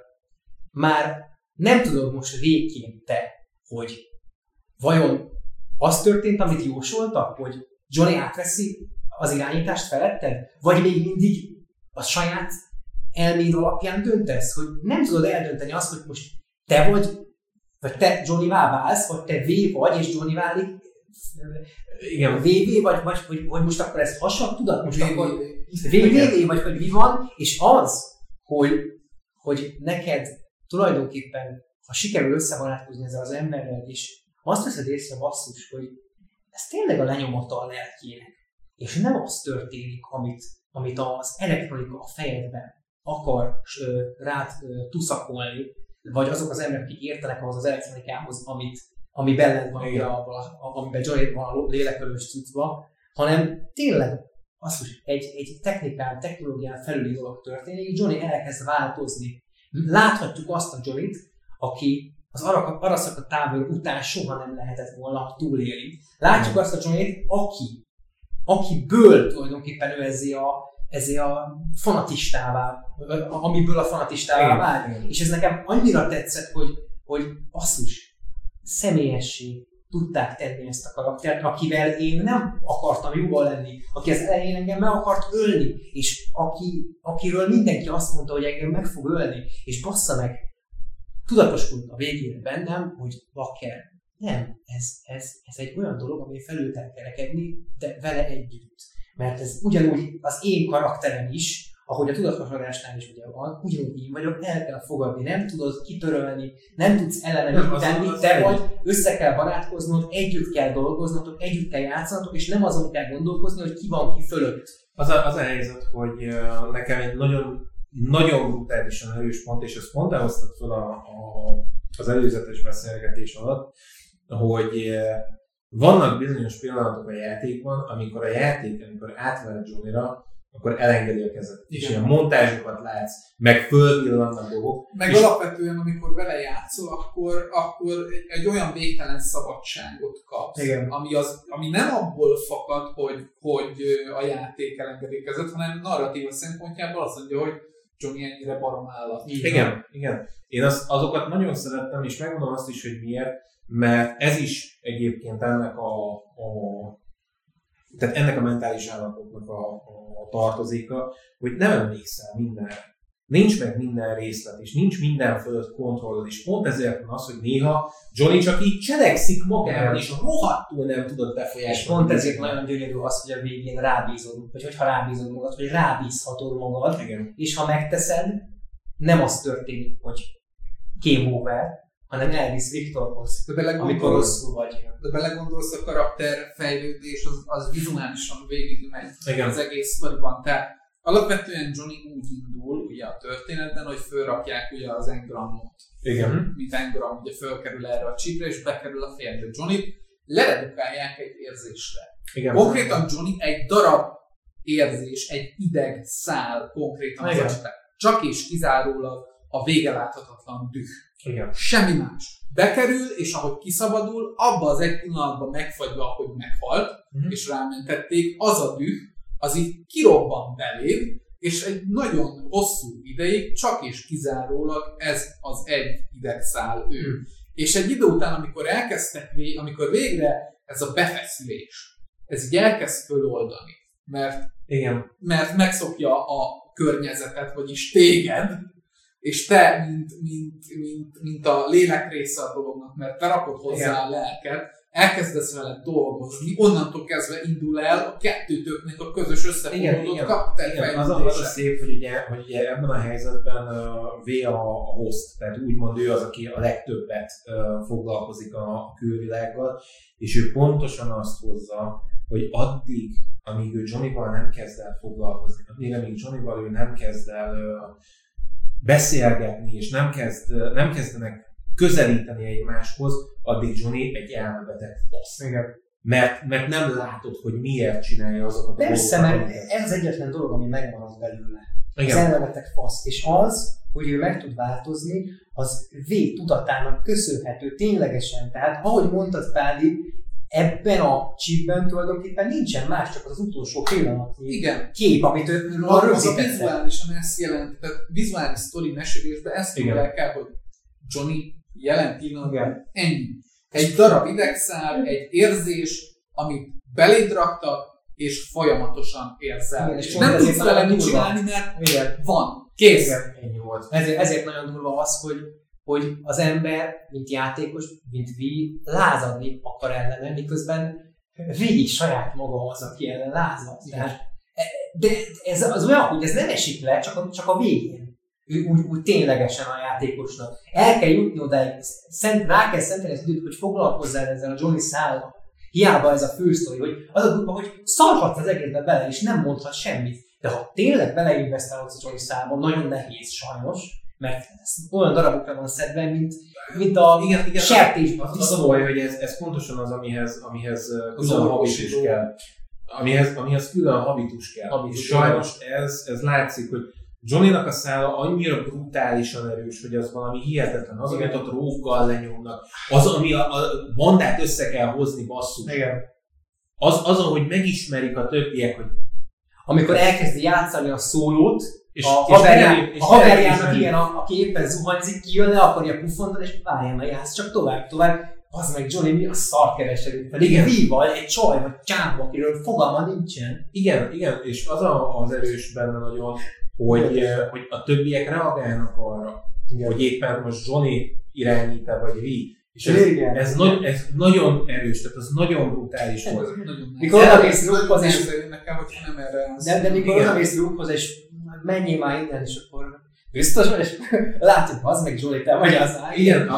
már nem tudod most végként te, hogy vajon az történt, amit jósoltak, hogy Johnny átveszi az irányítást feletted? Vagy még mindig a saját elméd alapján döntesz, hogy nem tudod eldönteni azt, hogy most te vagy te Johnny-vá válsz, vagy te V vagy, és Johnny válik Igen. VV, vagy most akkor ez hasad tudat, most akkor VV, vagy hogy mi van, és az, hogy neked tulajdonképpen, ha sikerül összebarátkozni ezzel az emberrel, és azt veszed észre, basszus, hogy ez tényleg a lenyomata a lelkének, és nem az történik, amit az elektronika a fejedben akar rád tuszakolni, vagy azok az emberek, akik értenek ahhoz az elektronikához, ami benned van, amiben Johnny van a lélekölős cuccba, hanem tényleg az, hogy egy technológián felüli dolog történik, Johnny elkezd változni. Láthatjuk azt a Johnnyt, aki az Arasaka tábor után soha nem lehetett volna túlélni. Látjuk azt a Johnnyt, akiből tulajdonképpen ő ezé a fanatistává, amiből a fanatistává vált. És ez nekem annyira tetszett, hogy basszus, személyessé tudták tenni ezt a karaktert, akivel én nem akartam jóval lenni, aki az elején engem meg akart ölni, és akiről mindenki azt mondta, hogy engem meg fog ölni, és bassza meg, tudatosult a végére bennem, hogy bakker, nem, ez egy olyan dolog, ami felül kell kerekedni, de vele együtt. Mert ez ugyanúgy az én karakterem is, ahogy a tudatosodásnál is ugye van, ugyanúgy én vagyok, el kell fogadni, nem tudod kitörölni, nem tudsz ellene mit tenni, te vagy, össze kell barátkoznod, együtt kell dolgoznotok, együtt kell játszanotok, és nem azon kell gondolkozni, hogy ki van ki fölött. Az a helyzet, hogy nekem egy nagyon brutálisan erős pont, és ezt pont elhoztad fel az előzetes beszélgetés alatt, hogy vannak bizonyos pillanatok a játékban, amikor átvált Johnnyra, akkor elengedi a kezet. És ilyen montázsokat látsz, meg fölvillannak dolgok. Meg alapvetően, amikor vele játszol, akkor egy olyan végtelen szabadságot kapsz, ami nem abból fakad, hogy a játék elengedi a kezet, hanem narratíva szempontjából azt mondja, hogy Johnny ennyire barom állat. Igen. Én azokat nagyon szerettem, és megmondom azt is, hogy miért, mert ez is egyébként ennek a mentális állapotnak a tartozéka, hogy nem emlékszel mindenre. Nincs meg minden részlet, és nincs minden fölött kontrollod, és pont ezért van az, hogy néha Johnny csak így cselekszik magában, és rohadtul nem tudod befolyásolni. És pont ezért nagyon gyönyörű az, hogy a végén rábízod, vagy hogyha rábízod magad, vagy rábízhatod magad, és ha megteszed, nem az történik, hogy game over, hanem elvisz Viktorhoz, amikor rosszul vagy. De belegondolsz, a karakter fejlődés az vizuálisan végigmegy az egész sztoriban. Tehát alapvetően Johnny úgy indul ugye a történetben, hogy fölrakják ugye az engramot. Igen. Mint engram ugye fölkerül erre a csípre, és bekerül a férjbe. Johnny leredukálják egy érzésre. Igen, konkrétan Johnny egy darab érzés, egy ideg szál konkrétan az esetben. Csak és kizárólag a vége láthatatlan düh. Igen. Semmi más. Bekerül, és ahogy kiszabadul, abban az egy pillanatban megfagyva, ahogy meghalt, és rámentették, az a düh, az így kirobban beléd, és egy nagyon hosszú ideig csak és kizárólag ez az egy idegszál ő. És egy idő után, amikor végre ez a befeszülés, ez így elkezd föloldani, mert megszokja a környezetet, vagyis téged, és te, mint a lélek része a dolognak, mert te rakod hozzá a lelket, elkezdesz vele dolgozni, onnantól kezdve indul el a kettőtöknek a közös összefonódott karakterfejlődése. Az a szép, hogy ugye ebben a helyzetben V a host, tehát úgymond ő az, aki a legtöbbet foglalkozik a külvilággal, és ő pontosan azt hozza, hogy addig, amíg ő Johnnyval nem kezd el foglalkozni, amíg Johnnyval ő nem kezd el beszélgetni, és nem kezdenek közelíteni egymáshoz, addig Johnny egy elmebeteg fasz. Mert nem látod, hogy miért csinálja azokat a dolgokat. Persze, mert ez az egyetlen dolog, ami megmarad belőle. Az elmebeteg fasz. És az, hogy ő meg tud változni, az V tudatának köszönhető ténylegesen. Tehát, ahogy mondtad, Pádi, ebben a chipben tulajdonképpen nincsen más, csak az utolsó pillanatnyi kép, amit ő rögzítette. Az a vizuálisan ezt jelent, tehát vizuális sztori mesélésben ezt tudják el, hogy Johnny jelen pillanatban ennyi. Egy darab idegszál, egy érzés, amit beléd raktak, és folyamatosan érzel. Igen, és nem tudsz vele mit csinálni, mert igen. van. Kész. Igen. Ennyi volt. Ezért nagyon durva az, hogy az ember, mint játékos, mint V, lázadni akar ellene, miközben V saját maga az, aki ellen lázad. De ez az olyan, hogy ez nem esik le, csak a végén. Úgy ténylegesen a játékosnak. El kell jutni odáig, rá kell szentelni ezt időt, hogy foglalkozzál ezzel a Johnny Szállal. Hiába ez a fősztori, hogy az a durva, hogy szarhatsz az egészbe bele, és nem mondhat semmit. De ha tényleg beleinvestálodsz a Johnny Szállban, nagyon nehéz sajnos, mert olyan darabokra van szedve, mint a sertésben. Az a baj, hogy ez pontosan az, amihez külön habitus kell. Amihez külön habitus kell. És sajnos ez látszik, hogy Johnnynak a szála annyira brutálisan erős, hogy az valami hihetetlen. Az, amit ott róggal lenyomnak, az, ami a bandát össze kell hozni, basszus. Igen. Az, ahogy megismerik a többiek, hogy... Amikor elkezdi játszani a szólót, és a haverjának ilyen, aki éppen zuhanyzik, kijön, le akarja puffantani, és várjál, játsz csak tovább. Az meg Johnny mi a szart keresel, pedig V-val egy csaj vagy csámba, akiről fogalma nincsen. Igen, és az erős benne nagyon, hogy a többiek reagálnak arra, hogy éppen most Johnny irányít-e vagy V. És ez nagyon erős, tehát az nagyon brutális volt. Mikor odamész Rookhoz, és nekem, hogy nem erre az. De mikor odamész Rookhoz, és menjél már innen, és akkor biztos vagy, és látod, az meg Johnny, te vagy az áll. Igen,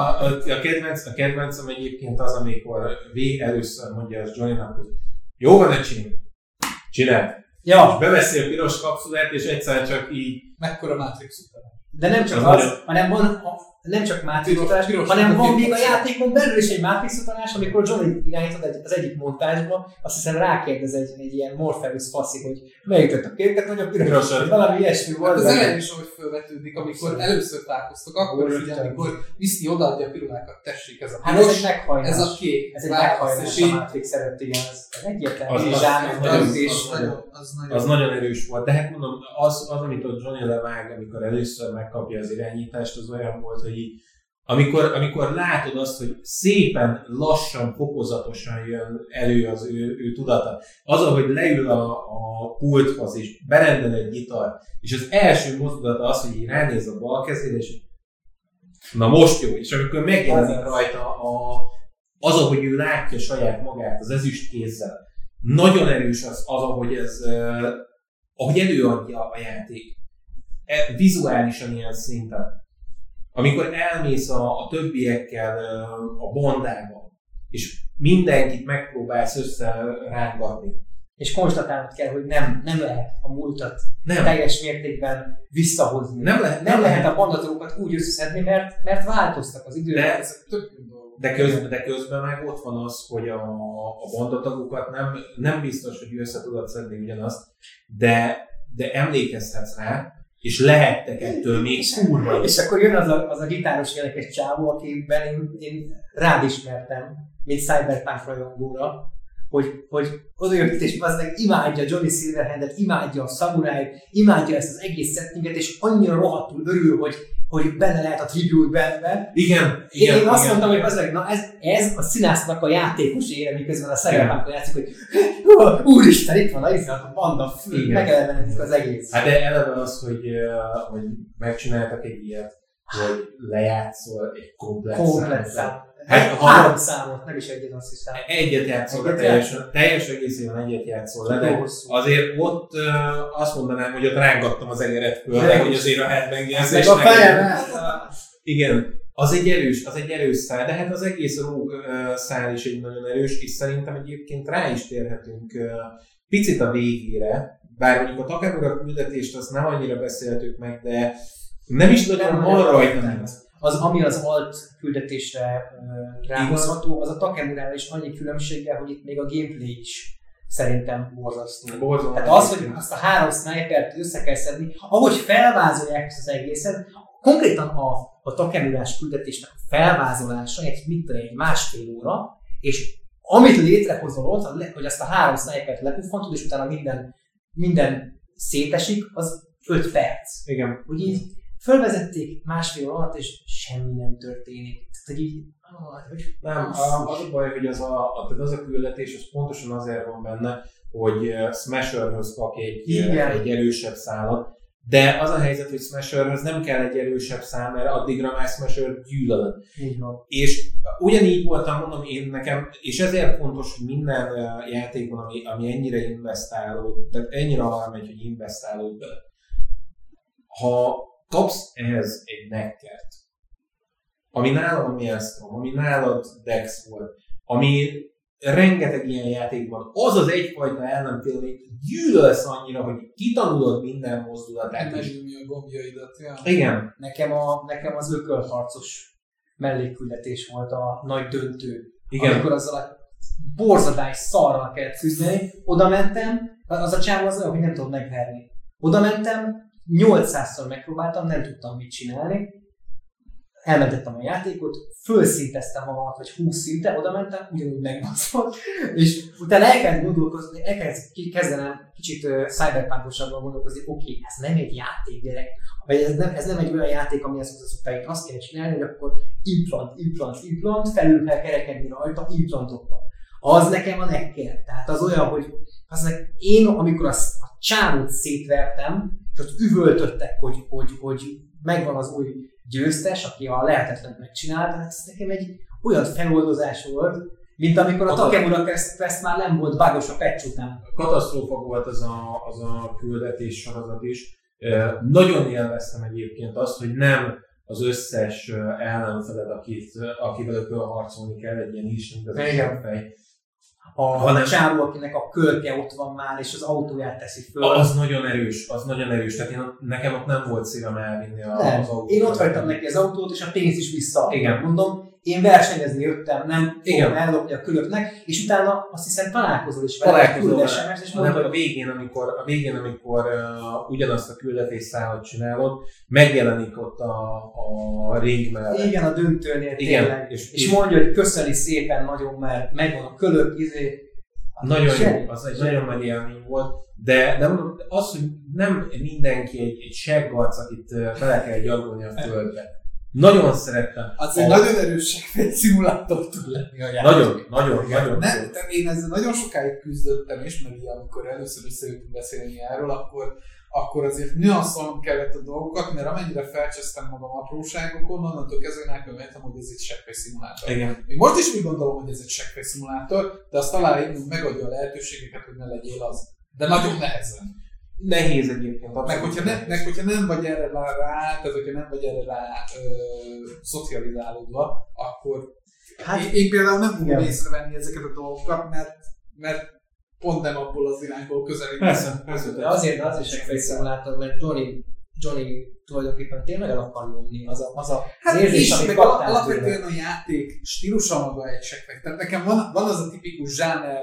a kedvencem egyébként az, amikor V először mondja az Johnnynak, hogy jó van, öcsém, csináld. Ja. És beveszi a piros kapszulát, és egyszer csak így... Mekkora Matrix után. De nem csak az, hanem van nem csak Matrix utalás, hanem van még a játékon belül is egy Matrix utalás, amikor Johnny irányítod az egyik montázsba, azt hiszem rákérdez egy ilyen Morpheus faszi, hogy melyiket a kéket vagy a pirosat, valami ilyesmi volt. Az elején is, ahogy felvetődik, amikor először találkoztak, akkor is, amikor Misty odaadja a pirulákat, tessék, ez a piros, ez egy meghajlás. Ez a kék. Ez egy meghajlás a Matrix előtt, igen, ez egyértelmű. Az nagyon erős volt, de hát mondom, az amit ott Johnny levág, amikor először megkapja az irányítást, az olyan volt, hogy így, amikor látod azt, hogy szépen, lassan, fokozatosan jön elő az ő tudata, az, ahogy leül a pulthoz és berendel egy gitart, és az első mozdulata az, hogy így ránéz a bal kezére, és na most jó, és amikor megjelenik rajta az, ahogy ő látja saját magát az ezüst kézzel, nagyon erős az ahogy ahogy előadja a játék. Vizuálisan ilyen szinten. Amikor elmész a többiekkel a bondába, és mindenkit megpróbálsz összerángatni. És konstatálnod kell, hogy nem lehet a múltat teljes mértékben visszahozni. Nem lehet a bandatagokat úgy összeszedni, mert változtak az idők. De közben meg ott van az, hogy a bandatagokat nem biztos, hogy össze tudod szedni ugyanazt, de emlékeztetsz rá, és lehettek ettől még kurva. És akkor jön az a gitáros érdekes csávó, akiben én rád ismertem, mint Cyberpunk rajongóra, hogy oda jött, és az meg imádja Johnny Silverhandet, imádja a szamurájt, imádja ezt az egész settinget, és annyira rohadtul örül, hogy benne lehet a tribute-ben. Igen. Én azt mondtam, hogy az meg, na ez a színásznak a játékos ére, miközben a Cyberpunkon játszik, hogy úristen, itt van a banda, megelevenedik az egész. Hát de eleve az, hogy megcsináltak egy ilyet, hogy lejátszol egy komplet szám. Hát, 3 számot, nem is egyet, azt hiszem. Egyet játszol, teljes egészében egyet játszol le, de azért ott azt mondanám, hogy ott rángattam az egeret föl, hogy azért a headbangérzésnek. Igen, az egy erős szál, de hát az egész Rogue szál is egy nagyon erős, és szerintem egyébként rá is térhetünk picit a végére, bár mondjuk a Takamura küldetést azt nem annyira beszéltük meg, de nem is nagyon van rajta nincs. Ami az alt küldetésre ráhozható, az a Takamurával is annyi különbséggel, hogy itt még a gameplay is szerintem borzasztó. Tehát az, hogy azt a 3 snipert össze kell szedni, ahogy felvázolják ezt az egészet, konkrétan a Takamurás küldetésnek a felvázolása egy 1,5 óra, és amit létrehozol ott, hogy azt a 3 snipert lepuffantod, és utána minden szétesik, az 5 perc. Igen. Úgy így fölvezették másfél alatt, és semmi nem történik. Tehát, így, Nem, az a baj, hogy az a küldetés, az pontosan azért van benne, hogy Smasherhöz kap egy erősebb szálat, de az a helyzet, hogy Smasherhöz nem kell egy erősebb szál, mert addigra már Smasher gyűlöl. Így van. És ugyanígy voltam, mondom én nekem, és ezért fontos, hogy minden játékban, ami ennyire investálód, tehát ennyire arra megy, hogy investálód be. Ha kapsz ehhez egy nekkert, ami nálad a Maelstrom, ami nálad Dex volt, ami rengeteg ilyen játékban, az az egyfajta ellenfél, amit gyűlölsz annyira, hogy kitanulod minden mozdulatát. Megnyomja a gombjaidat. Ja. Igen. Nekem az ökölharcos mellékküldetés volt a nagy döntő. Igen. Amikor azzal a borzadály szarral kellett küzdeni, oda mentem, az a csávó az olyan, hogy nem tudod megverni. Oda mentem, 800-szor megpróbáltam, nem tudtam mit csinálni. Elmentettem a játékot, fölszinteztem magamat, vagy 20 szinte, oda mentem, ugyanúgy megbaszott, és utána el kellett gondolkozni, el kellett kezdenem kicsit cyberpunkosabban gondolkozni, oké, ez nem egy játék, gyerek, vagy ez nem egy olyan játék, ami ezt szokták, azt kell csinálni, hogy akkor implant, felül kell kerekedni rajta, implantokkal. Az nekem a nekker, tehát az olyan, hogy én, amikor a csávót szétvertem, és ott üvöltöttek, hogy megvan az új győztes, aki a lehetetlent megcsinálta, hát ez nekem egy olyan feloldozás volt, mint amikor a Takemura Quest már nem volt bugos a patch után. Katasztrófa volt az a küldetés sorozat is. Nagyon élveztem egyébként azt, hogy nem az összes ellenfeled, akivel ökölharcolni kell, egy ilyen is, mint az a seggfej. A csávó, akinek a kölke ott van már, és az autóját teszi föl. Az nagyon erős. Tehát nekem ott nem volt szívem elvinni az autót. Én ott hagytam neki az autót, és a pénzt is vissza. Igen. Mondom, én versenyezni jöttem, nem fogom ellopni a külöknek, és utána azt hiszem találkozol is vele, és mondta, a végén, amikor ugyanazt a küldetésszálat csinálod, megjelenik ott a ring mellett. Igen, a döntőnél tényleg. És mondja, hogy köszöni szépen nagyon, mert megvan a kölök, Nagyon jó, az egy nagyon nagy élmény volt, de mondom, az, hogy nem mindenki egy seggarc, akit bele kell gyarulni a földbe. Nagyon szerettem. Az egy nagyon erős segfej-szimulátor tud lenni a játék. Nagyon. Én ezzel nagyon sokáig küzdöttem is, mert ugye, amikor először összejöttünk beszélni erről, akkor azért nüanszolnom kellett a dolgokat, mert amennyire felcsesztem magam apróságokon, onnantól kezdve elkövettem, hogy ez egy segfej-szimulátor. Igen. Még most is úgy gondolom, hogy ez egy segfej-szimulátor, de azt talán hogy megadja a lehetőségeket, hogy ne legyél az. De nagyon nehezen. Nehéz egyébként. Meg hogyha nem vagy erre rá, tehát hogyha nem vagy erre rá szocializálódva, akkor én például nem fogom észrevenni ezeket a dolgokat, mert pont nem abból az irányból közelíteni. Persze. De azért az is egy szimulátor, mert Johnny tulajdonképpen tényleg el akar nyomni. Az érzés, amit kaptál. Alapvetően a játék stílusa maga egy segfej. Tehát nekem van az a tipikus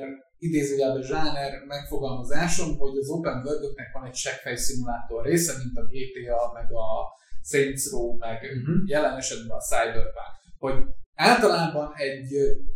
zsáner megfogalmazásom, hogy az open world-öknek van egy segfej szimulátor része, mint a GTA, meg a Saints Row, meg jelen esetben a Cyberpunk. Hogy általában egy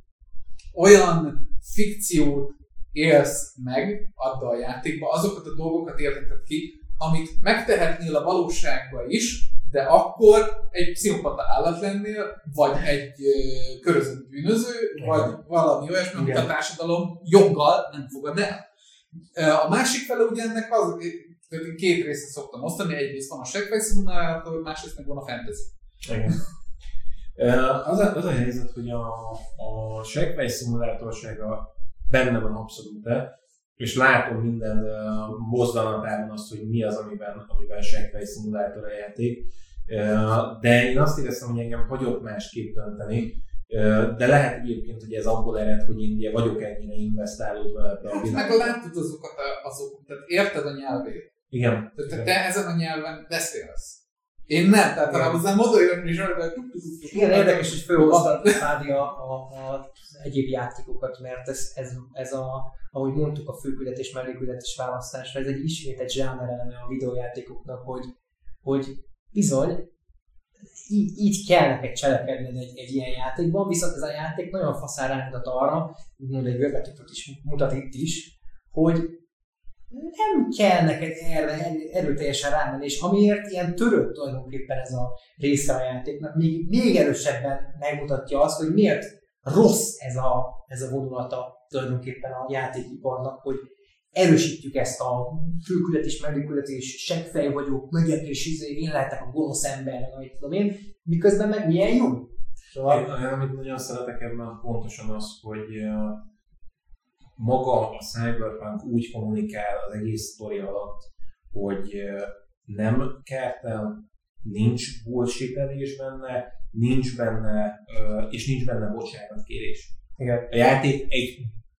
olyan fikciót élsz meg addal a játékba, azokat a dolgokat érteted ki, amit megtehetnél a valóságban is, de akkor egy pszichopata állat lennél, vagy egy körözött bűnöző, vagy valami olyasmi, amit a társadalom joggal nem fogad el. A másik fele ugye ennek az, két részt szoktam osztani, egyrészt van a segfej-szimulátor, másrészt meg van a fantasy. Igen. Az a helyzet, hogy a segfej-szimulátorsága benne van abszolút, és látom minden mozdulatában azt, hogy mi az, amiben segfej-szimulátor a játék. De én azt éreztem, hogy engem hagyott másképp dönteni, de lehet egyébként, hogy ez abból ered, hogy én ugye vagyok ennyire investálódva ebbe a világba. Meg látod azokat, tehát érted a nyelvét. Igen. Tehát te ezen a nyelven beszélsz. Én nem, tehát talán hozzám odaérni is arra, hogy igen, érdekes, hogy fölhoztad Fádi az egyéb játékokat, mert ez ahogy mondtuk, a főküldetés, melléküldetés választásra, ez egy ismét egy zsánereleme a videójátékoknak, hogy bizony, így kell neked cselekedned egy ilyen játékban, viszont ez a játék nagyon faszán rámutat arra, úgymond egy webetűt is mutat itt is, hogy nem kell neked erre erőteljesen rámenni, és amiért ilyen törött tulajdonképpen ez a része a játéknak, még erősebben megmutatja azt, hogy miért rossz ez a vonulata tulajdonképpen a játékiparnak, hogy erősítjük ezt a főküldetés, mellékküldetés, seggfej vagyok, megyek és én lehetek a gonosz ember, amit tudom én, miközben meg milyen jó. Szóval... Amit nagyon szeretek ebben pontosan az, hogy maga a Cyberpunk úgy kommunikál az egész sztori alatt, hogy nem kertel, nincs bullshitelés benne, nincs benne bocsánatkérés. Igen. A játék egy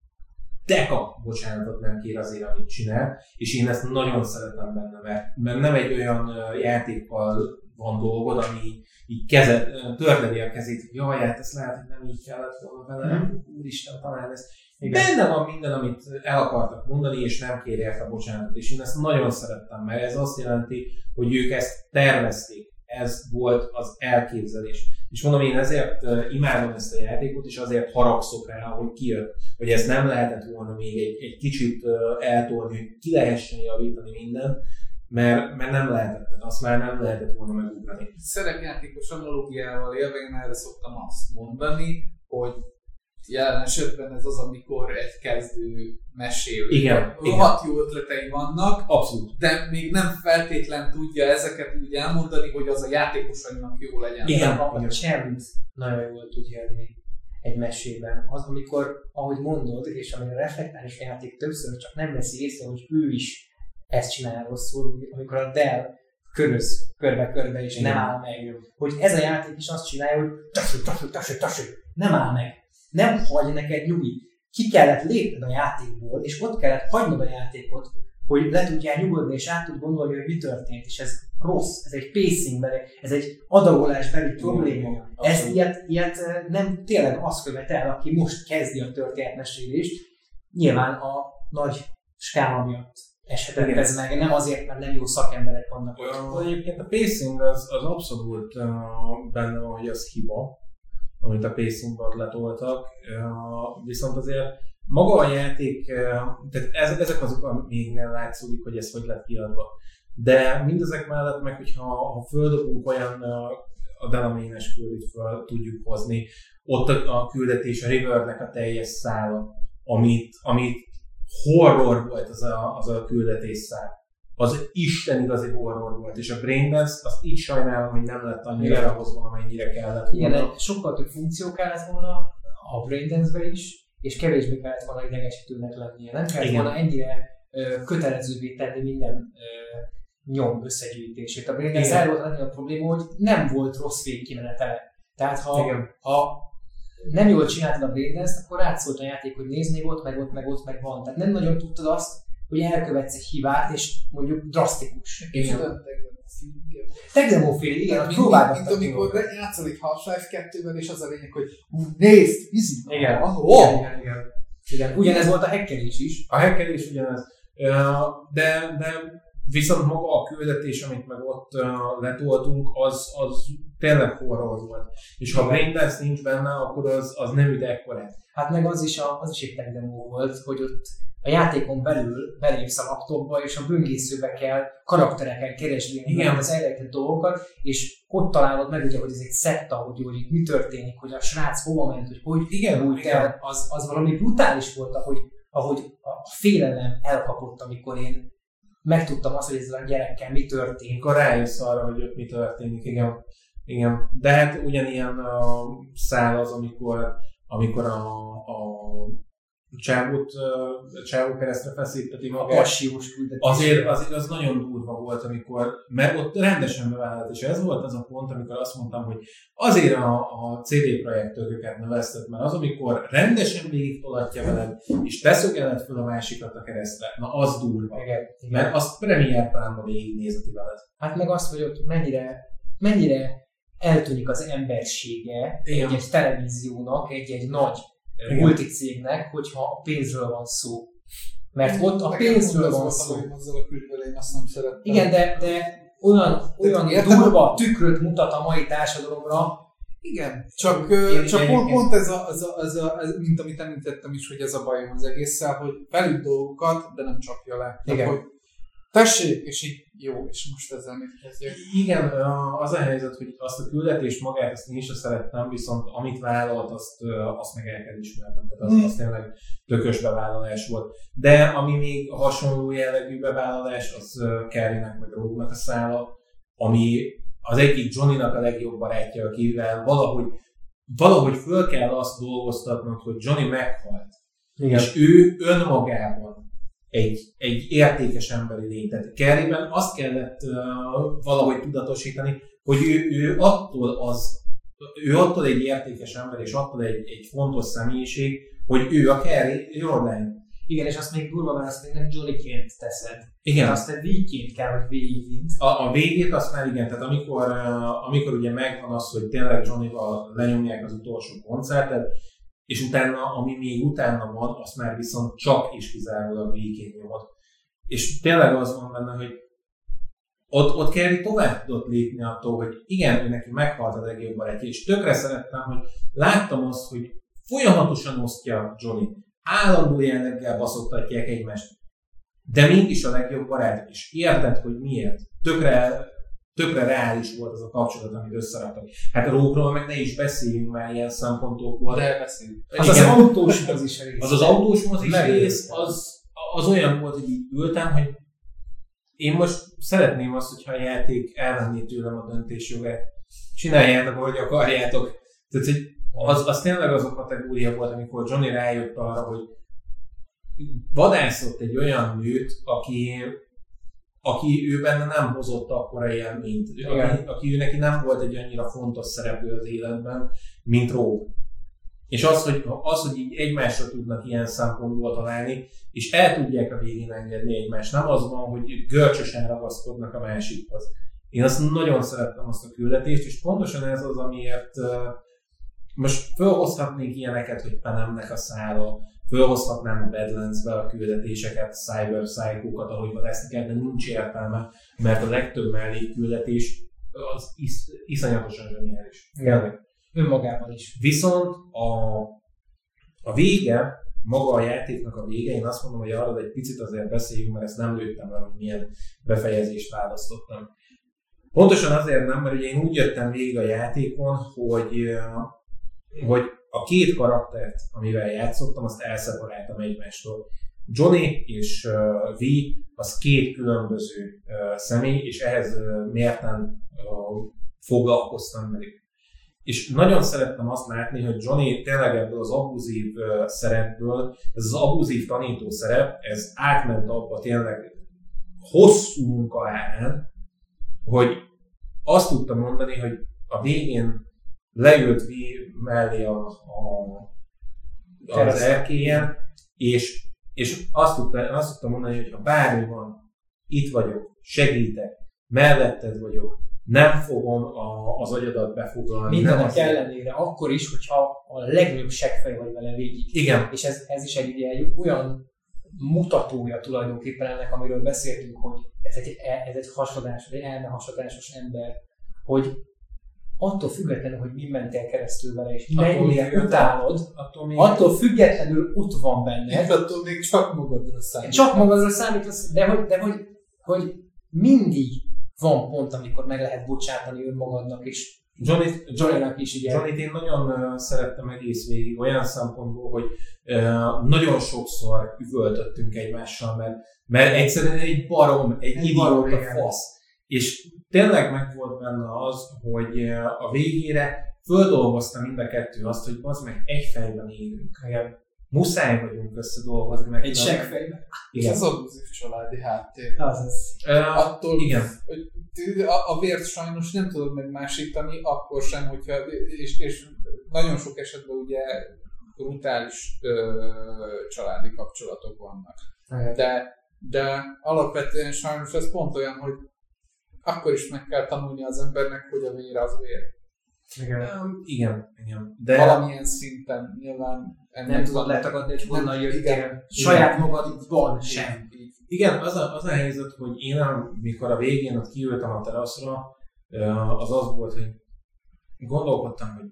deka bocsánatot nem kér azért, amit csinál, és én ezt nagyon szeretem benne, mert nem egy olyan játékkal van dolgod, ami így törleli a kezét, hogy jaj, hát ezt lehet, hogy nem így kellett volna vele, úristen, talán ez. Benne van minden, amit el akartak mondani, és nem kér érte bocsánatot, és én ezt nagyon szerettem, mert ez azt jelenti, hogy ők ezt tervezték, ez volt az elképzelés. És mondom, én ezért imádom ezt a játékot, és azért haragszok rá, hogy kijött, hogy ez nem lehetett volna még egy kicsit eltolni, hogy ki lehessen javítani mindent, mert nem lehetett, azt már nem lehetett volna megugrani. Szerepjátékos analógiával élve én erre szoktam azt mondani, hogy jelen esetben ez az, amikor egy kezdő mesélő. Rohadt jó ötletei vannak, abszolút. De még nem feltétlen tudja ezeket úgy elmondani, hogy az a játékosainak jó legyen. Igen, a csend nagyon jól tud jönni egy mesében. Az, amikor, ahogy mondod, és amire reflektális játék többször csak nem veszi észre, hogy ő is ezt csinál rosszul, amikor a Dell köröz körbe-körbe és nem áll meg. Hogy ez a játék is azt csinálja, hogy tassuk, nem áll meg. Nem hagy neked nyugi. Ki kellett lépned a játékból, és ott kellett hagynod a játékot, hogy le tudjál nyugodni, és át tud gondolni, hogy mi történt. És ez rossz, ez egy pacingbeli, ez egy adagolásbeli probléma. Ez ilyet nem tényleg azt követel, aki most kezdi a történetmesélést. Nyilván a nagy skála miatt eshetett ez meg, nem azért, mert nem jó szakemberek vannak. Egyébként a pacing az abszolút benne van, hogy az hiba, amit a pacingban letoltak, viszont azért maga a játék, tehát ezek azok, amíg nem látszódik, hogy ez hogy lett kiadva. De mindezek mellett meg, hogyha földobunk olyan a Delamain-es küldét föl tudjuk hozni, ott a küldetés, a Rivernek a teljes szála, amit horror volt az a küldetésszál. Az Isten igazi horror volt, és a Braindance azt így sajnálom, hogy nem lett annyira rahozva, amennyire kellett volna. Igen, sokkal több funkció kellett volna a Braindance-be is, és kevésbé kellett volna idegesítőnek lennie. Nem kellett volna ennyire kötelezővé tenni minden nyom összegyűjtését. A Braindance el volt lenni a probléma, hogy nem volt rossz végkimenetele. Tehát ha nem jól csináltad a Braindance-t, akkor rászólt a játék, hogy nézd, még ott, meg van. Tehát nem nagyon tudtad azt, hogy elkövetsz egy hibát, és mondjuk drasztikus. Tech-demo-fél, igen, próbálgattak. Mint amikor játszol egy Half-Life 2-ben, és az a lényeg, hogy nézd, vízik. Igen, ugyanez volt a hackerés is. A hackerés ugyanez. De viszont maga a küldetés, amit meg ott letoltunk, az tényleg horror volt. És ha a Braindance nincs benne, akkor az nem üt ekkorát. Hát meg az is egy tech demo volt, hogy ott a játékon belül belépsz a laptopba, és a böngészőbe kell karaktereken keresni az elrejtett dolgokat, és ott találod meg, ugye, hogy ez egy szetta, hogy mi történik, hogy a srác hova ment, hogy úgy el, az valami brutális volt, ahogy a félelem elkapott, amikor én megtudtam azt, hogy ezzel a gyerekkel mi történik. Akkor rájössz arra, hogy ott mi történik, igen. De hát ugyanilyen szál az, amikor a csávó keresztre feszíteti magát. Passiós küldetés. Azért az nagyon durva volt, mert ott rendesen bevállalt, és ez volt az a pont, amikor azt mondtam, hogy azért a CD Projekt tököket neveztet, mert az, amikor rendesen végigtolatja veled, és beszögeled föl a másikat a keresztre, na az durva. Igen. Mert azt Premiere Prime-ba végignézeti veled. Hát meg azt, hogy ott mennyire eltűnik az embersége egy televíziónak, egy nagy multicégnek, hogyha a pénzről van szó. Mert ott a pénzről van szó. Azzal a különböző én azt nem szerettem. Igen, de olyan durva tükröt mutat a mai társadalomra, Igen, csak pont ez, mint amit említettem is, hogy ez a bajom az egésszel, hogy felüt dolgokat, de nem csapja le. Igen. Hogy tessék, és így jó, és most ezzel mit kezdjük. Igen, az a helyzet, hogy azt a küldetést magát, azt én is szerettem, viszont amit vállalt, azt meg el kell ismernem. Tehát az tényleg tökös bevállalás volt. De ami még hasonló jellegű bevállalás, az Carrie-nek meg Rogue-nak a szála, ami az egyik Johnny-nak a legjobb barátja, akivel valahogy föl kell azt dolgoztatnod, hogy Johnny meghalt. Igen. És ő önmagában egy értékes emberi lény. Tehát Carrie-ben azt kellett valahogy tudatosítani, hogy ő attól egy értékes ember, és attól egy fontos személyiség, hogy ő a Carrie Jordan. Igen, és azt még durva, mert azt még nem Johnny-ként teszed. Igen. Azt te V-ként kell, hogy végigvidd. A végét azt már igen, tehát amikor ugye megvan az, hogy tényleg Johnny-val lenyomják az utolsó koncertet, és utána, ami még utána van, azt már viszont csak és kizárólag végén nyomod. És tényleg az van benne, hogy ott Carrie tovább tudott lépni attól, hogy igen, ő neki meghalt a legjobb barátja, és tökre szerettem, hogy láttam azt, hogy folyamatosan osztja Johnny, állandó jelleggel baszoktatják egymást, de mégis a legjobb barát, és érted, hogy miért. Tökre reális volt az a kapcsolat, amit összeraktak. Hát a Rogue-ról meg ne is beszéljünk már ilyen szempontokból. De beszéljünk. Az autós mozi rész. Az autós mozi rész, az olyan volt, hogy így ültem, hogy én most szeretném azt, hogyha a játék elvenné tőlem a döntésjogát. Csináljátok, ahogy akarjátok. Tehát, hogy az tényleg az a kategória volt, amikor Johnny rájött arra, hogy vadászott egy olyan nőt, aki ő benne nem hozott akkora élményt, aki ő neki nem volt egy annyira fontos szereplő az életben, mint Rogue. És hogy így egymásra tudnak ilyen szempontból találni, és el tudják a végén engedni egymást. Nem az van, hogy görcsösen ragaszkodnak a másikhoz. Én azt nagyon szerettem azt a küldetést, és pontosan ez az, amiért most felhozhatnék ilyeneket, hogy Panemnek a szála, fölhozhatnám a Badlands-be a küldetéseket, Cyber Psycho-kat, ahogy vadászni kell, de nincs értelme, mert a legtöbb mellékküldetés az iszonyatosan zseniális. Önmagában is. Viszont a vége, maga a játéknak a vége, én azt mondom, hogy arra egy picit azért beszéljünk, mert ezt nem lőttem el, hogy milyen befejezést választottam. Pontosan azért nem, mert ugye én úgy jöttem végig a játékon, hogy a két karaktert, amivel játszottam, azt elszeparáltam egymástól. Johnny és V az két különböző személy, és ehhez mérten foglalkoztam velük. És nagyon szerettem azt látni, hogy Johnny tényleg ebből az abuzív szerepből, ez az abuzív tanító szerep, ez átment abba tényleg hosszú munka árán, hogy azt tudtam mondani, hogy a végén leült V mellé az erkélyen, és azt tudtam mondani, hogy ha bármi van, itt vagyok, segítek, melletted vagyok, nem fogom az agyadat befoglalni. Mindenek ellenére, akkor is, hogyha a legnagyobb seggfej vagy vele végig. Igen. És ez is egy olyan mutatója tulajdonképpen ennek, amiről beszéltünk, hogy ez egy hasadás, egy elmehasadásos ember, hogy attól függetlenül, hogy mi mentél keresztül vele, és mennyire utálod, attól függetlenül ott van benned. Attól még csak magadra számítasz. Csak magadra számítasz, de hogy mindig van pont, amikor meg lehet bocsátani önmagadnak, és Johnny-nak is igen. Johnnyt én nagyon szerettem egész végig, olyan szempontból, hogy nagyon sokszor üvöltöttünk egymással, mert egyszerűen egy barom, egy idióta fasz. És tényleg meg volt benne az, hogy a végére földolgozta mind a kettő azt, hogy bazd meg egy fejben élünk. Igen. Muszáj vagyunk összedolgozni. Meg egy seggfejben. Ez az abuzív családi háttér. Azaz. Attól, igen. A vért sajnos nem tudod megmásítani, akkor sem, hogyha, és nagyon sok esetben ugye brutális családi kapcsolatok vannak. De alapvetően sajnos ez pont olyan, hogy akkor is meg kell tanulni az embernek, hogy a vér az vér. Igen. De valamilyen szinten nyilván nem tudod letagadni, hogy honnan jöttél. Saját magadban sem. Igen, az a helyzet, hogy én mikor a végén ott kiültem a teraszra, az volt, hogy gondolkodtam, hogy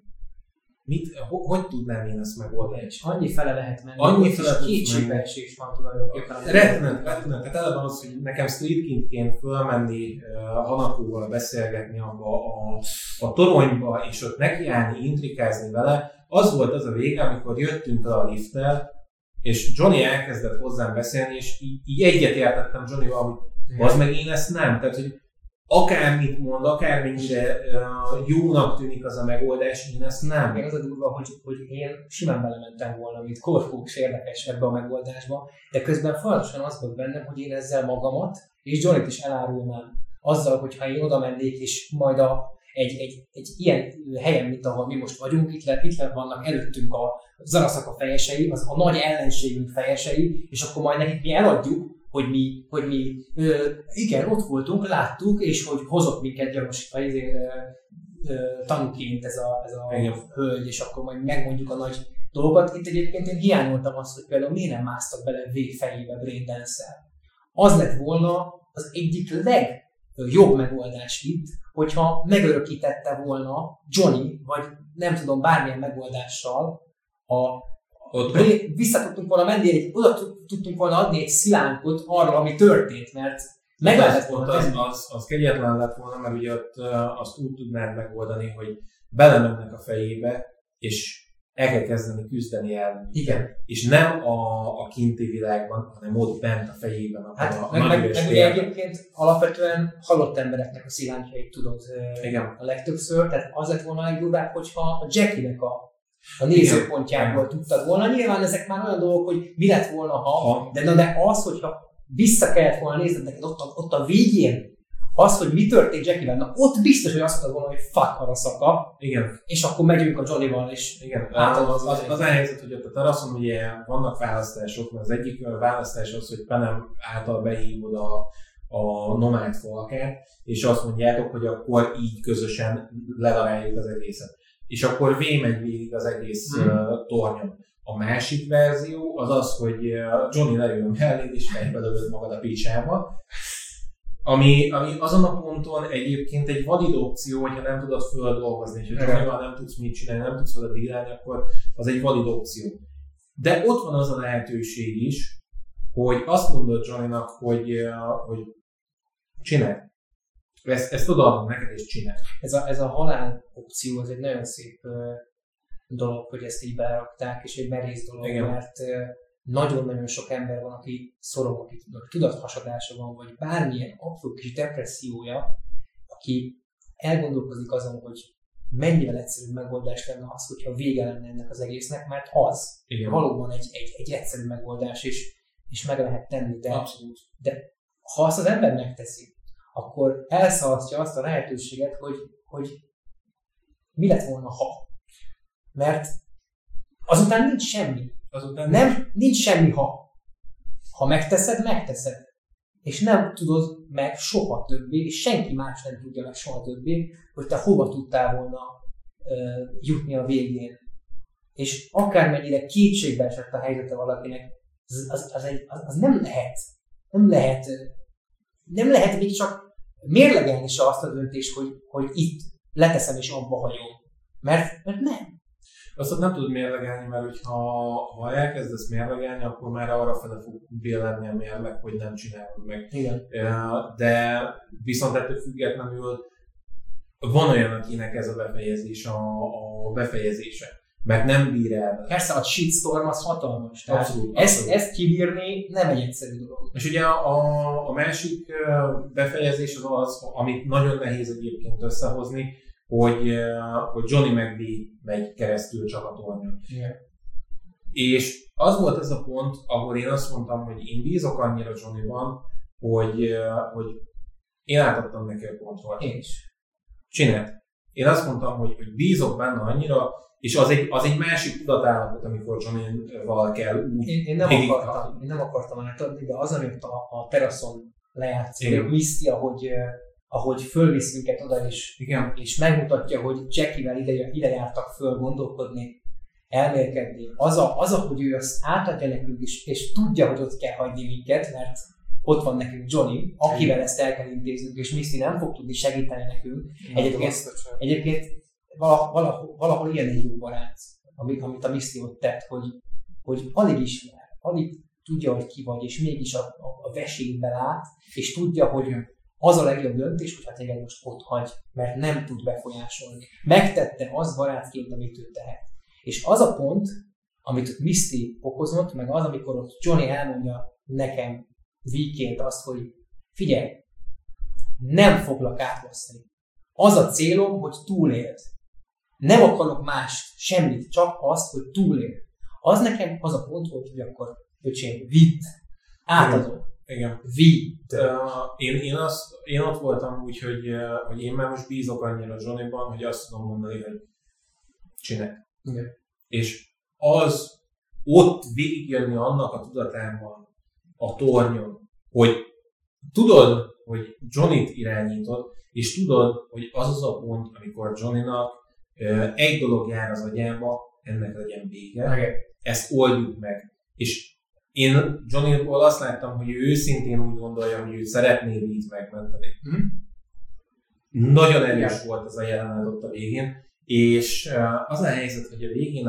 hogy tudnám én ezt megoldani. És annyi fele lehet menni, annyi fele kétségbeesés van tulajdonképpen. Rettenet. Tehát eleve az, hogy nekem street kingként fölmenni Hanakóval beszélgetni abba a toronyba, és ott nekiállni, intrikázni vele, az volt az a vége, amikor jöttünk el a lifttel, és Johnny elkezdett hozzám beszélni, és így egyetértettem Johnnyval, hogy az meg én ezt nem. Tehát, hogy akármit mond, akármennyire jónak tűnik az a megoldás, én ezt nem. Még az a durva, hogy én simán belementem volna, mint korfúks érdekes ebbe a megoldásba, de közben folyamatosan az volt bennem, hogy én ezzel magamat és Johnnyt is elárulnám. Azzal, hogyha én oda mennék, és majd egy ilyen helyen, mint ahol mi most vagyunk, itt vannak előttünk a zaraszak a fejesei, a nagy ellenségünk fejesei, és akkor majd nekik mi eladjuk, hogy mi igen, ott voltunk, láttuk, és hogy hozott minket gyanúsítva tanúként ez a hölgy, és akkor majd megmondjuk a nagy dolgokat. Itt egyébként én hiányoltam azt, hogy például miért nem másztak bele végfejébe Braindance-el. Az lett volna az egyik legjobb megoldás itt, hogyha megörökítette volna Johnny, vagy nem tudom, bármilyen megoldással vissza tudtunk volna menni, oda tudtunk volna adni egy szilánkot arra, ami történt, mert meg lehetett volna. Az kegyetlen lett volna, mert ugye ott azt úgy tudnád megoldani, hogy belemennek a fejébe, és el kell kezdeni küzdeni el. Igen. És nem a kinti világban, hanem ott bent a fejében. Meg ugye egyébként alapvetően halott embereknek a szilánkjait tudod a legtöbbször, tehát az lett volna legdurvább, hogyha a Jackie-nek a nézőpontjából tudtad volna. Nyilván ezek már olyan dolgok, hogy mi lett volna, de az, hogyha vissza kellett volna nézned neked ott a végén, az, hogy mi történt Jackie-vel, na ott biztos, hogy azt mondod volna, hogy fuck araszaka. Igen. És akkor megyünk a Johnny-val, és igen. Az helyzet, hogy ott a teraszon ugye vannak választások, mert az egyik választás az, hogy Penem által behívod a nomád falkát, és azt mondjátok, hogy akkor így közösen ledaráljuk az egészet. És akkor megy végig az egész tornyon. A másik verzió az, hogy Johnny leül melléd és fejbe lövöd magad a picsába. Ami azon a ponton egyébként egy valid opció, hogyha nem tudod földolgozni, és ha Johnnyval nem tudsz mit csinálni, nem tudsz vele dílálni, akkor az egy valid opció. De ott van az a lehetőség is, hogy azt mondod Johnnynak, hogy csinálj. Ezt odaadom neked, és csinálj. Ez a halál opció, az egy nagyon szép dolog, hogy ezt így berakták, és egy merész dolog, igen. Mert nagyon-nagyon sok ember van, aki szorong, akinek tudathasadása van, vagy bármilyen apró kis depressziója, aki elgondolkozik azon, hogy mennyivel egyszerűbb megoldás lenne az, hogyha vége lenne ennek az egésznek, mert az igen. Valóban egy egyszerű megoldás, és meg lehet tenni, de ha azt az ember megteszi, akkor elszalasztja azt a lehetőséget, hogy mi lett volna, ha. Mert azután nincs semmi. Nincs semmi, ha. Ha megteszed. És nem tudod meg soha többé, és senki más nem tudja meg soha többé, hogy te hova tudtál volna jutni a végén. És akármennyire kétségbe esett a helyzete valakinek, az nem lehet még csak mérlegelni se azt a döntést, hogy itt leteszem és abba hagyom. Mert nem. Azt nem tudod mérlegelni, mert ha elkezdesz mérlegelni, akkor már arrafele fog vélenni a mérleg, hogy nem csinálod meg. Igen. De viszont ettől függetlenül van olyan, akinek ez a befejezés a befejezése. Mert nem bír el. Persze a shitstorm az hatalmas. Abszolút. Ezt kibírni nem egy egyszerű dolog. És ugye a másik befejezés az, amit nagyon nehéz egyébként összehozni, hogy Johnny McBee megy keresztül csak a tornyon. Yeah. És az volt ez a pont, ahol én azt mondtam, hogy én bízok annyira Johnnyban, hogy én átadtam neki a kontrollt. Én is. Csináld. Én azt mondtam, hogy bízok benne annyira, és az egy másik tudatállapot, amikor Johnny-val kell úgy... Én nem akartam átadni, de az, amit a teraszon lejátszik, Misty, ahogy fölvisz minket oda, és megmutatja, hogy Jackie-vel ide jártak föl gondolkodni, elmélkedni. Az, hogy ő azt átadja nekünk, és tudja, hogy ott kell hagyni minket, mert ott van nekünk Johnny, akivel ezt el kell intéznünk, és Misty nem fog tudni segíteni nekünk. Egyébként valahol ilyen egy jó barát, amit a Misty ott tett, hogy alig ismer, alig tudja, hogy ki vagy, és mégis a veségbe lát, és tudja, hogy az a legjobb döntés, hogy hát téged most ott hagy, mert nem tud befolyásolni. Megtette az barátként, amit ő tehet. És az a pont, amit ott Misty okozott, meg az, amikor ott Johnny elmondja nekem V-ként azt, hogy figyelj, nem foglak átbaszni. Az a célom, hogy túléld. Nem akarok mást, semmit, csak azt, hogy túléld. Az nekem az a pont volt, hogy akkor öcsém, vidd, átadom. Igen. Vidd. Én ott voltam úgy, hogy én már most bízok annyira Johnnyban, hogy azt tudom mondani, hogy csinálj. Igen. És az ott végigjönni annak a tudatában a tornyon, hogy tudod, hogy Johnnyt irányítod, és tudod, hogy az az a pont, amikor Johnnynak egy dolog jár az agyába, ennek legyen vége, Okay. ezt oldjuk meg. És én Johnnyból azt láttam, hogy ő őszintén úgy gondolja, hogy ő szeretné Vít megmenteni. Nagyon erős volt az a jelenet ott a végén, és az a helyzet, hogy a végén,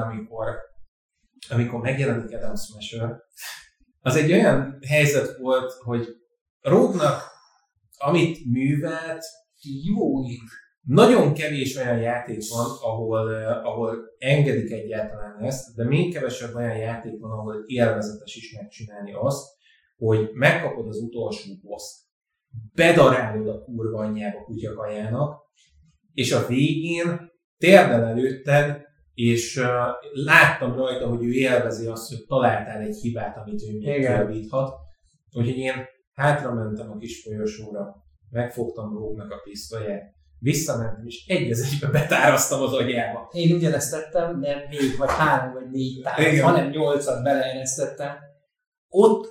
amikor megjelenik Adam Smasher, az egy olyan helyzet volt, hogy Rogue-nak, amit művelt, Jó ég. nagyon kevés olyan játék van, ahol engedik egyáltalán ezt, de még kevesebb olyan játék van, ahol élvezetes is megcsinálni azt, hogy megkapod az utolsó boszt, bedarálod a kurva anyjába kutyakajának, és a végén térdel előtted, és láttam rajta, hogy ő élvezi azt, hogy találtál egy hibát, amit ő még kijavíthat. Úgyhogy én hátra mentem a kis folyosóra, megfogtam Rogue-nak a pisztolyát, visszamentem, és egy az egybe betáraztam az agyába. Én ugyanezt tettem, nem még vagy 3 vagy 4 tárat, hanem 8-at beleeresztettem. Ott,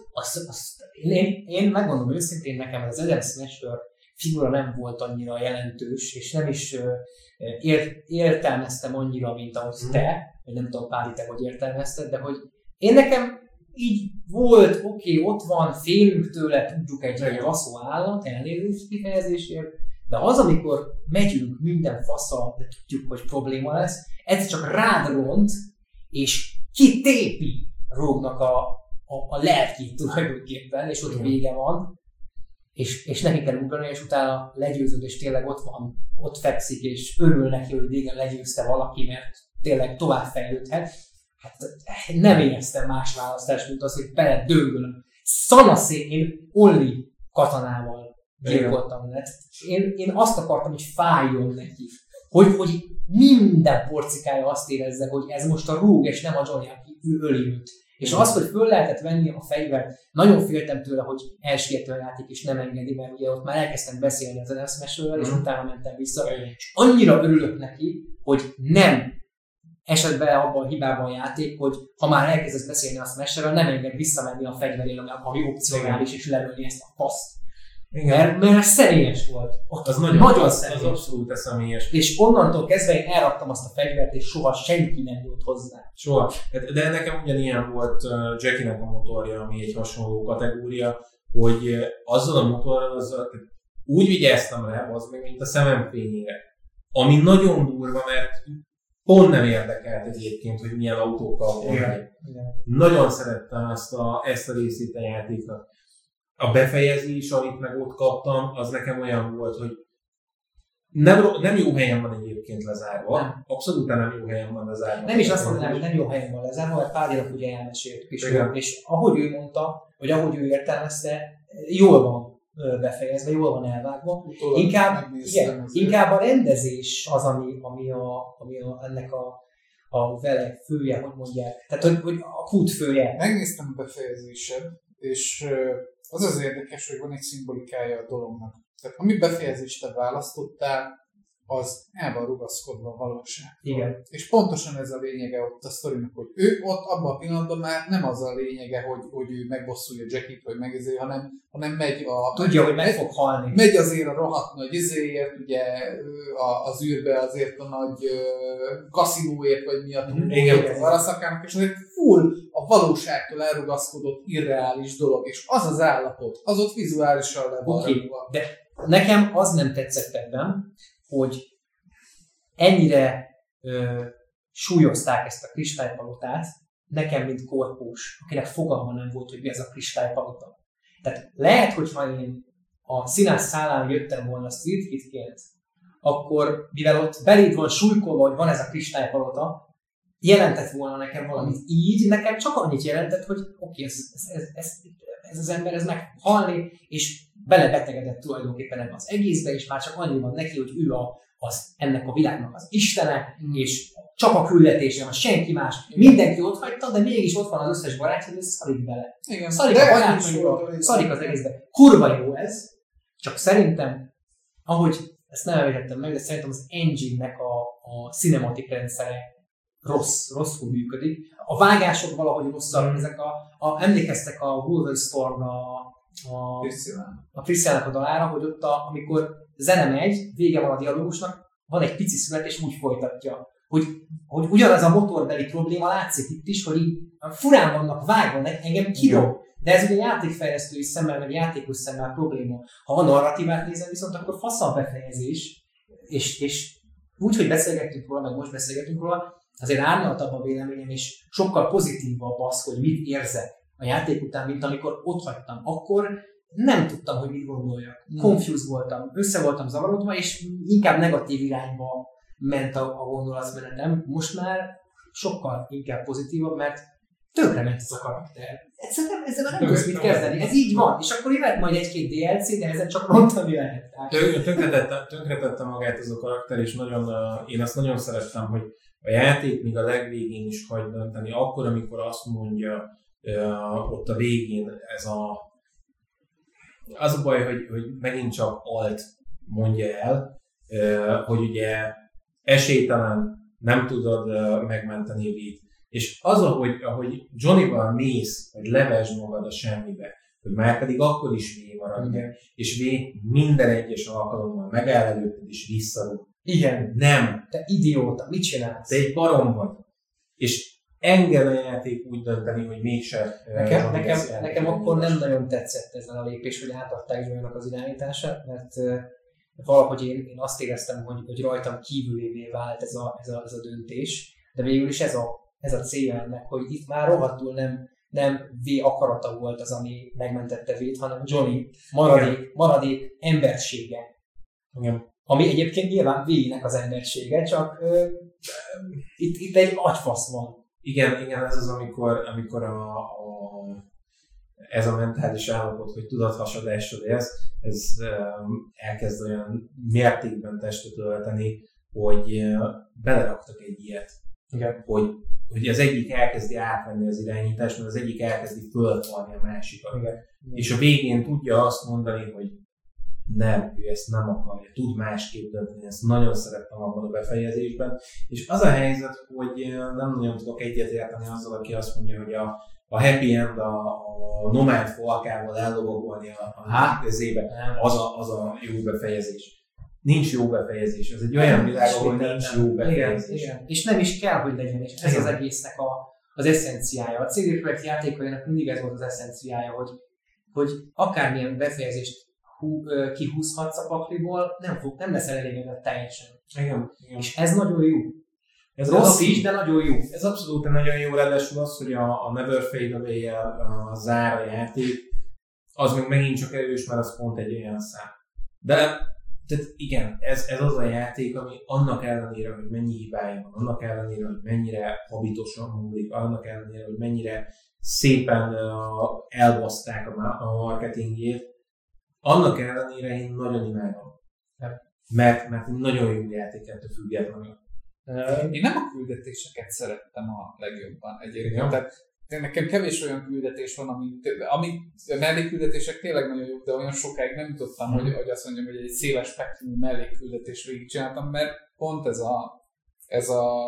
én megmondom őszintén, nekem az Adam Smasher figura nem volt annyira jelentős, és nem is értelmeztem annyira, mint ahogy te, vagy nem tudom, Páli, te hogy értelmezted, de hogy én nekem így volt, oké, ott van, félünk tőle, tudjuk egy raszó állat, elnézést kifejezésért, de az, amikor megyünk minden faszal, de tudjuk, hogy probléma lesz, ez csak rád ront, és kitépi Rogue-nak a lelkét tulajdonképpen, és ott vége van, és neki kell ugrani, és utána legyőzöd, és tényleg ott van, ott fekszik, és örül neki, hogy végén legyőzte valaki, mert tényleg tovább fejlődhet. Hát nem éreztem más választást, mint az, hogy beledőlöm. Szanaszén Olli katonával gyilkoltam le. Én azt akartam, hogy fájjon neki. Hogy minden porcikája azt érezze, hogy ez most a Rogue, és nem a Johnny, aki öli őt. És az, hogy föl lehetett venni a fegyvert, nagyon féltem tőle, hogy elsiető a játék, és nem engedi, mert ugye ott már elkezdtem beszélni az Adam Smasherrel, és utána mentem vissza. És annyira örülök neki, hogy nem esett bele abban a hibában a játék, hogy ha már elkezdesz beszélni a Smasherrel, nem enged visszamenni a fegyverén, ami opcionális, és lelőni ezt a paszt. Mert ez személyes volt. Ott az nagyon személyes. Az abszolút személyes. És onnantól kezdve én elraktam azt a fegyvert, és soha senki nem jött hozzá. Soha. De nekem ugyanilyen volt Jackie-nek a motorja, ami egy hasonló kategória, hogy azzal a motorral úgy vigyáztam rá, az még mint a szemem fényére. Ami nagyon durva, mert pont nem érdekelt egyébként, hogy milyen autókkal volna. Nagyon szerettem ezt a részét a játéknak. A befejezés, amit meg ott kaptam, az nekem olyan volt, hogy nem jó helyen van egyébként lezárva. Nem. Abszolút nem jó helyen van lezárva. Nem is azt mondanám, hogy nem jó helyen van lezárva, mert Pálinak ugye elmeséltük is. És ahogy ő mondta, vagy ahogy ő értelmezte, jól van befejezve, jól van elvágva. Inkább a rendezés az, ami ennek a vele fője, hogy mondják. Tehát, hogy a kút fője. Megnéztem a befejezésed, és az érdekes, hogy van egy szimbolikája a dolognak. Tehát ami befejezést te választottál, az el van rugaszkodva a valóság. Igen. És pontosan ez a lényege ott a sztorinak, hogy ő ott abban a pillanatban már nem az a lényege, hogy ő megbosszulja Jackie-t, vagy megizé, hanem megy a... Tudja, hogy meg fog halni. Megy azért a rohadt nagy izéért, ugye az űrbe azért a nagy kaszinóért, vagy mi a túlóért az araszakának, és azért full a valóságtól elrugaszkodott irreális dolog, és az állapot, az ott vizuálisan le van. De nekem az nem tetszett ebben, hogy ennyire súlyozták ezt a kristálypalotát, nekem, mint korpós, akinek fogalma nem volt, hogy mi ez a kristálypalota. Tehát lehet, hogyha én a színász szállán jöttem volna Street Kidként, akkor, mivel ott beléd van súlykolva, hogy van ez a kristálypalota, jelentett volna nekem valamit. Így nekem csak annyit jelentett, hogy oké, ez az ember ez meg fog halni, és belebetegedett tulajdonképpen ebbe az egészbe, és már csak annyi van neki, hogy ő ennek a világnak az istene, és csak a küldetése van, senki más. Mindenki ott hagyta, de mégis ott van az összes barátja, hogy szarik bele. Igen, szarik a barátjaiba, szarik az egészbe. Kurva jó ez, csak szerintem, ahogy ezt nem említettem meg, de szerintem az engine-nek a cinematic rendszere rosszul működik. A vágások valahogy rosszak, ezek emlékeztek a Wolverine a Christiannak a dalára, hogy ott amikor zene megy, vége van a dialógusnak, van egy pici szünet, és úgy folytatja. Hogy ugyanaz a motorbeli probléma látszik itt is, hogy így furán vannak vágva, engem kidob. De ez ugye játékfejlesztői szemmel, meg játékos szemmel probléma. Ha a narratívát nézem, viszont akkor fasz a befejezés, és úgy, hogy beszélgettünk róla, meg most beszélgetünk róla, azért árnyaltabb a véleményem, és sokkal pozitívabb az, hogy mit érzek a játék után, mint amikor ott hagytam. Akkor nem tudtam, hogy mit gondoljak. Confused voltam, össze voltam zavarodva, és inkább negatív irányba ment a gondolatmenetem. Most már sokkal inkább pozitívabb, mert tönkrement ez a karakter. Ezzel nem tudsz mit kezdeni, ez így van. És akkor jöhet majd egy-két DLC, de ezen csak rontani lehet. Tönkretette magát ez a karakter, és én azt nagyon szerettem, hogy a játék még a legvégén is hagy dönteni. Akkor, amikor azt mondja ott a végén az a baj, hogy megint csak alt mondja el, hogy ugye esélytelen, nem tudod megmenteni Vét. És az, ahogy Johnnyval mész, hogy levesd magad a semmibe, hogy már pedig akkor is V marad meg, és V minden egyes alkalommal megáll előtted és visszarúg. Igen. Nem. Te idióta, mit csinálsz? Te egy barom vagy. És engem a játék úgy dönteni, hogy mégse... Nekem akkor nem nagyon tetszett ez a lépés, hogy átadták Johnnynak az irányítását, mert valahogy én azt éreztem, hogy rajtam kívülévé vált ez a döntés, de végül is ez a célja ennek, hogy itt már rohadtul nem V akarata volt az, ami megmentette V-t, hanem Johnny maradék embersége. Igen. Ami egyébként nyilván V-nek az embersége, csak itt egy agyfasz van. Igen, ez az, amikor ez a mentális állapot, hogy tudathasadásod ez elkezd olyan mértékben testet ölteni, hogy beleraktak egy ilyet. Igen. Hogy az egyik elkezdi átvenni az irányítást, mert az egyik elkezdi föltolni a másikat. Igen. És a végén tudja azt mondani, hogy nem, ő ezt nem akarja, tud másképp dönteni, ezt nagyon szerettem abban a befejezésben. És az a helyzet, hogy nem nagyon tudok egyetérteni azzal, aki azt mondja, hogy a happy end a nomád falkával ellovagolni a közébe, az a jó befejezés. Nincs jó befejezés, ez egy olyan világ, ahol nincs jó befejezés. Igen. És nem is kell, hogy legyen, és ez az egésznek az eszenciája. A CD Projekt játékainak mindig ez volt az eszenciája, hogy akármilyen befejezést kihúzhatsz a pakliból, nem leszel elégedett teljesen. Igen. És ez nagyon jó. Ez rossz is, de nagyon jó. Ez abszolút nagyon jó, ráadásul az, hogy a Never Fade Away-jel zár a játék, az még megint csak erős, mert az pont egy olyan szám. De tehát igen, ez az a játék, ami annak ellenére, hogy mennyi hibája van, annak ellenére, hogy mennyire habitosan múlik, annak ellenére, hogy mennyire szépen elbaszták a marketingjét, annak ellenére én nagyon imádom. Mert nagyon jó játék ettől függetlenül. Én nem a küldetéseket szerettem a legjobban egyébként. Tehát nekem kevés olyan küldetés van, ami mellékküldetések tényleg nagyon jók, de olyan sokáig nem jutottam, hogy azt mondjam, hogy egy széles spektrumú mellékküldetést végigcsináltam, mert pont ez a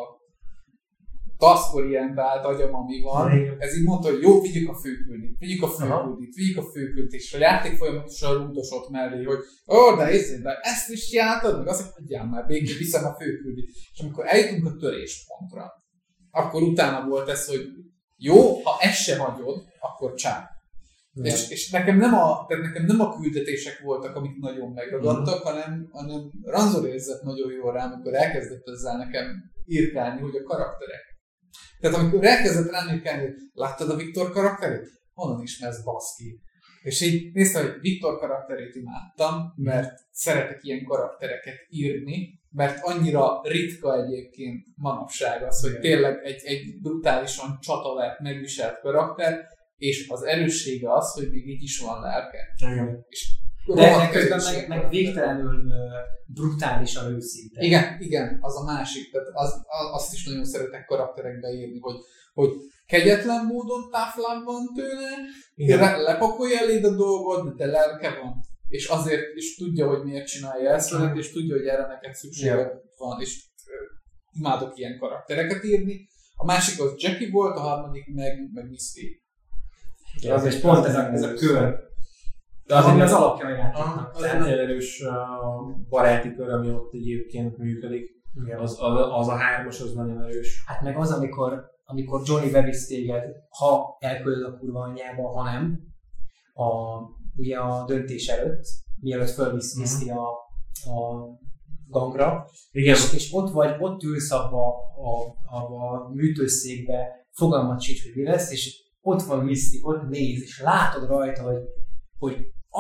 task-orientált agyam, ami van, ez így mondta, hogy jó, vigyük a főküldit, vigyük a főküldit, és a játék folyamatosan rúdosott mellé, hogy de ezt is csináltad, meg azt mondja, már békén viszem a főküldit. És amikor eljutunk a töréspontra, akkor utána volt ez, hogy jó, ha ezt se hagyod, akkor csá. És nekem nem a küldetések voltak, amik nagyon megragadtak, hanem Ranzor érzett nagyon jól rá, amikor elkezdett ezzel nekem írkálni, hogy a karakterek. Tehát amikor elkezdett rám írkálni, hogy láttad a Viktor karakterét? Honnan ismersz, baszki? És így néztem, hogy Viktor karakterét imádtam, mert szeretek ilyen karaktereket írni, mert annyira ritka egyébként manapság az, hogy tényleg egy brutálisan csatavert, megviselt karakter, és az erőssége az, hogy még így is van lelke. És de közben meg végtelenül brutálisan őszinte. Igen, az a másik. Tehát azt is nagyon szeretek karakterekbe írni, hogy kegyetlen módon táflán van tőle, lepakolja eléd a dolgot, de lelke van. És azért is tudja, hogy miért csinálja ezt, és tudja, hogy erre neked szükséged van, és imádok ilyen karaktereket írni. A másik az Jackie volt, a harmadik meg Misty. Ja, az is pont ez a kör. De az alapja a játéknak. Az egy nagyon erős baráti kör, ami ott egyébként működik. Az a hármas, az nagyon erős. Hát meg az, amikor Johnny bevisz téged, ha elküldöd a kurva anyjába, ha nem, ugye a döntés előtt, mielőtt fölvisz Misty a gangra, igen. És ott ülsz abba a műtőszékbe, fogalmat sincs, hogy mi lesz, és ott van Misty, ott néz, és látod rajta, hogy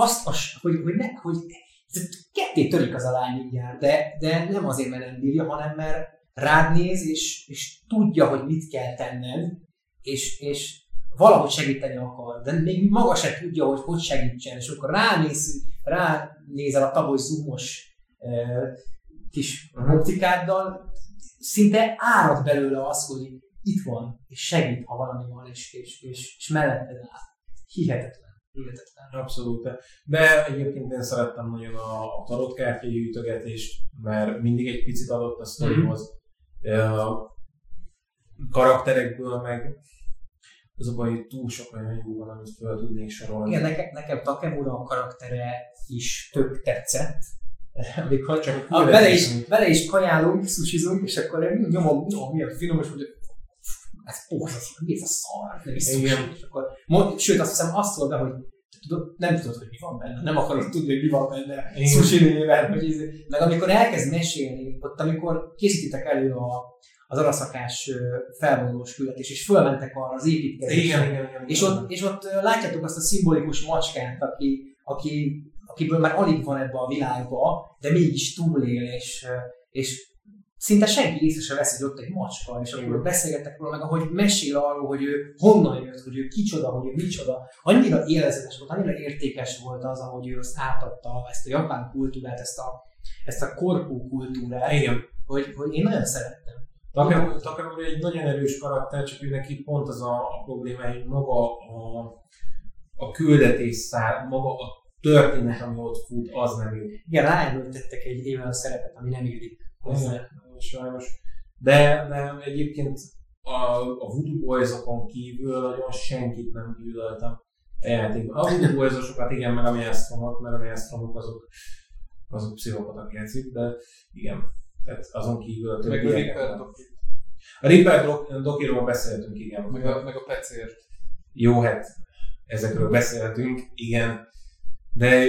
ketté törik az a lány mindjárt, de nem azért, mert nem bírja, hanem mert rád néz, és tudja, hogy mit kell tenned, és valahogy segíteni akar, de még maga se tudja, hogy segítsen, és akkor ránézel a tavaly zoomos kis optikáddal, szinte árad belőle az, hogy itt van, és segít, ha valami van, és melletted áll. Hihetetlen. Abszolút. De egyébként én szerettem nagyon a tarotkártyai ütögetést, mert mindig egy picit adott a sztorihoz. Karakterekből meg az a baj, hogy túl sok olyan jó van, amit fel tudnék sorolni. Igen, nekem Takemura a karaktere is tök tetszett. Amikor csak vele is kajálunk, sushizunk, és akkor nyomom, milyen finom, és hogy ez borzasztó, mi ez a szar, nem is sushi. És akkor, sőt, azt hiszem azt szól be, hogy nem tudod, hogy mi van benne, nem akarod tudni, hogy mi van benne sushi néven. Meg amikor elkezd mesélni, ott amikor készítitek elő az araszakás felvonulós küldetés, és fölmentek arra az építkezésre, és ott látjátok azt a szimbolikus macskát, akiből már alig van ebbe a világba, de mégis túlél, és szinte senki észre se vesz, hogy ott egy macska, és akkor beszélgettek róla, meg ahogy mesél arról, hogy ő honnan jött, hogy ő kicsoda, hogy ő micsoda. Annyira élvezetes volt, annyira értékes volt az, ahogy ő azt átadta, ezt a japán kultúrát, ezt a korpú kultúrát, hogy én nagyon szerettem. Takemura egy nagyon erős karakter, csak ő neki pont az a probléma, hogy maga a küldetésszár, maga a történet, ami ott fut, az nem jó. Igen, ráerőltettek egy olyan szerepet, ami nem illik. Sajnos. De egyébként a Voodoo Boys-okon kívül nagyon senkit nem gyűlöltem a játékban. A Voodoo Boys-osokat igen, meg a Maelstromok, mert a Maelstromok azok pszichopatak játszik, de igen. Tehát azon kívül a többiek. A Ripper Dokiról beszéltünk, igen. Meg a Pecért. Jó, hát ezekről beszéltünk, igen. De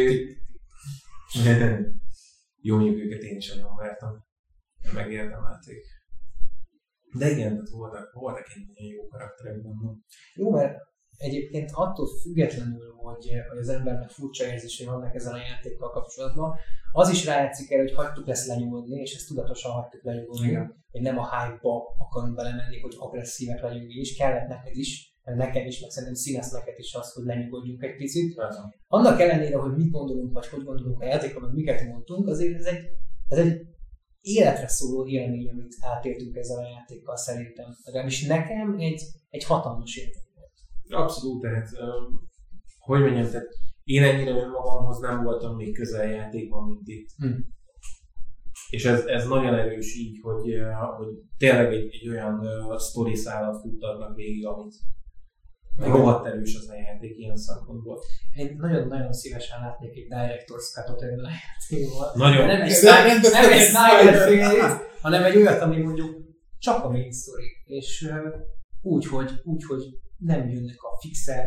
jó, mondjuk őket én is nagyon vártam. Megérdemelték. De igen, tehát voltak egy nagyon jó karakterek benne. Jó, mert egyébként attól függetlenül, hogy az embernek furcsa érzései vannak ezen a játékkal kapcsolatban, az is rájátszik erre, hogy hagytuk ezt lenyugodni, és ezt tudatosan hagytuk lenyugodni, hogy nem a hype-ba akarunk belemenni, hogy agresszívek legyünk is, kellett neked is, nekem is, meg szerintem színes neked is az, hogy lenyugodjunk egy picit. Annak ellenére, hogy mit gondolunk, vagy hogy gondolunk a játékra, meg miket mondtunk, azért ez egy életre szóló élmény, amit átéltünk ezzel a játékkal szerintem. Legalábbis nekem egy hatalmas élmény volt. Abszolút, tehát hogy mondjam, tehát én ennyire önmagamhoz nem voltam még közel játékban, mint itt. És ez nagyon erős így, hogy tényleg egy olyan sztori szállat futtatnak végig, amit rohadt erős az a játék ilyen szempontból. Én nagyon-nagyon szívesen látnék egy Director's Cut-ot ebben a játékban. Nagyon. Nem egy Snyder Film, hanem egy olyat, ami mondjuk csak a main story. És úgy, hogy nem jönnek a fixer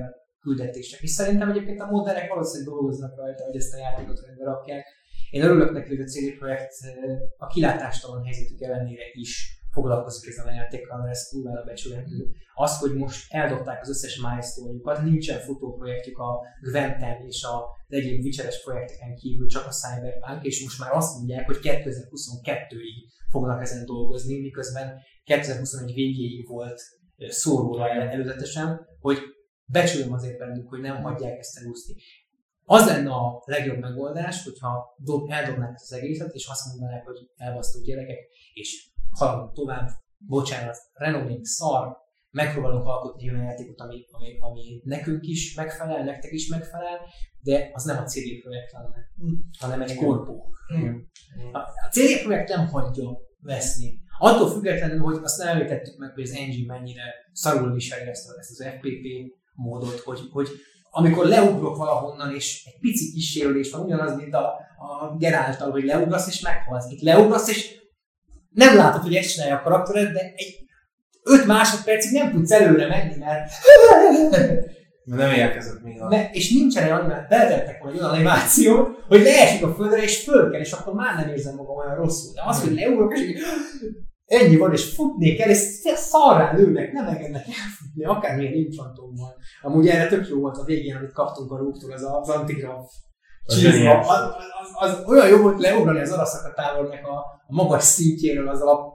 küldetések. És szerintem egyébként a modderek valószínűleg dolgoznak rajta, hogy ezt a játékot rendbe rakják. Én örülök neki, hogy a CD Projekt a kilátástalan helyzetük ellenére is foglalkozik ezzel a játékkal, mert ez kurvára becsülendő. Az, hogy most eldobták az összes milestone-jukat, nincsen futóprojektjük a Gwenten és az egyéb Witcher-es projekteken kívül, csak a Cyberpunk, és most már azt mondják, hogy 2022-ig fognak ezen dolgozni, miközben 2021 végéig volt szó előzetesen, hogy becsülöm azért bennük, hogy nem hagyják ezt elúszni. Az lenne a legjobb megoldás, hogyha eldobnák ezt az egészet, és azt mondanák, hogy elbasztuk gyerekek, és haladunk tovább, bocsánat, renoménk szar, megpróbálunk alkotni olyan játékot, ami nekünk is megfelel, nektek is megfelel, de az nem a CD Projekt lenne, hanem egy korpó. A CD Projekt nem hagyja veszni. Attól függetlenül, hogy azt nem említettük meg, hogy az engine mennyire szarul viseli ezt az FPP módot, hogy amikor leugrok valahonnan, és egy pici kis sérülés van, ugyanaz, mint a Geráltal, hogy leugrasz és meghalsz. Itt leugrasz, és nem látod, hogy ezt csinálja a karaktered, de egy 5 másodpercig nem tudsz előre menni, mert nem érkezett még a... És nincsen egy animáció, beletettek volna egy olyan animáció, hogy leesik a földre és fölkel, és akkor már nem érzem magam olyan rosszul. De az, hogy leugrok, és ennyi van, és futni kell, és szarrá lőnek, nem engednek elfutni, akármilyen inflantommal. Amúgy erre tök jó volt a végén, amit kaptunk a rúgtól, az antigraf csizma. Az olyan jó volt leugrani az Arasaka Towernek a magas szintjéről, azzal a...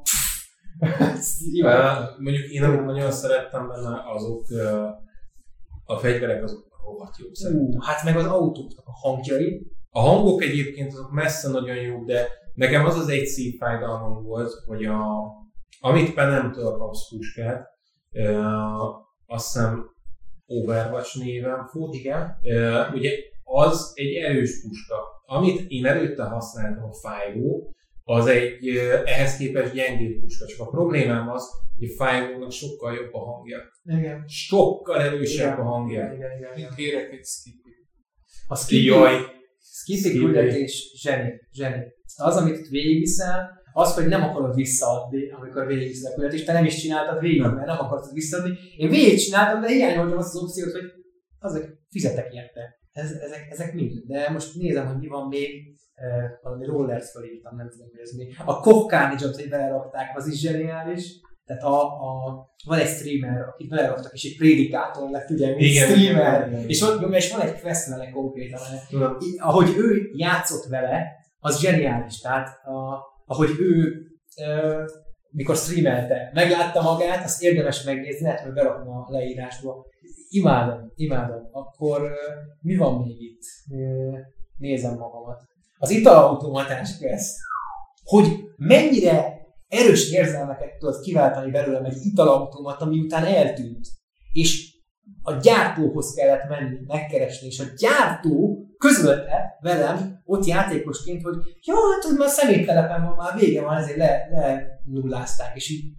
Mondjuk én nagyon szerettem benne azok, a fegyverek azok rohadt jók szerintem. Hát meg az autóknak a hangjai. A hangok egyébként azok messze nagyon jók, de nekem az egy szívfájdalmam volt, hogy amit Penemtől kapsz puskát, azt hiszem Overwatch néven fut, igen. Ugye az egy erős puska. Amit én előtte használtam, a Fájó, az egy ehhez képest gyengébb puska. Csak a problémám az, hogy a Fájónak sokkal jobb a hangja. Igen. Sokkal erősebb a hangja. Igen. Kérek egy Skippy. A Skippy küldetés zseni. Az, amit itt végigviszel, az, hogy nem akarod visszaadni, amikor végigviszel a küldetést, te nem is csináltad végig, mert nem akartad visszaadni. Én végig csináltam, de hiányoltam azt az opciót, hogy azok fizetek érte. Ezek mind. De most nézem, hogy mi van még. Valami rollert felírtam, nem tudom, hogy ez mi. A Koch Carnage-ot, hogy belerakták, az is zseniális. Tehát van egy streamer, akit beleraktak, és egy prédikátor lett, ugye, mint streamer. Igen. És van egy quest vele konkrétan. Ahogy ő játszott vele, az zseniális. Tehát ahogy ő mikor streamelte, meglátta magát, azt érdemes megnézni, lehet, hogy berakom a leírásba. Imádom. Akkor mi van még itt? Nézem magamat. Az italautomatás quest, hogy mennyire erős érzelmeket tudod kiváltani belőlem egy italautomata, miután eltűnt. És a gyártóhoz kellett menni, megkeresni, és a gyártó közölte velem ott játékosként, hogy ja, hát hogy már a szeméttelepen van, már vége van, ezért lenullázták, és így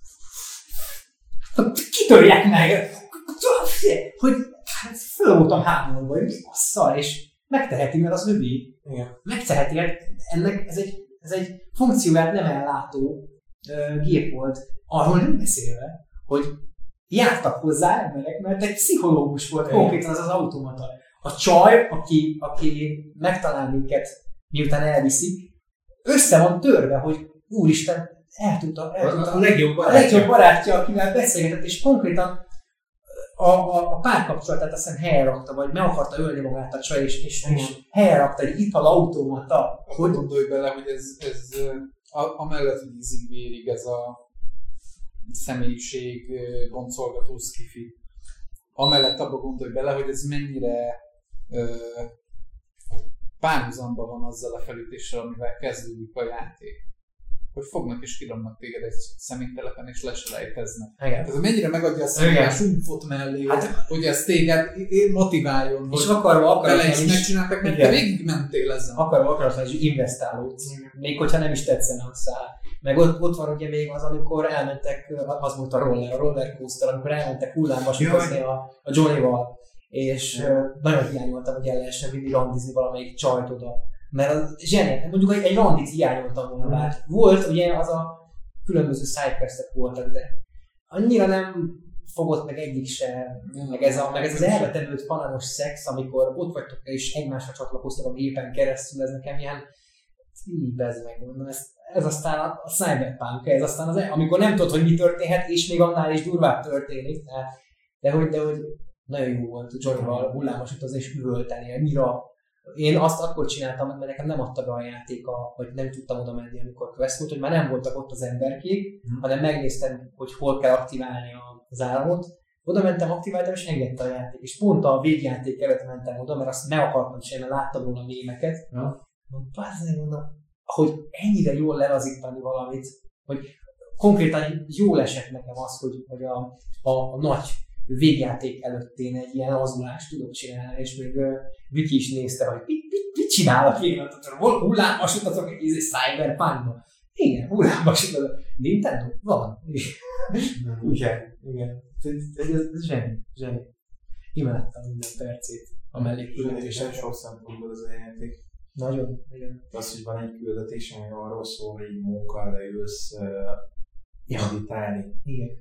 kitörjek meg, hogy hát föl voltam háborúban, hogy mi a szar, és megteheti, mert az övé. Megteheti, ennek ez egy funkcióját nem ellátó gép volt. Arról nem beszélve, hogy jártak hozzá emberek, mert egy pszichológus volt konkrétan az automata. A csaj, aki megtalál minket, miután elviszik, össze van törve, hogy úristen, eltudta a legjobb barátja, akivel beszélgetett, és konkrétan a párkapcsolatát azt hiszem helyre rakta, vagy meg akarta ölni magát a csaj, és helyre rakta egy italautomata. Hogy gondolj bele, hogy ez amellett, hogy ízig-vérig ez a személyiség boncolgató skifi, amellett abba gondolj bele, hogy ez mennyire párhuzamban van azzal a felütéssel, amivel kezdődik a játék. Hogy fognak és kiramnak téged egy személytelepen és leselejteznek. Ez mennyire megadja a személyes infot mellé, hogy ez téged motiváljon, és akarva is megcsináltak, mert te végig mentél ezen. Akarva is investálódsz, még hogyha nem is tetszene a szál. Meg ott van ugye még az, amikor elmentek, az volt a roller coaster, amikor elmentek hullámvasútozni a Johnny-val, és nagyon hiányoltam, hogy el lehessen vinni randizni valamelyik csajt oda. Mert az zseniális, mondjuk egy randit hiányoltam volna bár. Volt ugye az a különböző sidequestek voltak, de annyira nem fogott meg egyik se, meg ez az elvetemült pananos szex, amikor ott vagytok és egymásra csatlakoztak a gépen keresztül, ez nekem ilyen bezd meg, mondom, ez aztán a cyberpunk, ez aztán amikor nem tudod, hogy mi történhet, és még annál is durvább történik, de hogy nagyon jó volt Johnny-val hullámos utazni és üvölteni, annyira. Én azt akkor csináltam, mert nekem nem adta be a játéka, vagy nem tudtam oda menni, amikor quest volt, hogy már nem voltak ott az emberkék, hanem megnéztem, hogy hol kell aktiválni az áramot. Oda mentem, aktiváltam, és engedte a játék. És pont a végjáték előtt mentem oda, mert azt meg akartam csinálni, mert láttam volna a mémeket. Mondom, hogy ennyire jól lelazítani valamit, hogy konkrétan jól esett nekem az, hogy a nagy végjáték előtt én egy ilyen lazulást tudok csinálni, és még Viki is nézte, hogy mit csinálok én? Hullámos utazok egy Cyberpunkban. Igen, hullámos utazok. Nintendo? Van. Igen. Ez zseni. Imádtam minden percét a mellékküldetésen. Sok szempontból az a játék. Nagyon, igen. Az, hogy van egy küldetés, ami arról szól, hogy egy mókkal leülsz meditálni. Igen.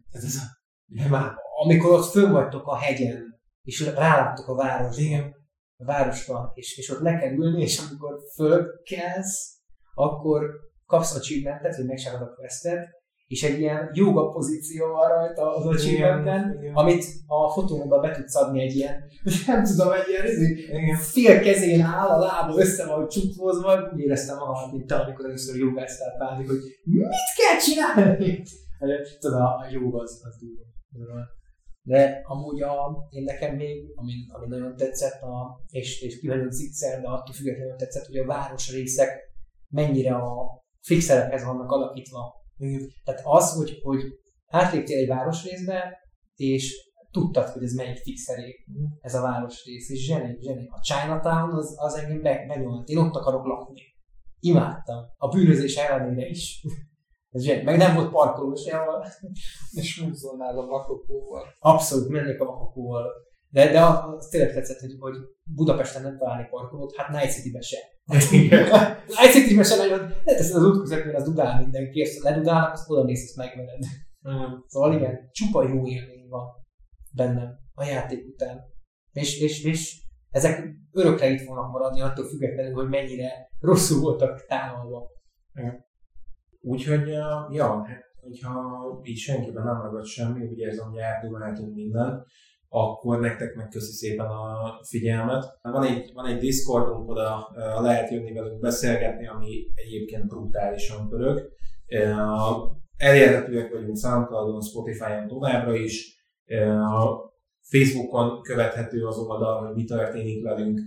Amikor ott fönn vagytok a hegyen, és ráláttok a városba, igen. A városba, és ott le kell ülni, és amikor fölkelsz, akkor kapsz achievementet, hogy megcsinálod a questet, és egy ilyen jóga pozíció van rajta az achievementen, amit a fotómban be tudsz adni egy ilyen, nem tudom, egy ilyen fél kezén áll, a lába össze van csútvózva, úgy éreztem magam, mint te, amikor először jogáztál Pánik, hogy mit kell csinálni? Tudod, a jóga az durva. De amúgy én nekem még, ami nagyon tetszett, és kihagyott Zixer, de attól függetlenül tetszett, hogy a városrészek mennyire a fixerekhez vannak alakítva. Tehát az, hogy átléptél egy városrészbe, és tudtad, hogy ez melyik fixeré, ez a városrész, és zseni. A Chinatown az engem benyolt, én ott akarok lakni. Imádtam. A bűnözés ellenére is. Ez zseni. Meg nem volt parkoló sehol. És múzolnál a vakokóval. Abszolút, mennék a vakokóval. De az tényleg tetszett, hogy Budapesten nem találni parkolót, hát Night City-ben se. Night City-ben se nagyon, ez az út közepén, az dudál mindenki, és ledudálnak, azt oda mész, azt megvered. Szóval igen, csupa jó élmény van bennem a játék után. És ezek örökre itt fognak maradni, attól függetlenül, hogy mennyire rosszul voltak tálalva. Úgyhogy, hogyha így senkiben nem ragad semmi, úgy érzem, hogy átdugáltunk mindent, akkor nektek meg köszi szépen a figyelmet. Van egy Discordunk, oda lehet jönni velünk beszélgetni, ami egyébként brutálisan pörög. Elérhetőek vagyunk SoundCloudon, Spotify-on továbbra is. Facebookon követhető az oldal, hogy mi történik velünk.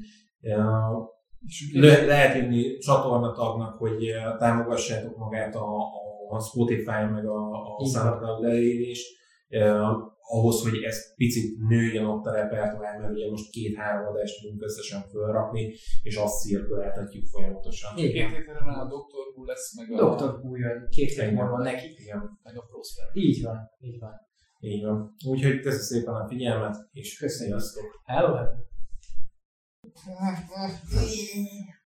Lehet jönni csatornatagnak, hogy támogassátok magát a Spotify meg a SoundCloud elérést. Ahhoz, hogy ez picit nőjön ott a repertoár, mert ugye most 2-3 adást tudunk összesen fölrakni, és azt cirkuláltatjuk folyamatosan. 2 hétre már a Dr. Who lesz, meg a... Dr. Who jön, 2 hét múlva neki. Igen. Meg a Prosper. Így van. Úgyhogy köszönöm szépen a figyelmet, és köszönjük. Sziasztok! Hello.